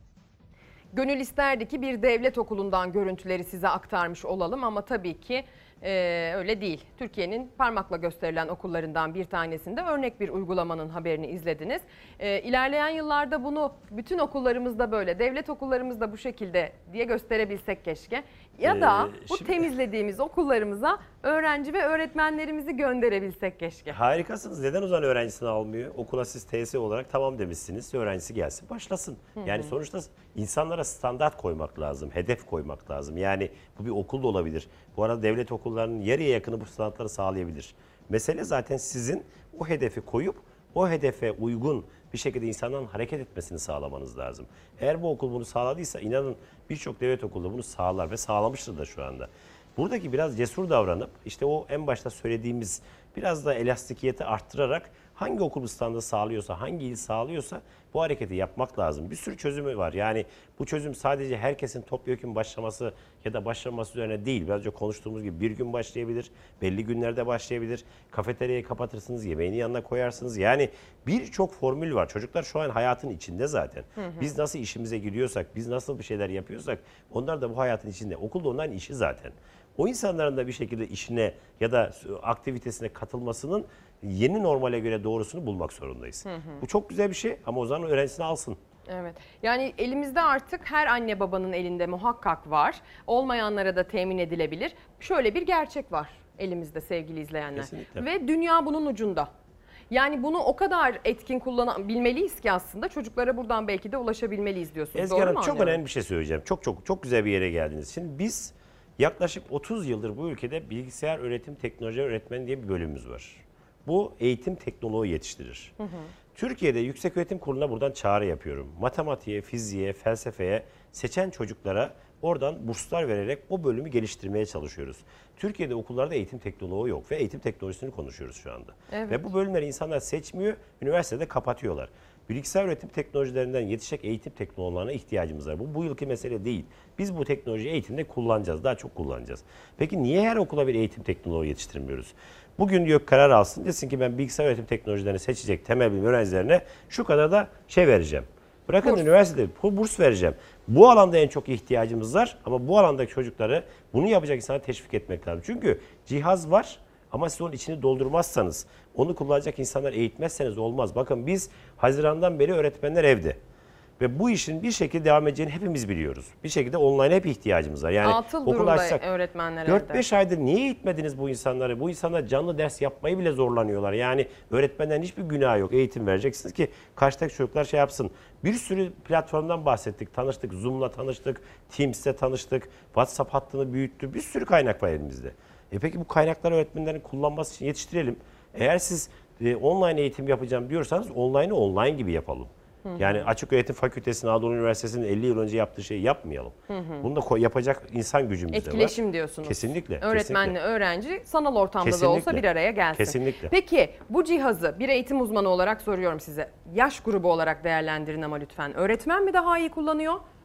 Gönül isterdi ki bir devlet okulundan görüntüleri size aktarmış olalım ama tabii ki Ee, öyle değil. Türkiye'nin parmakla gösterilen okullarından bir tanesinde örnek bir uygulamanın haberini izlediniz. Ee, ilerleyen yıllarda bunu bütün okullarımızda böyle, devlet okullarımızda bu şekilde diye gösterebilsek keşke. Ya da ee, bu şimdi... temizlediğimiz okullarımıza öğrenci ve öğretmenlerimizi gönderebilsek keşke. Harikasınız. Neden o zaman öğrencisini almıyor? Okula siz T S E olarak tamam demişsiniz. Öğrencisi gelsin, başlasın. Hı hı. Yani sonuçta insanlara standart koymak lazım, hedef koymak lazım. Yani bu bir okul da olabilir. Bu arada devlet okullarının yarıya yakını bu standartları sağlayabilir. Mesele zaten sizin o hedefi koyup o hedefe uygun bir şekilde insanların hareket etmesini sağlamanız lazım. Eğer bu okul bunu sağladıysa inanın birçok devlet okulu bunu sağlar ve sağlamıştır da şu anda. Buradaki biraz cesur davranıp işte o en başta söylediğimiz biraz da elastikiyeti arttırarak hangi okul bu standartı sağlıyorsa, hangi il sağlıyorsa bu hareketi yapmak lazım. Bir sürü çözümü var. Yani bu çözüm sadece herkesin topyekun başlaması ya da başlaması üzerine değil. Biraz önce konuştuğumuz gibi bir gün başlayabilir, belli günlerde başlayabilir. Kafeteryayı kapatırsınız, yemeğini yanına koyarsınız. Yani birçok formül var. Çocuklar şu an hayatın içinde zaten. Hı hı. Biz nasıl işimize giriyorsak, biz nasıl bir şeyler yapıyorsak onlar da bu hayatın içinde. Okulda onların işi zaten. O insanların da bir şekilde işine ya da aktivitesine katılmasının yeni normale göre doğrusunu bulmak zorundayız. Hı hı. Bu çok güzel bir şey ama o zaman öğrencisini alsın. Evet. Yani elimizde artık her anne babanın elinde muhakkak var. Olmayanlara da temin edilebilir. Şöyle bir gerçek var elimizde sevgili izleyenler. Kesinlikle. Ve dünya bunun ucunda. Yani bunu o kadar etkin kullanabilmeliyiz ki aslında çocuklara buradan belki de ulaşabilmeliyiz diyorsunuz. Ezgi Hanım, çok önemli bir şey söyleyeceğim. Çok çok çok güzel bir yere geldiniz. Şimdi biz yaklaşık otuz yıldır bu ülkede bilgisayar öğretim teknoloji öğretmeni diye bir bölümümüz var. Bu eğitim teknoloğu yetiştirir. Hı hı. Türkiye'de Yükseköğretim Kurulu'na buradan çağrı yapıyorum. Matematiğe, fiziğe, felsefeye seçen çocuklara oradan burslar vererek o bölümü geliştirmeye çalışıyoruz. Türkiye'de okullarda eğitim teknoloğu yok ve eğitim teknolojisini konuşuyoruz şu anda. Evet. Ve bu bölümleri insanlar seçmiyor, üniversitede kapatıyorlar. Bilgisayar öğretim teknolojilerinden yetişecek eğitim teknolojilerine ihtiyacımız var. Bu bu yılki mesele değil. Biz bu teknolojiyi eğitimde kullanacağız, daha çok kullanacağız. Peki niye her okula bir eğitim teknoloğu yetiştirmiyoruz? Bugün YÖK karar alsın, desin ki ben bilgisayar öğretim teknolojilerini seçecek temel bilim öğrencilerine şu kadar da şey vereceğim. Bırakın burs. Üniversitede burs vereceğim. Bu alanda en çok ihtiyacımız var ama bu alandaki çocukları bunu yapacak insana teşvik etmek lazım. Çünkü cihaz var ama siz onun içini doldurmazsanız, onu kullanacak insanlar eğitmezseniz olmaz. Bakın biz Haziran'dan beri öğretmenler evde. Ve bu işin bir şekilde devam edeceğini hepimiz biliyoruz. Bir şekilde online hep ihtiyacımız var. Yani atıl durumda açsak, öğretmenler dört beş aydır niye eğitmediniz bu insanları? Bu insanlar canlı ders yapmayı bile zorlanıyorlar. Yani öğretmenlerin hiçbir günahı yok. Eğitim vereceksiniz ki karşıdaki çocuklar şey yapsın. Bir sürü platformdan bahsettik, tanıştık. Zoom'la tanıştık, Teams'le tanıştık, WhatsApp hattını büyüttü. Bir sürü kaynak var elimizde. E peki bu kaynakları öğretmenlerin kullanması için yetiştirelim. Eğer siz e, online eğitim yapacağım diyorsanız online'ı online gibi yapalım. Hı hı. Yani Açık Öğretim Fakültesi'nin, Anadolu Üniversitesi'nin elli yıl önce yaptığı şeyi yapmayalım. Hı hı. Bunu da yapacak insan gücümüz de var. Etkileşim diyorsunuz. Kesinlikle. Öğretmenle kesinlikle. öğrenci sanal ortamda kesinlikle. da olsa bir araya gelsin. Kesinlikle. Peki bu cihazı bir eğitim uzmanı olarak soruyorum size. Yaş grubu olarak değerlendirin ama lütfen. Öğretmen mi daha iyi kullanıyor?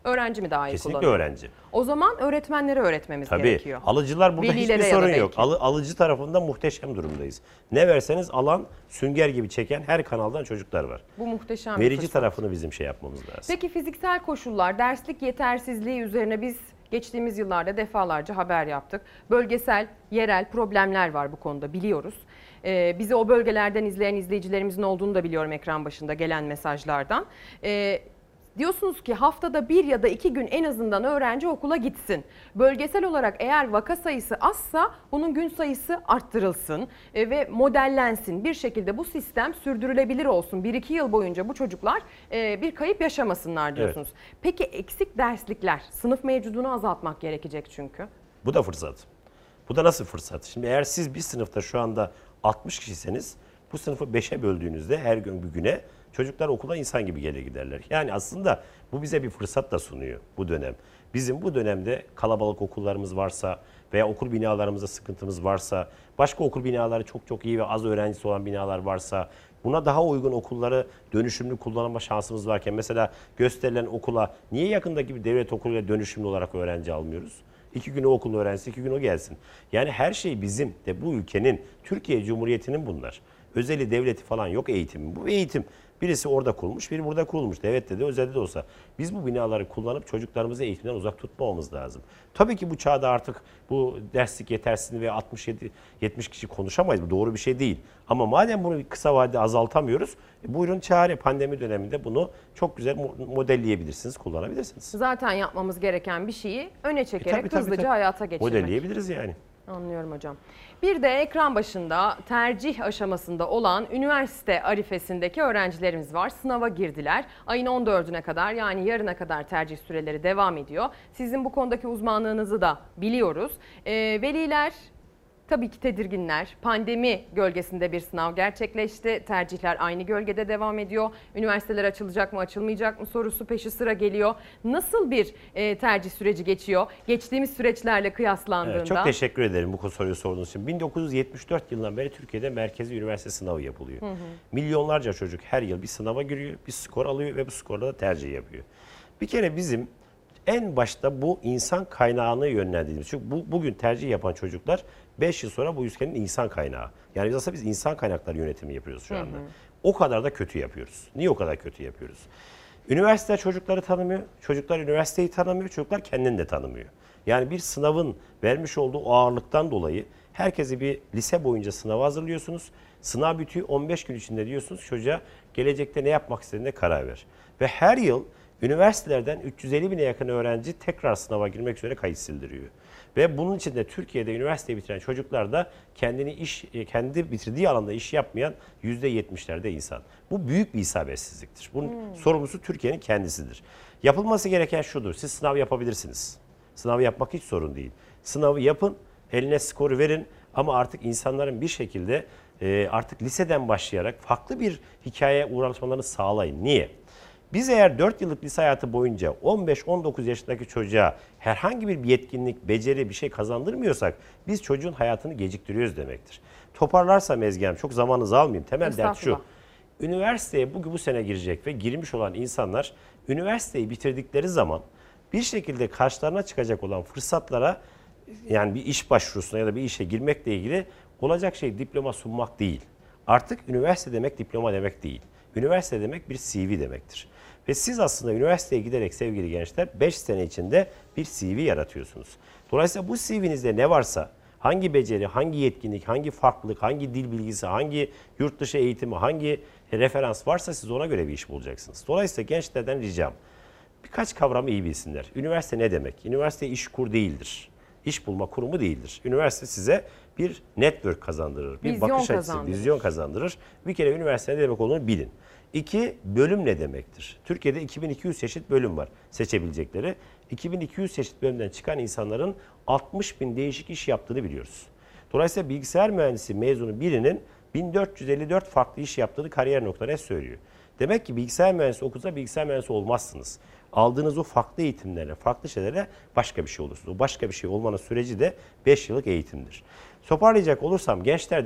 Öğrenci mi daha iyi Kesinlikle kullanıyor? öğrenci. O zaman öğretmenlere öğretmemiz Tabii. gerekiyor. Alıcılar burada Velilere hiçbir ya da sorun belki. yok. Alı, alıcı tarafında muhteşem durumdayız. Ne verseniz alan sünger gibi çeken her kanaldan çocuklar var. Bu muhteşem bir Verici fırsat. tarafını bizim şey yapmamız lazım. Peki fiziksel koşullar, derslik yetersizliği üzerine biz geçtiğimiz yıllarda defalarca haber yaptık. Bölgesel, yerel problemler var bu konuda biliyoruz. Ee, bizi o bölgelerden izleyen izleyicilerimizin olduğunu da biliyorum ekran başında gelen mesajlardan. Ee, Diyorsunuz ki haftada bir ya da iki gün en azından öğrenci okula gitsin. Bölgesel olarak eğer vaka sayısı azsa bunun gün sayısı arttırılsın e, ve modellensin. Bir şekilde bu sistem sürdürülebilir olsun. bir iki yıl boyunca bu çocuklar e, bir kayıp yaşamasınlar diyorsunuz. Evet. Peki eksik derslikler, sınıf mevcudunu azaltmak gerekecek çünkü. Bu da fırsat. Bu da nasıl fırsat? Şimdi eğer siz bir sınıfta şu anda altmış kişiseniz bu sınıfı beşe böldüğünüzde her gün bir güne çocuklar okula insan gibi gelir giderler. Yani aslında bu bize bir fırsat da sunuyor bu dönem. Bizim bu dönemde kalabalık okullarımız varsa veya okul binalarımızda sıkıntımız varsa, başka okul binaları çok çok iyi ve az öğrencisi olan binalar varsa, buna daha uygun okulları dönüşümlü kullanma şansımız varken mesela gösterilen okula niye yakındaki bir devlet okuluyla dönüşümlü olarak öğrenci almıyoruz? İki gün o okulun öğrencisi, iki gün o gelsin. Yani her şey bizim de bu ülkenin, Türkiye Cumhuriyeti'nin bunlar. Özeli, devleti falan yok eğitimin. Bu eğitim. Birisi orada kurulmuş, biri burada kurulmuş. Devlette de, özelde de olsa. Biz bu binaları kullanıp çocuklarımızı eğitimden uzak tutmamamız lazım. Tabii ki bu çağda artık bu derslik yetersizliğini ve altmış yedi yetmiş kişi konuşamayız. Bu doğru bir şey değil. Ama madem bunu kısa vadede azaltamıyoruz, e, buyurun çare pandemi döneminde bunu çok güzel modelleyebilirsiniz, kullanabilirsiniz. Zaten yapmamız gereken bir şeyi öne çekerek e, tabii, tabii, hızlıca tabii. hayata geçirmek. Modelleyebiliriz yani. Anlıyorum hocam. Bir de ekran başında tercih aşamasında olan üniversite arifesindeki öğrencilerimiz var. Sınava girdiler. Ayın on dördüne kadar yani yarına kadar tercih süreleri devam ediyor. Sizin bu konudaki uzmanlığınızı da biliyoruz. Ee, veliler tabii ki tedirginler. Pandemi gölgesinde bir sınav gerçekleşti. Tercihler aynı gölgede devam ediyor. Üniversiteler açılacak mı açılmayacak mı sorusu peşi sıra geliyor. Nasıl bir e, tercih süreci geçiyor? Geçtiğimiz süreçlerle kıyaslandığında. Evet, çok teşekkür ederim bu soruyu sorduğunuz için. bin dokuz yüz yetmiş dört yılından beri Türkiye'de merkezi üniversite sınavı yapılıyor. Hı hı. Milyonlarca çocuk her yıl bir sınava giriyor, bir skor alıyor ve bu skorla da tercih yapıyor. Bir kere bizim en başta bu insan kaynağını yönlendirdiğimiz. Çünkü bu, bugün tercih yapan çocuklar beş yıl sonra bu ülkenin insan kaynağı. Yani biz aslında biz insan kaynakları yönetimi yapıyoruz şu anda. Hı hı. O kadar da kötü yapıyoruz. Niye o kadar kötü yapıyoruz? Üniversite çocukları tanımıyor, çocuklar üniversiteyi tanımıyor, çocuklar kendini de tanımıyor. Yani bir sınavın vermiş olduğu ağırlıktan dolayı herkesi bir lise boyunca sınava hazırlıyorsunuz. Sınav bitiyor on beş gün içinde diyorsunuz çocuğa gelecekte ne yapmak istediğine karar ver. Ve her yıl üniversitelerden üç yüz elli bine yakın öğrenci tekrar sınava girmek üzere kayıt sildiriyor. Ve bunun için de Türkiye'de üniversiteyi bitiren çocuklar da kendini iş, kendi bitirdiği alanda iş yapmayan yüzde yetmişlerde insan. Bu büyük bir isabetsizliktir. Bunun hmm. sorumlusu Türkiye'nin kendisidir. Yapılması gereken şudur. Siz sınav yapabilirsiniz. Sınav yapmak hiç sorun değil. Sınavı yapın, eline skoru verin ama artık insanların bir şekilde e, artık liseden başlayarak farklı bir hikayeye uğraşmalarını sağlayın. Niye? Biz eğer dört yıllık lise hayatı boyunca on beş on dokuz yaşındaki çocuğa herhangi bir yetkinlik, beceri bir şey kazandırmıyorsak biz çocuğun hayatını geciktiriyoruz demektir. Toparlarsam Ezgi, çok zamanınızı almayayım. Temel dert şu. Üniversiteye bugün bu sene girecek ve girmiş olan insanlar üniversiteyi bitirdikleri zaman bir şekilde karşılarına çıkacak olan fırsatlara, yani bir iş başvurusuna ya da bir işe girmekle ilgili olacak şey diploma sunmak değil. Artık üniversite demek diploma demek değil. Üniversite demek bir C V demektir. Ve siz aslında üniversiteye giderek sevgili gençler beş sene içinde bir C V yaratıyorsunuz. Dolayısıyla bu C V'nizde ne varsa, hangi beceri, hangi yetkinlik, hangi farklılık, hangi dil bilgisi, hangi yurt dışı eğitimi, hangi referans varsa siz ona göre bir iş bulacaksınız. Dolayısıyla gençlerden ricam birkaç kavramı iyi bilsinler. Üniversite ne demek? Üniversite iş kur değildir. İş bulma kurumu değildir. Üniversite size bir network kazandırır, bir vizyon bakış açısı, kazandırır. vizyon kazandırır. Bir kere üniversite ne demek olduğunu bilin. İki, bölüm ne demektir? Türkiye'de iki bin iki yüz çeşit bölüm var seçebilecekleri. iki bin iki yüz çeşit bölümden çıkan insanların altmış bin değişik iş yaptığını biliyoruz. Dolayısıyla bilgisayar mühendisi mezunu birinin bin dört yüz elli dört farklı iş yaptığını kariyer nokta net söylüyor. Demek ki bilgisayar mühendisi okusa bilgisayar mühendisi olmazsınız. Aldığınız o farklı eğitimlerle, farklı şeylerle başka bir şey olursunuz. O başka bir şey olmanın süreci de beş yıllık eğitimdir. Toparlayacak olursam gençlerden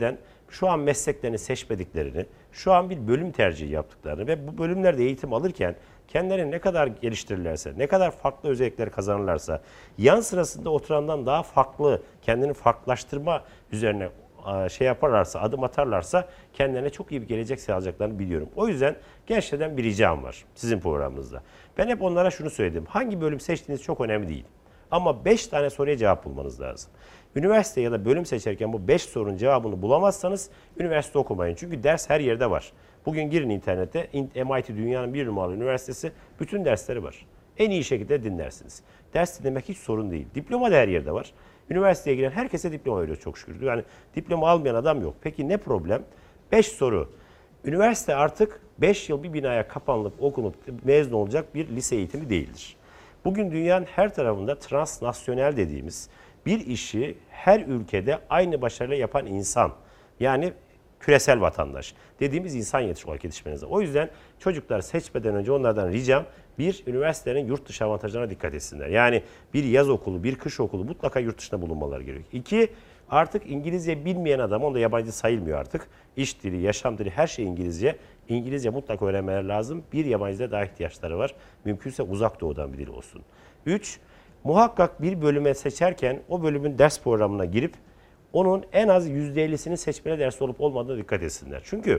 şu an mesleklerini seçmediklerini, şu an bir bölüm tercihi yaptıklarını ve bu bölümlerde eğitim alırken kendilerini ne kadar geliştirirlerse, ne kadar farklı özellikler kazanırlarsa, yan sırasında oturandan daha farklı, kendini farklılaştırma üzerine şey yaparlarsa, adım atarlarsa kendilerine çok iyi bir gelecek sağlayacaklarını biliyorum. O yüzden gençlerden bir ricam var sizin programınızda. Ben hep onlara şunu söyledim. Hangi bölüm seçtiğiniz çok önemli değil. Ama beş tane soruya cevap bulmanız lazım. Üniversite ya da bölüm seçerken bu beş sorunun cevabını bulamazsanız üniversite okumayın. Çünkü ders her yerde var. Bugün girin internete, M I T dünyanın bir numaralı üniversitesi, bütün dersleri var. En iyi şekilde dinlersiniz. Ders dinlemek hiç sorun değil. Diploma da her yerde var. Üniversiteye giren herkese diploma veriyor çok şükür. Yani diploma almayan adam yok. Peki ne problem? beş soru. Üniversite artık beş yıl bir binaya kapanılıp okunup mezun olacak bir lise eğitimi değildir. Bugün dünyanın her tarafında transnasyonel dediğimiz bir işi her ülkede aynı başarıyla yapan insan, yani küresel vatandaş dediğimiz insan yetiş olarak yetişmeniz lazım. O yüzden çocuklar seçmeden önce onlardan ricam, bir, üniversitenin yurt dışı avantajlarına dikkat etsinler. Yani bir yaz okulu, bir kış okulu mutlaka yurt dışında bulunmaları gerekiyor. İki, artık İngilizce bilmeyen adam, onda yabancı sayılmıyor artık. İş dili, yaşam dili, her şey İngilizce. İngilizce mutlaka öğrenmeleri lazım. Bir, yabancı dile daha ihtiyaçları var. Mümkünse uzak doğudan bir dil olsun. Üç, muhakkak bir bölüme seçerken o bölümün ders programına girip onun en az yüzde ellisinin seçmeli ders olup olmadığına dikkat etsinler. Çünkü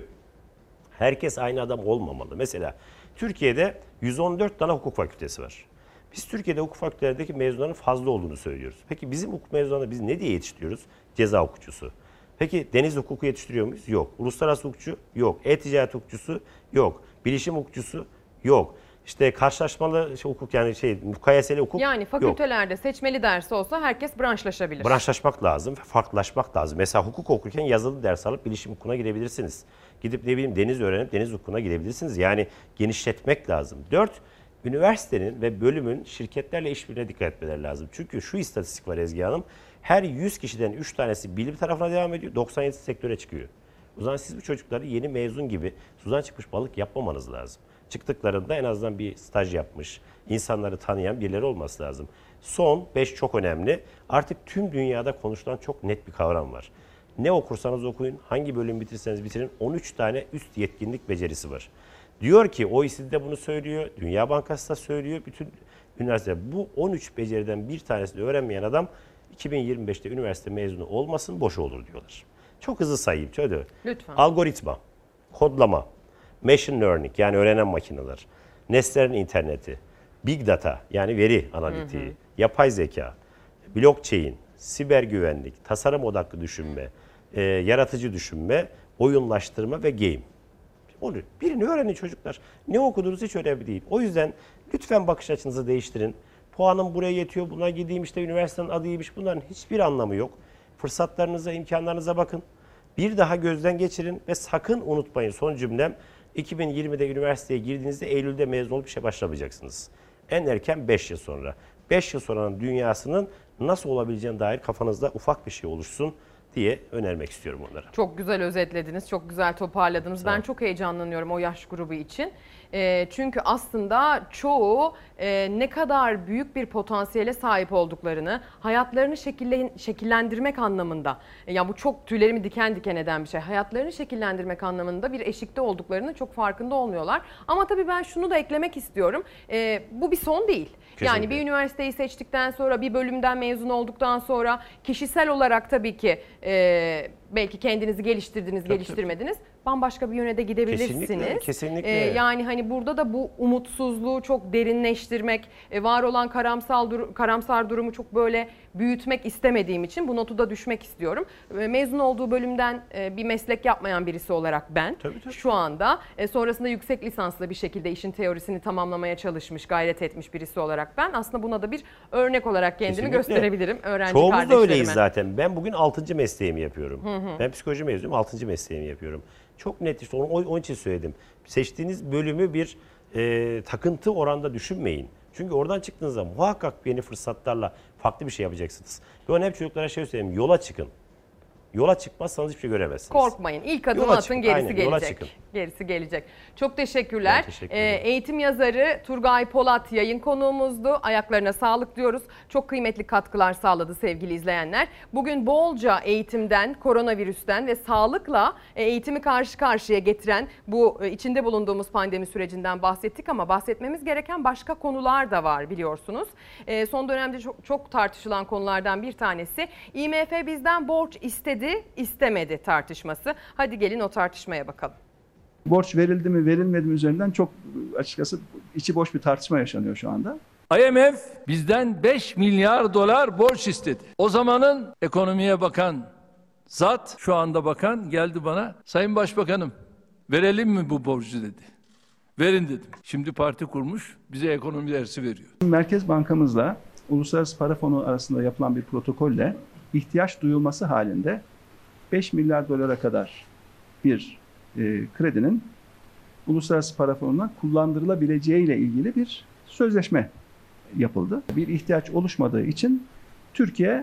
herkes aynı adam olmamalı. Mesela Türkiye'de yüz on dört tane hukuk fakültesi var. Biz Türkiye'de hukuk fakültelerindeki mezunların fazla olduğunu söylüyoruz. Peki bizim hukuk mezunlarını biz ne diye yetiştiriyoruz? Ceza hukukçusu. Peki deniz hukuku yetiştiriyor muyuz? Yok. Uluslararası hukukçu? Yok. E-ticaret hukukçusu? Yok. Bilişim hukukçusu? Yok. İşte karşılaşmalı şey, hukuk, yani şey mukayeseli hukuk yani fakültelerde yok. Seçmeli dersi olsa herkes branşlaşabilir. Branşlaşmak lazım, farklılaşmak lazım. Mesela hukuk okurken yazılı ders alıp bilişim hukukuna girebilirsiniz. Gidip ne bileyim deniz öğrenip deniz hukukuna girebilirsiniz. Yani genişletmek lazım. Dört, üniversitenin ve bölümün şirketlerle işbirliğine dikkat etmeleri lazım. Çünkü şu istatistik var Ezgi Hanım, her yüz kişiden üç tanesi bilim tarafına devam ediyor, doksan yedisi sektöre çıkıyor. O zaman siz bu çocukları yeni mezun gibi sudan çıkmış balık yapmamanız lazım. Çıktıklarında en azından bir staj yapmış, insanları tanıyan birileri olması lazım. Son beş çok önemli. Artık tüm dünyada konuşulan çok net bir kavram var. Ne okursanız okuyun, hangi bölüm bitirseniz bitirin, on üç tane üst yetkinlik becerisi var. Diyor ki O E C D de bunu söylüyor, Dünya Bankası da söylüyor, bütün üniversiteler. Bu on üç beceriden bir tanesini öğrenmeyen adam iki bin yirmi beşte üniversite mezunu olmasın, boş olur diyorlar. Çok hızlı sayayım. Şöyle. Lütfen. Algoritma, kodlama, machine learning yani öğrenen makineler, nesnelerin interneti, big data yani veri analitiği, hı hı. yapay zeka, blockchain, siber güvenlik, tasarım odaklı düşünme, e, yaratıcı düşünme, oyunlaştırma ve game. Onu birini öğrenin çocuklar. Ne okudunuz hiç önemli değil. O yüzden lütfen bakış açınızı değiştirin. Puanım buraya yetiyor, buna gideyim, işte üniversitenin adıymış. Bunların hiçbir anlamı yok. Fırsatlarınıza, imkanlarınıza bakın. Bir daha gözden geçirin ve sakın unutmayın, son cümlem, iki bin yirmide üniversiteye girdiğinizde Eylül'de mezun olup işe başlamayacaksınız. En erken beş yıl sonra. beş yıl sonranın dünyasının nasıl olabileceğine dair kafanızda ufak bir şey oluşsun diye önermek istiyorum onlara. Çok güzel özetlediniz, çok güzel toparladınız. Ben çok heyecanlanıyorum o yaş grubu için. E, çünkü aslında çoğu e, ne kadar büyük bir potansiyele sahip olduklarını, hayatlarını şekillen, şekillendirmek anlamında, e, ya bu çok tüylerimi diken diken eden bir şey. Hayatlarını şekillendirmek anlamında bir eşikte olduklarını çok farkında olmuyorlar. Ama tabii ben şunu da eklemek istiyorum. E, bu bir son değil. Kesinlikle. Yani bir üniversiteyi seçtikten sonra, bir bölümden mezun olduktan sonra kişisel olarak tabii ki e, belki kendinizi geliştirdiniz, tabii, geliştirmediniz. Tabii. Bambaşka bir yöne de gidebilirsiniz. Kesinlikle, kesinlikle. Ee, yani hani burada da bu umutsuzluğu çok derinleştirmek, e, var olan karamsal dur- karamsar durumu çok böyle büyütmek istemediğim için bu notu da düşmek istiyorum. E, mezun olduğu bölümden e, bir meslek yapmayan birisi olarak ben tabii, tabii. şu anda e, sonrasında yüksek lisanslı bir şekilde işin teorisini tamamlamaya çalışmış, gayret etmiş birisi olarak ben aslında buna da bir örnek olarak kendimi kesinlikle gösterebilirim öğrenci çoğumuz kardeşlerime. Çoğumuz da öyleyiz zaten. Ben bugün altıncı mesleğimi yapıyorum. Hı hı. Ben psikoloji mezunuyum, altıncı mesleğimi yapıyorum. Çok net işte onu, onun için söyledim. Seçtiğiniz bölümü bir e, takıntı oranda düşünmeyin. Çünkü oradan çıktığınızda muhakkak yeni fırsatlarla farklı bir şey yapacaksınız. Ben hep çocuklara şey söyleyeyim, yola çıkın. yola çıkmazsanız hiçbir şey göremezsiniz. Korkmayın. İlk adımı Yola atın, çıkın, gerisi aynen, yola gelecek. çıkın. Gerisi gelecek. Çok teşekkürler. Ben teşekkür Ee, ederim. eğitim yazarı Turgay Polat yayın konuğumuzdu. Ayaklarına sağlık diyoruz. Çok kıymetli katkılar sağladı sevgili izleyenler. Bugün bolca eğitimden, koronavirüsten ve sağlıkla eğitimi karşı karşıya getiren bu içinde bulunduğumuz pandemi sürecinden bahsettik ama bahsetmemiz gereken başka konular da var biliyorsunuz. Ee, son dönemde çok, çok tartışılan konulardan bir tanesi I M F bizden borç istedi, istemedi tartışması. Hadi gelin o tartışmaya bakalım. Borç verildi mi verilmedi mi üzerinden çok açıkçası içi boş bir tartışma yaşanıyor şu anda. I M F bizden beş milyar dolar borç istedi. O zamanın ekonomiye bakan zat, şu anda bakan geldi bana, Sayın Başbakanım verelim mi bu borcu dedi. Verin dedim. Şimdi parti kurmuş, bize ekonomi dersi veriyor. Merkez Bankamızla Uluslararası Para Fonu arasında yapılan bir protokolle ihtiyaç duyulması halinde beş milyar dolara kadar bir e, kredinin Uluslararası Para Fonu'na kullandırılabileceği ile ilgili bir sözleşme yapıldı. Bir ihtiyaç oluşmadığı için Türkiye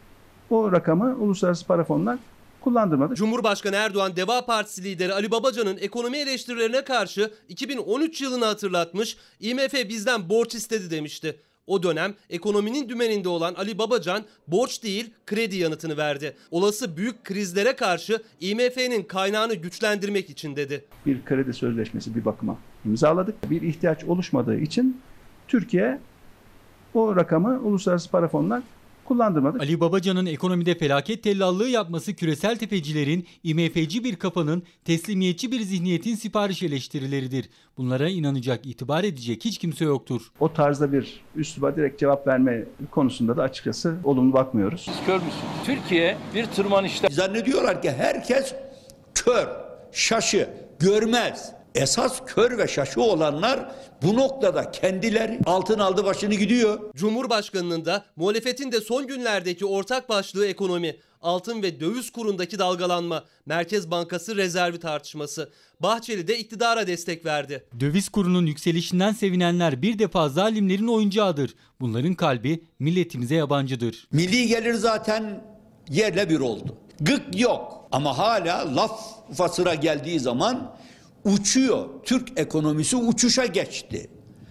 o rakamı Uluslararası Para Fonu'na kullandırmadı. Cumhurbaşkanı Erdoğan, Deva Partisi lideri Ali Babacan'ın ekonomi eleştirilerine karşı iki bin on üç yılını hatırlatmış, I M F bizden borç istedi demişti. O dönem ekonominin dümeninde olan Ali Babacan borç değil kredi yanıtını verdi. Olası büyük krizlere karşı I M F'nin kaynağını güçlendirmek için dedi. Bir kredi sözleşmesi bir bakıma imzaladık. Bir ihtiyaç oluşmadığı için Türkiye o rakamı Uluslararası Para Fonu'na kullandırmadı. Ali Babacan'ın ekonomide felaket tellallığı yapması küresel tepecilerin, I M F'ci bir kafanın, teslimiyetçi bir zihniyetin sipariş eleştirileridir. Bunlara inanacak, itibar edecek hiç kimse yoktur. O tarzda bir üsluba direkt cevap verme konusunda da açıkçası olumlu bakmıyoruz. Siz kör müsünüz? Türkiye bir tırmanışta. Zannediyorlar ki herkes kör, şaşı, görmez. Esas kör ve şaşı olanlar bu noktada kendileri altın aldı başını gidiyor. Cumhurbaşkanının da muhalefetin de son günlerdeki ortak başlığı ekonomi, altın ve döviz kurundaki dalgalanma, Merkez Bankası rezervi tartışması. Bahçeli de iktidara destek verdi. Döviz kurunun yükselişinden sevinenler bir defa zalimlerin oyuncağıdır. Bunların kalbi milletimize yabancıdır. Milli gelir zaten yerle bir oldu. Gık yok ama hala laf fasıra geldiği zaman uçuyor. Türk ekonomisi uçuşa geçti.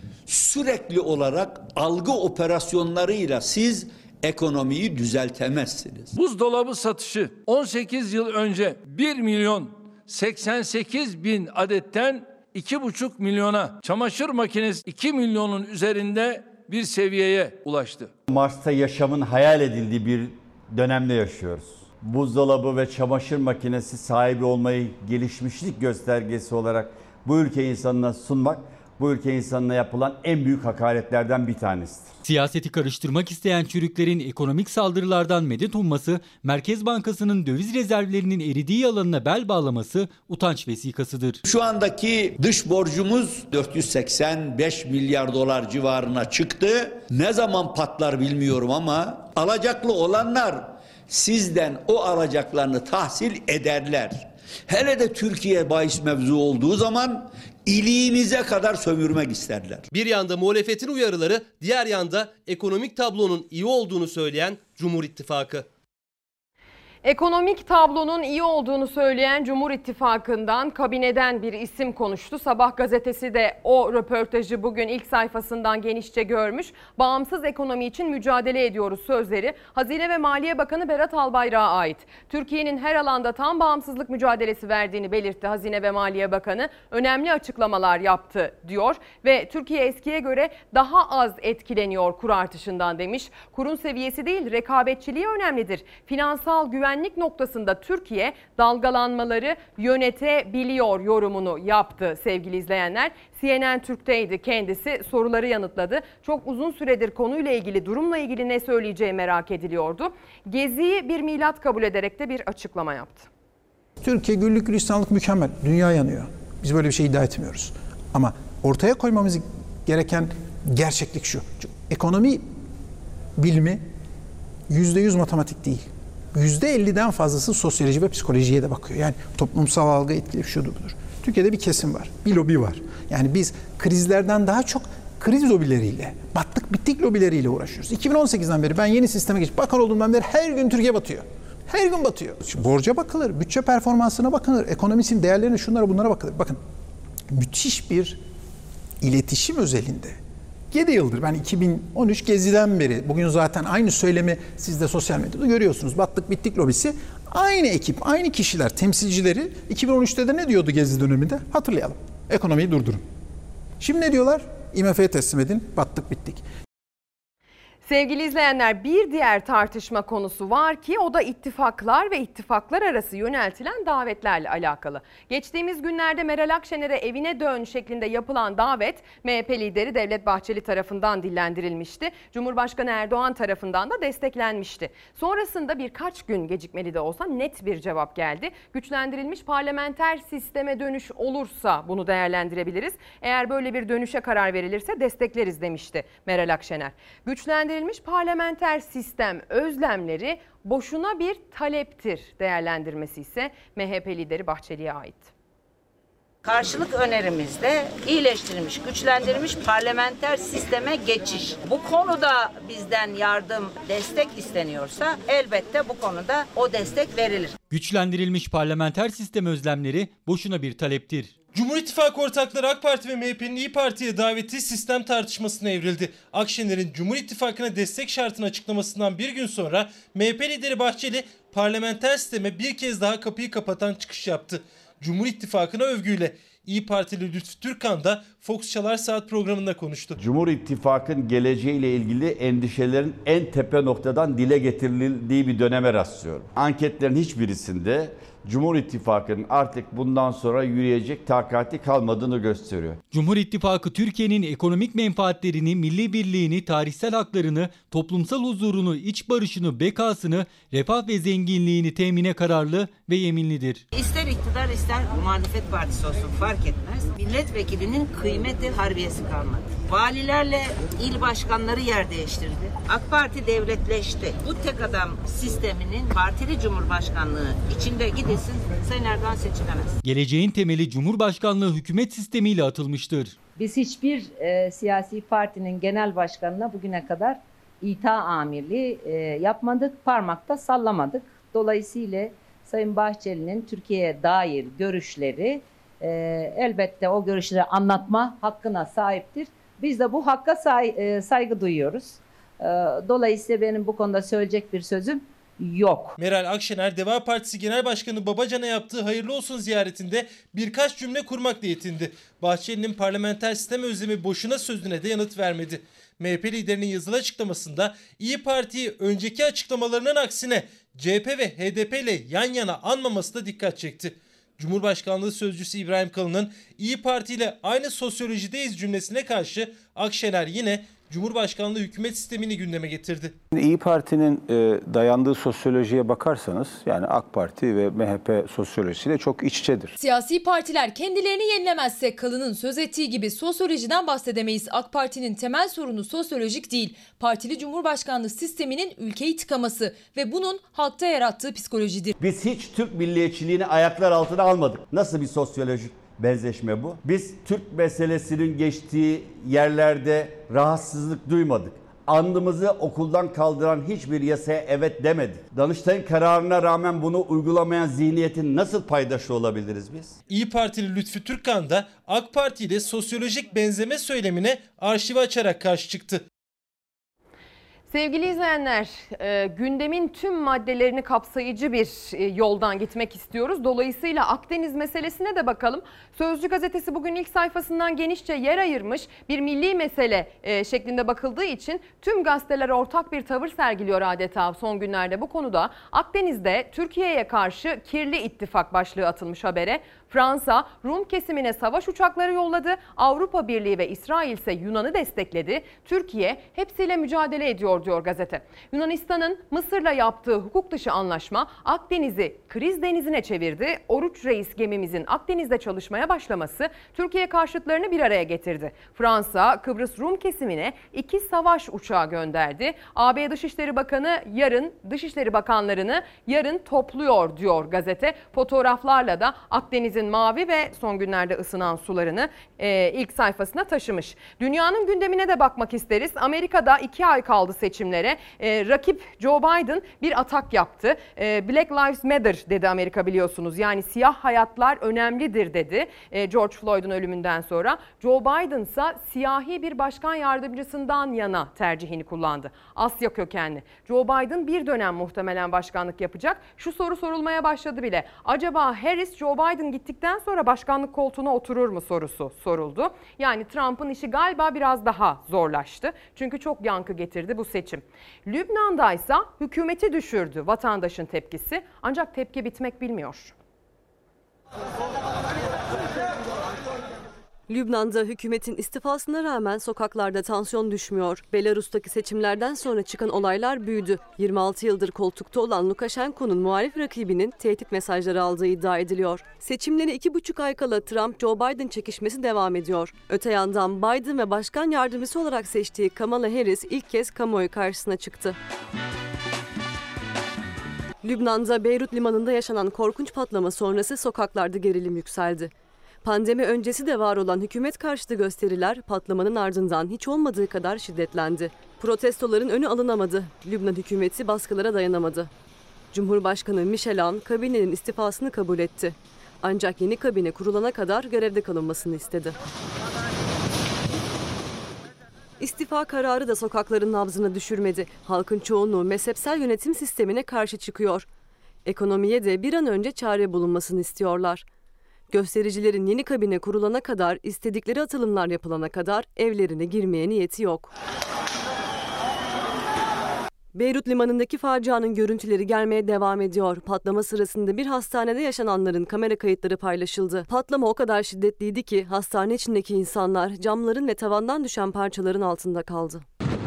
Sürekli olarak algı operasyonlarıyla siz ekonomiyi düzeltemezsiniz. Buzdolabı satışı on sekiz yıl önce bir milyon seksen sekiz bin adetten iki buçuk milyona, çamaşır makinesi iki milyonun üzerinde bir seviyeye ulaştı. Mars'ta yaşamın hayal edildiği bir dönemde yaşıyoruz. Buzdolabı ve çamaşır makinesi sahibi olmayı gelişmişlik göstergesi olarak bu ülke insanına sunmak, bu ülke insanına yapılan en büyük hakaretlerden bir tanesidir. Siyaseti karıştırmak isteyen çürüklerin ekonomik saldırılardan medet umması, Merkez Bankası'nın döviz rezervlerinin eridiği yalanına bel bağlaması utanç vesikasıdır. Şu andaki dış borcumuz dört yüz seksen beş milyar dolar civarına çıktı. Ne zaman patlar bilmiyorum ama alacaklı olanlar sizden o alacaklarını tahsil ederler. Hele de Türkiye bahis mevzu olduğu zaman iliğinize kadar sömürmek isterler. Bir yanda muhalefetin uyarıları, diğer yanda ekonomik tablonun iyi olduğunu söyleyen Cumhur İttifakı. Ekonomik tablonun iyi olduğunu söyleyen Cumhur İttifakı'ndan, kabineden bir isim konuştu. Sabah gazetesi de o röportajı bugün ilk sayfasından genişçe görmüş. Bağımsız ekonomi için mücadele ediyoruz sözleri Hazine ve Maliye Bakanı Berat Albayrak'a ait. Türkiye'nin her alanda tam bağımsızlık mücadelesi verdiğini belirtti Hazine ve Maliye Bakanı. Önemli açıklamalar yaptı diyor ve Türkiye eskiye göre daha az etkileniyor kur artışından demiş. Kurun seviyesi değil, rekabetçiliği önemlidir. Finansal güven güvenlik noktasında Türkiye dalgalanmaları yönetebiliyor yorumunu yaptı sevgili izleyenler. C N N Türk'teydi kendisi, soruları yanıtladı. Çok uzun süredir konuyla ilgili, durumla ilgili ne söyleyeceği merak ediliyordu. Geziyi bir milat kabul ederek de bir açıklama yaptı. Türkiye güllük gülistanlık mükemmel, dünya yanıyor. Biz böyle bir şey iddia etmiyoruz. Ama ortaya koymamız gereken gerçeklik şu. Çünkü ekonomi bilimi yüzde yüz matematik değil. yüzde elliden fazlası sosyoloji ve psikolojiye de bakıyor. Yani toplumsal algı etkili şudur budur. Türkiye'de bir kesim var, bir lobi var. Yani biz krizlerden daha çok kriz lobileriyle, battık bittik lobileriyle uğraşıyoruz. iki bin on sekizden beri ben yeni sisteme geçip bakan olduğumdan beri her gün Türkiye batıyor. Her gün batıyor. Şimdi borca bakılır, bütçe performansına bakılır, ekonomisinin değerlerine, şunlara bunlara bakılır. Bakın müthiş bir iletişim özelinde. yedi yıldır, ben iki bin on üç Gezi'den beri, bugün zaten aynı söylemi siz de sosyal medyada görüyorsunuz. Battık bittik lobisi aynı ekip, aynı kişiler, temsilcileri iki bin on üçte de ne diyordu Gezi döneminde? Hatırlayalım. Ekonomiyi durdurun. Şimdi ne diyorlar? I M F'ye teslim edin, battık bittik. Sevgili izleyenler, bir diğer tartışma konusu var ki o da ittifaklar ve ittifaklar arası yöneltilen davetlerle alakalı. Geçtiğimiz günlerde Meral Akşener'e evine dön şeklinde yapılan davet M H P lideri Devlet Bahçeli tarafından dillendirilmişti. Cumhurbaşkanı Erdoğan tarafından da desteklenmişti. Sonrasında birkaç gün gecikmeli de olsa net bir cevap geldi. Güçlendirilmiş parlamenter sisteme dönüş olursa bunu değerlendirebiliriz. Eğer böyle bir dönüşe karar verilirse destekleriz demişti Meral Akşener. Güçlendirilmiş Verilmiş parlamenter sistem özlemleri boşuna bir taleptir değerlendirmesi ise M H P lideri Bahçeli'ye ait. Karşılık önerimizde iyileştirilmiş, güçlendirilmiş parlamenter sisteme geçiş. Bu konuda bizden yardım, destek isteniyorsa elbette bu konuda o destek verilir. Güçlendirilmiş parlamenter sistem özlemleri boşuna bir taleptir. Cumhur İttifakı ortakları AK Parti ve M H P'nin İYİ Parti'ye daveti sistem tartışmasına evrildi. Akşener'in Cumhur İttifakı'na destek şartını açıklamasından bir gün sonra M H P lideri Bahçeli parlamenter sisteme bir kez daha kapıyı kapatan çıkış yaptı. Cumhur İttifakı'na övgüyle. İYİ Partili Lütfü Türkkan da Fox Çalar Saat programında konuştu. Cumhur İttifakı'nın geleceğiyle ilgili endişelerin en tepe noktadan dile getirildiği bir döneme rastlıyorum. Anketlerin hiçbirisinde Cumhur İttifakı'nın artık bundan sonra yürüyecek takati kalmadığını gösteriyor. Cumhur İttifakı Türkiye'nin ekonomik menfaatlerini, milli birliğini, tarihsel haklarını, toplumsal huzurunu, iç barışını, bekasını, refah ve zenginliğini temine kararlı ve yeminlidir. İster iktidar ister muhalefet partisi olsun fark etmez. Milletvekilinin kıymeti harbiyesi kalmadı. Valilerle il başkanları yer değiştirdi. AK Parti devletleşti. Bu tek adam sisteminin partili cumhurbaşkanlığı içinde gidilsin, Sayın Erdoğan seçilemez. Geleceğin temeli Cumhurbaşkanlığı hükümet sistemiyle atılmıştır. Biz hiçbir e, siyasi partinin genel başkanına bugüne kadar ita amirliği e, yapmadık, parmakta sallamadık. Dolayısıyla Sayın Bahçeli'nin Türkiye'ye dair görüşleri e, elbette o görüşleri anlatma hakkına sahiptir. Biz de bu hakka say, e, saygı duyuyoruz. E, dolayısıyla benim bu konuda söyleyecek bir sözüm yok. Meral Akşener, Deva Partisi Genel Başkanı Babacan'a yaptığı hayırlı olsun ziyaretinde birkaç cümle kurmakla yetindi. Bahçeli'nin parlamenter sistem özlemi boşuna sözüne de yanıt vermedi. M H P liderinin yazılı açıklamasında İYİ Parti'yi önceki açıklamalarının aksine C H P ve H D P ile yan yana anmaması da dikkat çekti. Cumhurbaşkanlığı Sözcüsü İbrahim Kalın'ın İYİ Parti ile aynı sosyolojideyiz cümlesine karşı Akşener yine Cumhurbaşkanlığı hükümet sistemini gündeme getirdi. İYİ Parti'nin e, dayandığı sosyolojiye bakarsanız yani AK Parti ve M H P sosyolojisiyle çok iç içedir. Siyasi partiler kendilerini yenilemezse Kalın'ın söz ettiği gibi sosyolojiden bahsedemeyiz. AK Parti'nin temel sorunu sosyolojik değil. Partili Cumhurbaşkanlığı sisteminin ülkeyi tıkaması ve bunun halkta yarattığı psikolojidir. Biz hiç Türk milliyetçiliğini ayaklar altına almadık. Nasıl bir sosyolojik benzeşme bu? Biz Türk meselesinin geçtiği yerlerde rahatsızlık duymadık. Andımızı okuldan kaldıran hiçbir yasaya evet demedik. Danıştay'ın kararına rağmen bunu uygulamayan zihniyetin nasıl paydaşı olabiliriz biz? İYİ Partili Lütfü Türkkan da AK Parti ile sosyolojik benzeme söylemine arşivi açarak karşı çıktı. Sevgili izleyenler, e, gündemin tüm maddelerini kapsayıcı bir e, yoldan gitmek istiyoruz. Dolayısıyla Akdeniz meselesine de bakalım. Sözcü gazetesi bugün ilk sayfasından genişçe yer ayırmış, bir milli mesele e, şeklinde bakıldığı için tüm gazeteler ortak bir tavır sergiliyor adeta son günlerde bu konuda. Akdeniz'de Türkiye'ye karşı kirli ittifak başlığı atılmış habere. Fransa, Rum kesimine savaş uçakları yolladı. Avrupa Birliği ve İsrail ise Yunan'ı destekledi. Türkiye hepsiyle mücadele ediyor diyor gazete. Yunanistan'ın Mısır'la yaptığı hukuk dışı anlaşma Akdeniz'i kriz denizine çevirdi. Oruç Reis gemimizin Akdeniz'de çalışmaya başlaması Türkiye karşıtlarını bir araya getirdi. Fransa, Kıbrıs Rum kesimine iki savaş uçağı gönderdi. A B Dışişleri Bakanı yarın Dışişleri Bakanlarını yarın topluyor diyor gazete. Fotoğraflarla da Akdeniz Akdeniz'in mavi ve son günlerde ısınan sularını e, ilk sayfasına taşımış. Dünyanın gündemine de bakmak isteriz. Amerika'da iki ay kaldı seçimlere. E, rakip Joe Biden bir atak yaptı. E, Black Lives Matter dedi Amerika, biliyorsunuz. Yani siyah hayatlar önemlidir dedi e, George Floyd'un ölümünden sonra. Joe Biden ise siyahi bir başkan yardımcısından yana tercihini kullandı. Asya kökenli. Joe Biden bir dönem muhtemelen başkanlık yapacak. Şu soru sorulmaya başladı bile. Acaba Harris Joe Biden gittikten sonra başkanlık koltuğuna oturur mu sorusu soruldu. Yani Trump'ın işi galiba biraz daha zorlaştı. Çünkü çok yankı getirdi bu seçim. Lübnan'da ise hükümeti düşürdü vatandaşın tepkisi. Ancak tepki bitmek bilmiyor. Lübnan'da hükümetin istifasına rağmen sokaklarda tansiyon düşmüyor. Belarus'taki seçimlerden sonra çıkan olaylar büyüdü. yirmi altı yıldır koltukta olan Lukashenko'nun muhalif rakibinin tehdit mesajları aldığı iddia ediliyor. Seçimleri iki buçuk ay kala Trump-Joe Biden çekişmesi devam ediyor. Öte yandan Biden ve başkan yardımcısı olarak seçtiği Kamala Harris ilk kez kamuoyu karşısına çıktı. Lübnan'da Beyrut limanında yaşanan korkunç patlama sonrası sokaklarda gerilim yükseldi. Pandemi öncesi de var olan hükümet karşıtı gösteriler patlamanın ardından hiç olmadığı kadar şiddetlendi. Protestoların önü alınamadı. Lübnan hükümeti baskılara dayanamadı. Cumhurbaşkanı Michel Aoun kabinenin istifasını kabul etti. Ancak yeni kabine kurulana kadar görevde kalınmasını istedi. İstifa kararı da sokakların nabzını düşürmedi. Halkın çoğunluğu mezhepsel yönetim sistemine karşı çıkıyor. Ekonomiye de bir an önce çare bulunmasını istiyorlar. Göstericilerin yeni kabine kurulana kadar, istedikleri atılımlar yapılana kadar evlerine girmeye niyeti yok. Beyrut limanındaki facianın görüntüleri gelmeye devam ediyor. Patlama sırasında bir hastanede yaşananların kamera kayıtları paylaşıldı. Patlama o kadar şiddetliydi ki hastane içindeki insanlar camların ve tavandan düşen parçaların altında kaldı.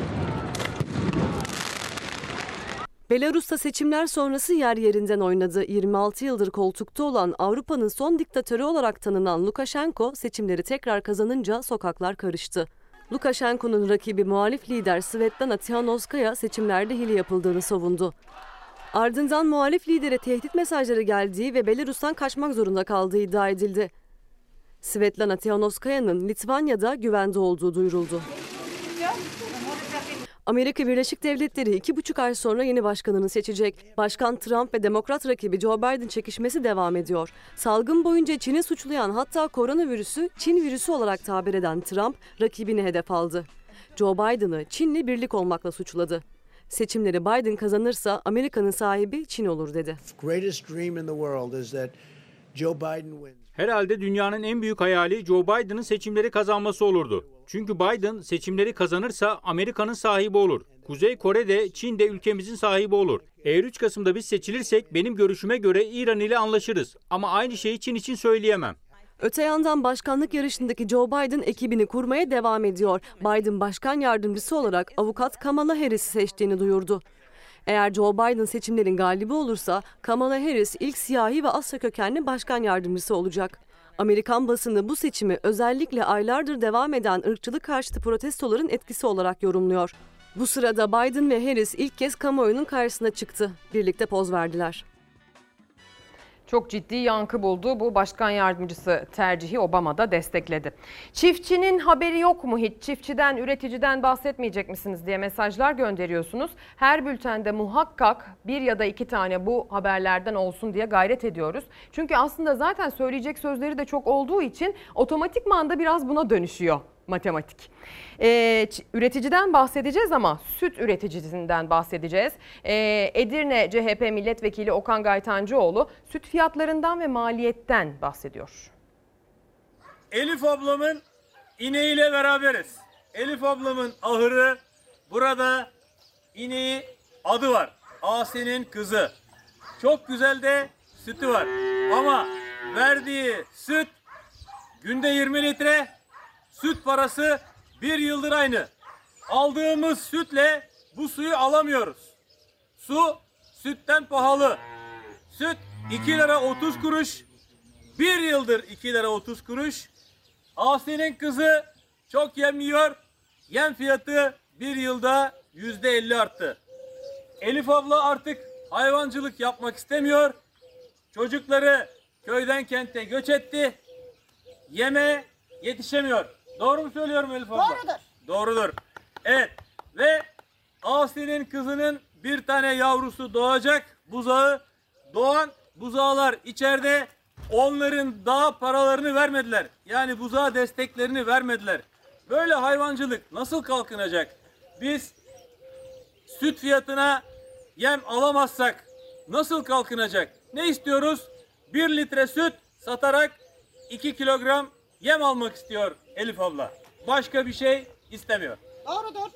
Belarus'ta seçimler sonrası yer yerinden oynadı. yirmi altı yıldır koltukta olan Avrupa'nın son diktatörü olarak tanınan Lukashenko seçimleri tekrar kazanınca sokaklar karıştı. Lukashenko'nun rakibi muhalif lider Svetlana Tikhanovskaya seçimlerde hile yapıldığını savundu. Ardından muhalif lidere tehdit mesajları geldiği ve Belarus'tan kaçmak zorunda kaldığı iddia edildi. Svetlana Tikhanovskaya'nın Litvanya'da güvende olduğu duyuruldu. Amerika Birleşik Devletleri iki buçuk ay sonra yeni başkanını seçecek. Başkan Trump ve Demokrat rakibi Joe Biden çekişmesi devam ediyor. Salgın boyunca Çin'i suçlayan, hatta koronavirüsü Çin virüsü olarak tabir eden Trump rakibini hedef aldı. Joe Biden'ı Çin'le birlik olmakla suçladı. Seçimleri Biden kazanırsa Amerika'nın sahibi Çin olur dedi. Herhalde dünyanın en büyük hayali Joe Biden'ın seçimleri kazanması olurdu. Çünkü Biden seçimleri kazanırsa Amerika'nın sahibi olur. Kuzey Kore de Çin de ülkemizin sahibi olur. Eğer üç Kasım'da biz seçilirsek benim görüşüme göre İran ile anlaşırız. Ama aynı şeyi Çin için söyleyemem. Öte yandan başkanlık yarışındaki Joe Biden ekibini kurmaya devam ediyor. Biden başkan yardımcısı olarak avukat Kamala Harris'i seçtiğini duyurdu. Eğer Joe Biden seçimlerin galibi olursa Kamala Harris ilk siyahi ve Asya kökenli başkan yardımcısı olacak. Amerikan basını bu seçimi özellikle aylardır devam eden ırkçılık karşıtı protestoların etkisi olarak yorumluyor. Bu sırada Biden ve Harris ilk kez kamuoyunun karşısına çıktı. Birlikte poz verdiler. Çok ciddi yankı buldu. Bu başkan yardımcısı tercihi Obama da destekledi. Çiftçinin haberi yok mu hiç? Çiftçiden, üreticiden bahsetmeyecek misiniz diye mesajlar gönderiyorsunuz. Her bültende muhakkak bir ya da iki tane bu haberlerden olsun diye gayret ediyoruz. Çünkü aslında zaten söyleyecek sözleri de çok olduğu için otomatikman da biraz buna dönüşüyor matematik. Ee, üreticiden bahsedeceğiz ama süt üreticisinden bahsedeceğiz. Ee, Edirne C H P Milletvekili Okan Gaytancıoğlu süt fiyatlarından ve maliyetten bahsediyor. Elif ablamın ineğiyle beraberiz. Elif ablamın ahırı, burada ineği adı var. Asi'nin kızı. Çok güzel de sütü var. Ama verdiği süt günde yirmi litre, süt parası bir yıldır aynı. Aldığımız sütle bu suyu alamıyoruz. Su sütten pahalı. Süt iki lira otuz kuruş. Bir yıldır iki lira otuz kuruş. Asi'nin kızı çok yem yiyor. Yem fiyatı bir yılda yüzde elli arttı. Elif abla artık hayvancılık yapmak istemiyor. Çocukları köyden kente göç etti. Yeme yetişemiyor. Doğru mu söylüyorum Elif abla? Doğrudur. Doğrudur. Evet ve Asi'nin kızının bir tane yavrusu doğacak. Buzağı doğan buzağlar içeride, onların daha paralarını vermediler. Yani buzağa desteklerini vermediler. Böyle hayvancılık nasıl kalkınacak? Biz süt fiyatına yem alamazsak nasıl kalkınacak? Ne istiyoruz? Bir litre süt satarak iki kilogram yem almak istiyor Elif abla. Başka bir şey istemiyor. Doğrudur.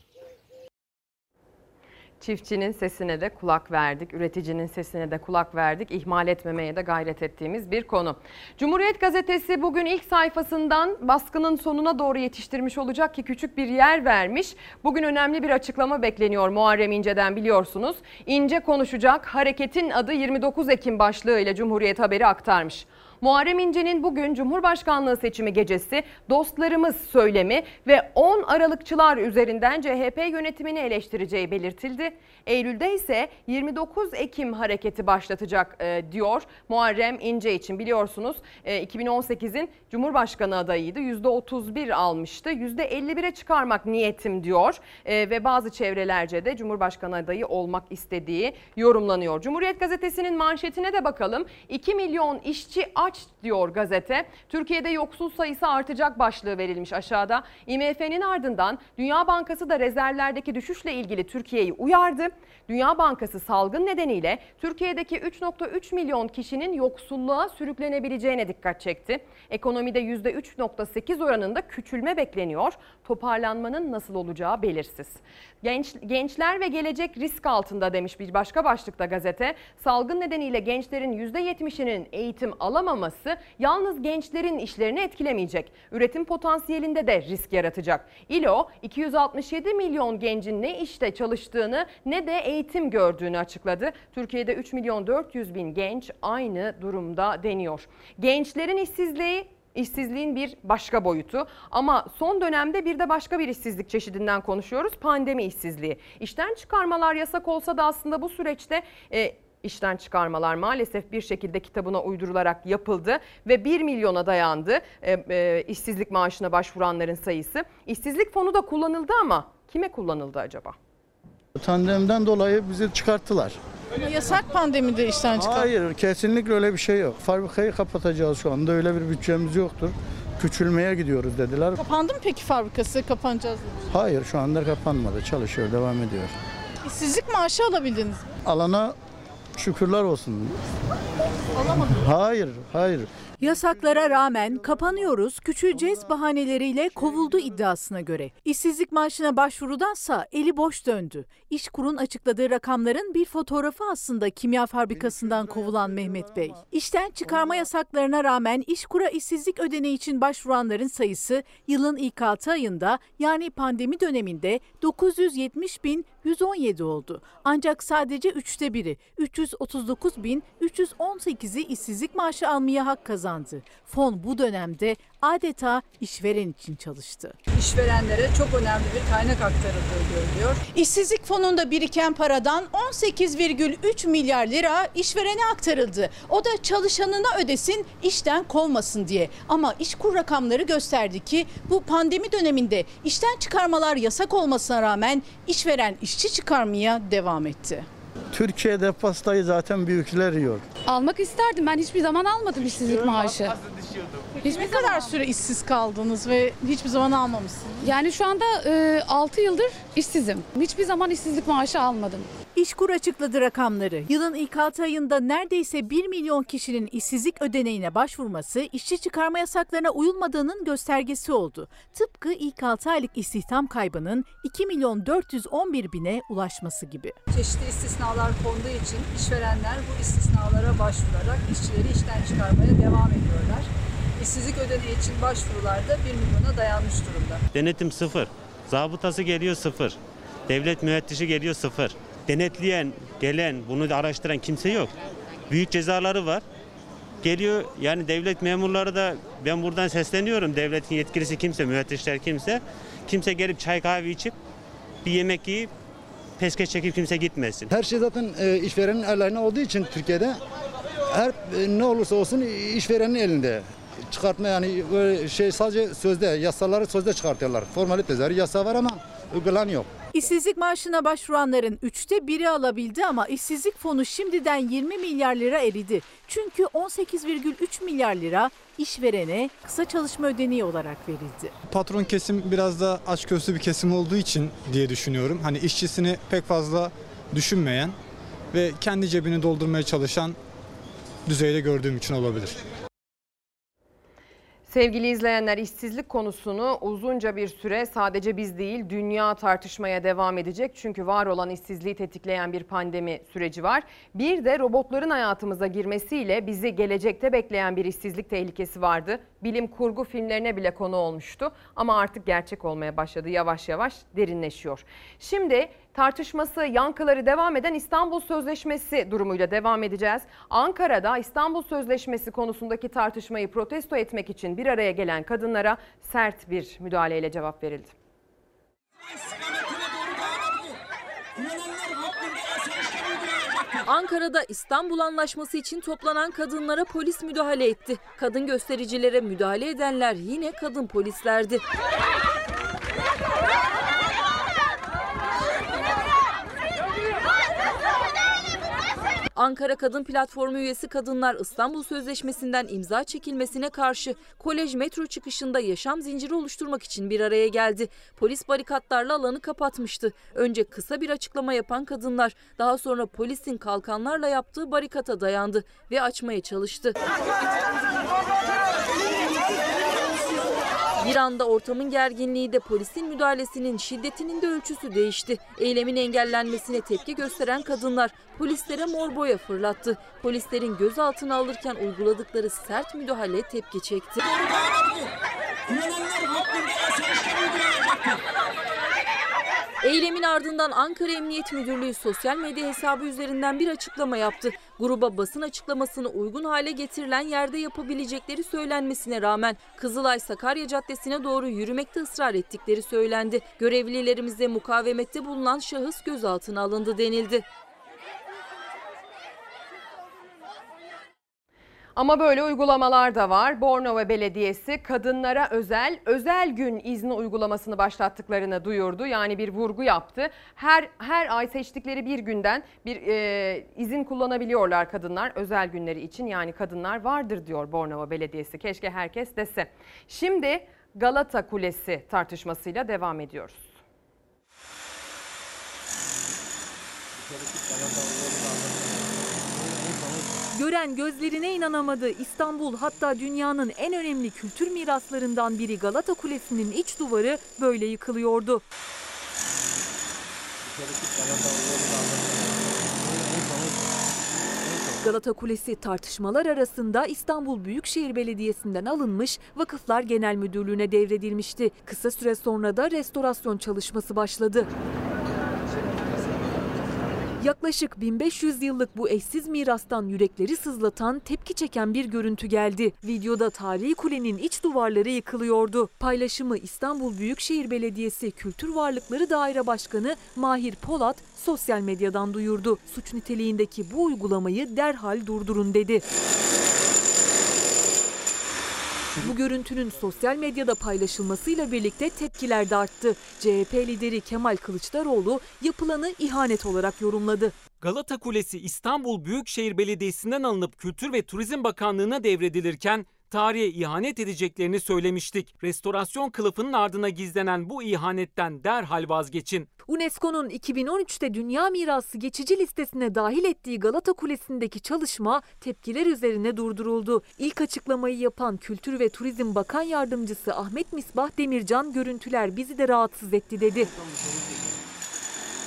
Çiftçinin sesine de kulak verdik, üreticinin sesine de kulak verdik, ihmal etmemeye de gayret ettiğimiz bir konu. Cumhuriyet Gazetesi bugün ilk sayfasından baskının sonuna doğru yetiştirmiş olacak ki küçük bir yer vermiş. Bugün önemli bir açıklama bekleniyor Muharrem İnce'den, biliyorsunuz. İnce konuşacak, hareketin adı yirmi dokuz Ekim başlığıyla Cumhuriyet haberi aktarmış. Muharrem İnce'nin bugün Cumhurbaşkanlığı seçimi gecesi dostlarımız söylemi ve on Aralıkçılar üzerinden C H P yönetimini eleştireceği belirtildi. Eylül'de ise yirmi dokuz Ekim hareketi başlatacak e, diyor Muharrem İnce için. Biliyorsunuz e, iki bin on sekizin Cumhurbaşkanı adayıydı. yüzde otuz bir almıştı. yüzde elli bire çıkarmak niyetim diyor e, ve bazı çevrelerce de Cumhurbaşkanı adayı olmak istediği yorumlanıyor. Cumhuriyet Gazetesi'nin manşetine de bakalım. iki milyon işçi aç diyor gazete. Türkiye'de yoksul sayısı artacak başlığı verilmiş aşağıda. I M F'nin ardından Dünya Bankası da rezervlerdeki düşüşle ilgili Türkiye'yi uyardı. Dünya Bankası salgın nedeniyle Türkiye'deki üç nokta üç milyon kişinin yoksulluğa sürüklenebileceğine dikkat çekti. Ekonomide yüzde üç nokta sekiz oranında küçülme bekleniyor. Toparlanmanın nasıl olacağı belirsiz. Genç, gençler ve gelecek risk altında demiş bir başka başlıkta gazete. Salgın nedeniyle gençlerin yüzde yetmişinin eğitim alamaması yalnız gençlerin işlerini etkilemeyecek. Üretim potansiyelinde de risk yaratacak. İLO iki yüz altmış yedi milyon gencin ne işte çalıştığını ne de eğitim gördüğünü açıkladı. Türkiye'de üç milyon dört yüz bin genç aynı durumda deniyor. Gençlerin işsizliği İşsizliğin bir başka boyutu ama son dönemde bir de başka bir işsizlik çeşidinden konuşuyoruz. Pandemi işsizliği. İşten çıkarmalar yasak olsa da aslında bu süreçte e, işten çıkarmalar maalesef bir şekilde kitabına uydurularak yapıldı ve bir milyona dayandı e, e, işsizlik maaşına başvuranların sayısı. İşsizlik fonu da kullanıldı ama kime kullanıldı acaba? Pandemiden dolayı bizi çıkarttılar. Yasak pandemide işten çıkar. Hayır, kesinlikle öyle bir şey yok. Fabrikayı kapatacağız şu anda. Öyle bir bütçemiz yoktur. Küçülmeye gidiyoruz dediler. Kapandı mı peki fabrikası? Kapanacağız dedi. Hayır, şu anda kapanmadı. Çalışıyor, devam ediyor. İşsizlik maaşı alabildiniz mi? Alana şükürler olsun. Alamadım. Hayır, hayır. Yasaklara rağmen kapanıyoruz, küçüleceğiz bahaneleriyle kovuldu iddiasına göre. İşsizlik maaşına başvurudansa eli boş döndü. İşkur'un açıkladığı rakamların bir fotoğrafı aslında kimya fabrikasından kovulan Mehmet Bey. İşten çıkarma yasaklarına rağmen İşkur'a işsizlik ödeneği için başvuranların sayısı yılın ilk altı ayında yani pandemi döneminde dokuz yüz yetmiş bin yüz on yedi oldu. Ancak sadece üçte biri üç yüz otuz dokuz bin üç yüz on sekizi işsizlik maaşı almaya hak kazandı. Fon bu dönemde adeta işveren için çalıştı. İşverenlere çok önemli bir kaynak aktarıldığı görülüyor. İşsizlik fonunda biriken paradan on sekiz virgül üç milyar lira işverene aktarıldı. O da çalışanına ödesin, işten kovmasın diye. Ama İşkur rakamları gösterdi ki bu pandemi döneminde işten çıkarmalar yasak olmasına rağmen işveren işçi çıkarmaya devam etti. Türkiye'de pastayı zaten büyükler yiyor. Almak isterdim, ben hiçbir zaman almadım işsizlik maaşı. Hiç ne kadar süre işsiz kaldınız ve hiçbir zaman almamışsınız? Yani şu anda e, altı yıldır işsizim. Hiçbir zaman işsizlik maaşı almadım. İşkur açıkladı rakamları. Yılın ilk altı ayında neredeyse bir milyon kişinin işsizlik ödeneğine başvurması işçi çıkarma yasaklarına uyulmadığının göstergesi oldu. Tıpkı ilk altı aylık istihdam kaybının iki milyon dört yüz on bir bine ulaşması gibi. Çeşitli istisnalar konduğu için işverenler bu istisnalara başvurarak işçileri işten çıkarmaya devam ediyorlar. İşsizlik ödeneği için başvurularda bir milyona dayanmış durumda. Denetim sıfır, zabıtası geliyor sıfır, devlet müfettişi geliyor sıfır. Denetleyen, gelen, bunu da araştıran kimse yok. Büyük cezaları var. Geliyor yani devlet memurları da, ben buradan sesleniyorum, devletin yetkilisi kimse, müfettişler kimse. Kimse gelip çay kahve içip bir yemek yiyip peskeç çekip kimse gitmesin. Her şey zaten e, işverenin ellerine olduğu için Türkiye'de Her ne olursa olsun işverenin elinde. Çıkartma yani böyle şey sadece sözde, yasaları sözde çıkartıyorlar. Formaliteleri yasa var ama uygulanan yok. İşsizlik maaşına başvuranların üçte biri alabildi ama işsizlik fonu şimdiden yirmi milyar lira eridi. Çünkü on sekiz virgül üç milyar lira işverene kısa çalışma ödeneği olarak verildi. Patron kesim biraz da açgözlü bir kesim olduğu için diye düşünüyorum. Hani işçisini pek fazla düşünmeyen ve kendi cebini doldurmaya çalışan düzeyde gördüğüm için olabilir. Sevgili izleyenler, işsizlik konusunu uzunca bir süre sadece biz değil dünya tartışmaya devam edecek. Çünkü var olan işsizliği tetikleyen bir pandemi süreci var. Bir de robotların hayatımıza girmesiyle bizi gelecekte bekleyen bir işsizlik tehlikesi vardı. Bilim kurgu filmlerine bile konu olmuştu ama artık gerçek olmaya başladı, yavaş yavaş derinleşiyor. Şimdi tartışması, yankıları devam eden İstanbul Sözleşmesi durumuyla devam edeceğiz. Ankara'da İstanbul Sözleşmesi konusundaki tartışmayı protesto etmek için bir araya gelen kadınlara sert bir müdahaleyle cevap verildi. Ankara'da İstanbul Anlaşması için toplanan kadınlara polis müdahale etti. Kadın göstericilere müdahale edenler yine kadın polislerdi. Ankara Kadın Platformu üyesi kadınlar İstanbul Sözleşmesi'nden imza çekilmesine karşı kolej metro çıkışında yaşam zinciri oluşturmak için bir araya geldi. Polis barikatlarla alanı kapatmıştı. Önce kısa bir açıklama yapan kadınlar daha sonra polisin kalkanlarla yaptığı barikata dayandı ve açmaya çalıştı. Bir anda ortamın gerginliği de polisin müdahalesinin şiddetinin de ölçüsü değişti. Eylemin engellenmesine tepki gösteren kadınlar polislere mor boya fırlattı. Polislerin gözaltına alırken uyguladıkları sert müdahale tepki çekti. Eylemin ardından Ankara Emniyet Müdürlüğü sosyal medya hesabı üzerinden bir açıklama yaptı. Gruba basın açıklamasını uygun hale getirilen yerde yapabilecekleri söylenmesine rağmen Kızılay Sakarya Caddesi'ne doğru yürümekte ısrar ettikleri söylendi. Görevlilerimize mukavemette bulunan şahıs gözaltına alındı denildi. Ama böyle uygulamalar da var. Bornova Belediyesi kadınlara özel özel gün izni uygulamasını başlattıklarını duyurdu. Yani bir vurgu yaptı. Her her ay seçtikleri bir günden bir e, izin kullanabiliyorlar kadınlar özel günleri için. Yani kadınlar vardır diyor Bornova Belediyesi. Keşke herkes dese. Şimdi Galata Kulesi tartışmasıyla devam ediyoruz. Gören gözlerine inanamadı. İstanbul, hatta dünyanın en önemli kültür miraslarından biri Galata Kulesi'nin iç duvarı böyle yıkılıyordu. Galata Kulesi tartışmalar arasında İstanbul Büyükşehir Belediyesi'nden alınmış, Vakıflar Genel Müdürlüğü'ne devredilmişti. Kısa süre sonra da restorasyon çalışması başladı. Yaklaşık bin beş yüz yıllık bu eşsiz mirastan yürekleri sızlatan, tepki çeken bir görüntü geldi. Videoda tarihi kulenin iç duvarları yıkılıyordu. Paylaşımı İstanbul Büyükşehir Belediyesi Kültür Varlıkları Daire Başkanı Mahir Polat sosyal medyadan duyurdu. Suç niteliğindeki bu uygulamayı derhal durdurun dedi. Bu görüntünün sosyal medyada paylaşılmasıyla birlikte tepkiler de arttı. C H P lideri Kemal Kılıçdaroğlu yapılanı ihanet olarak yorumladı. Galata Kulesi İstanbul Büyükşehir Belediyesi'nden alınıp Kültür ve Turizm Bakanlığı'na devredilirken tarihe ihanet edeceklerini söylemiştik. Restorasyon kılıfının ardına gizlenen bu ihanetten derhal vazgeçin. UNESCO'nun iki bin on üçte Dünya Mirası geçici listesine dahil ettiği Galata Kulesi'ndeki çalışma tepkiler üzerine durduruldu. İlk açıklamayı yapan Kültür ve Turizm Bakan Yardımcısı Ahmet Misbah Demircan, görüntüler bizi de rahatsız etti dedi.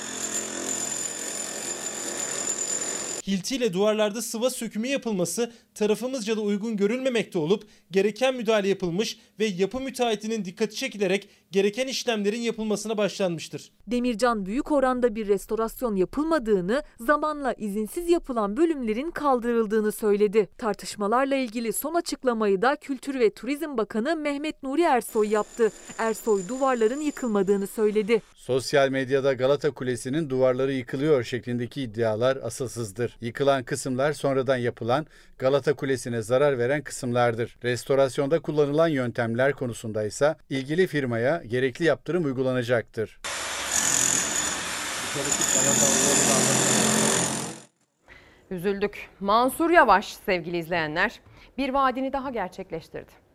Hiltiyle duvarlarda sıva sökümü yapılması tarafımızca da uygun görülmemekte olup gereken müdahale yapılmış ve yapı müteahhitinin dikkati çekilerek gereken işlemlerin yapılmasına başlanmıştır. Demircan büyük oranda bir restorasyon yapılmadığını, zamanla izinsiz yapılan bölümlerin kaldırıldığını söyledi. Tartışmalarla ilgili son açıklamayı da Kültür ve Turizm Bakanı Mehmet Nuri Ersoy yaptı. Ersoy duvarların yıkılmadığını söyledi. Sosyal medyada Galata Kulesi'nin duvarları yıkılıyor şeklindeki iddialar asılsızdır. Yıkılan kısımlar sonradan yapılan, Galata Kulesi'ne zarar veren kısımlardır. Restorasyonda kullanılan yöntemler konusunda ise ilgili firmaya gerekli yaptırım uygulanacaktır. Üzüldük. Mansur Yavaş sevgili izleyenler bir vaadini daha gerçekleştirdi.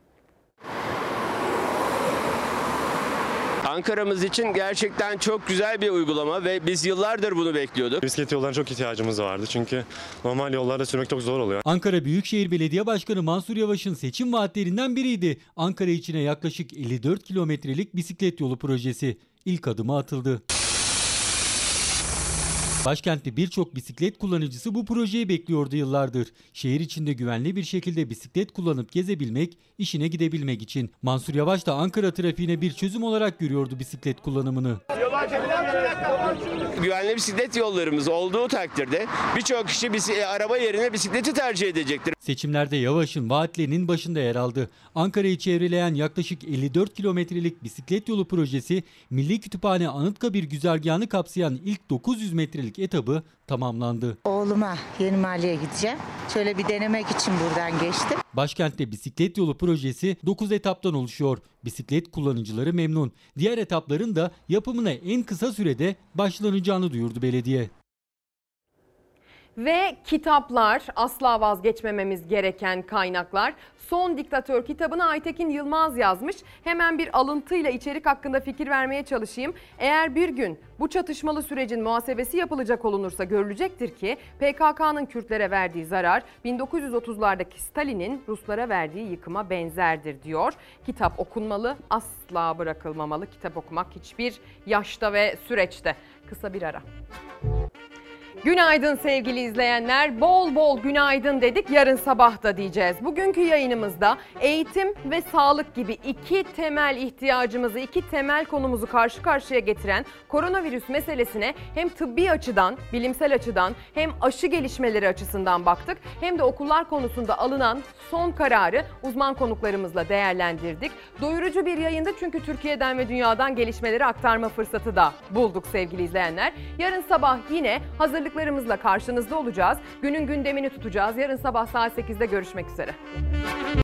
Ankara'mız için gerçekten çok güzel bir uygulama ve biz yıllardır bunu bekliyorduk. Bisiklet yollarına çok ihtiyacımız vardı çünkü normal yollarda sürmek çok zor oluyor. Ankara Büyükşehir Belediye Başkanı Mansur Yavaş'ın seçim vaatlerinden biriydi. Ankara içine yaklaşık elli dört kilometrelik bisiklet yolu projesi. İlk adımı atıldı. Başkentte birçok bisiklet kullanıcısı bu projeyi bekliyordu yıllardır. Şehir içinde güvenli bir şekilde bisiklet kullanıp gezebilmek, işine gidebilmek için. Mansur Yavaş da Ankara trafiğine bir çözüm olarak görüyordu bisiklet kullanımını. Güvenli bisiklet yollarımız olduğu takdirde birçok kişi bisiklet, araba yerine bisikleti tercih edecektir. Seçimlerde Yavaş'ın vaatlerinin başında yer aldı. Ankara'yı çevreleyen yaklaşık elli dört kilometrelik bisiklet yolu projesi, Milli Kütüphane Anıtkabir güzergahını kapsayan ilk dokuz yüz metrelik etabı tamamlandı. Oğluma Yeni Mahalle'ye gideceğim. Şöyle bir denemek için buradan geçtim. Başkentte bisiklet yolu projesi dokuz etaptan oluşuyor. Bisiklet kullanıcıları memnun. Diğer etapların da yapımına en kısa sürede başlanacağını duyurdu belediye. Ve kitaplar, asla vazgeçmememiz gereken kaynaklar. Son Diktatör kitabını Aytekin Yılmaz yazmış. Hemen bir alıntıyla içerik hakkında fikir vermeye çalışayım. Eğer bir gün bu çatışmalı sürecin muhasebesi yapılacak olunursa görülecektir ki P K K'nın Kürtlere verdiği zarar bin dokuz yüz otuzlardaki Stalin'in Ruslara verdiği yıkıma benzerdir diyor. Kitap okunmalı, asla bırakılmamalı. Kitap okumak hiçbir yaşta ve süreçte. Kısa bir ara. Günaydın sevgili izleyenler. Bol bol günaydın dedik. Yarın sabah da diyeceğiz. Bugünkü yayınımızda eğitim ve sağlık gibi iki temel ihtiyacımızı, iki temel konumuzu karşı karşıya getiren koronavirüs meselesine hem tıbbi açıdan, bilimsel açıdan hem aşı gelişmeleri açısından baktık. Hem de okullar konusunda alınan son kararı uzman konuklarımızla değerlendirdik. Doyurucu bir yayında çünkü Türkiye'den ve dünyadan gelişmeleri aktarma fırsatı da bulduk sevgili izleyenler. Yarın sabah yine hazırlık karşınızda olacağız. Günün gündemini tutacağız. Yarın sabah saat sekizde görüşmek üzere.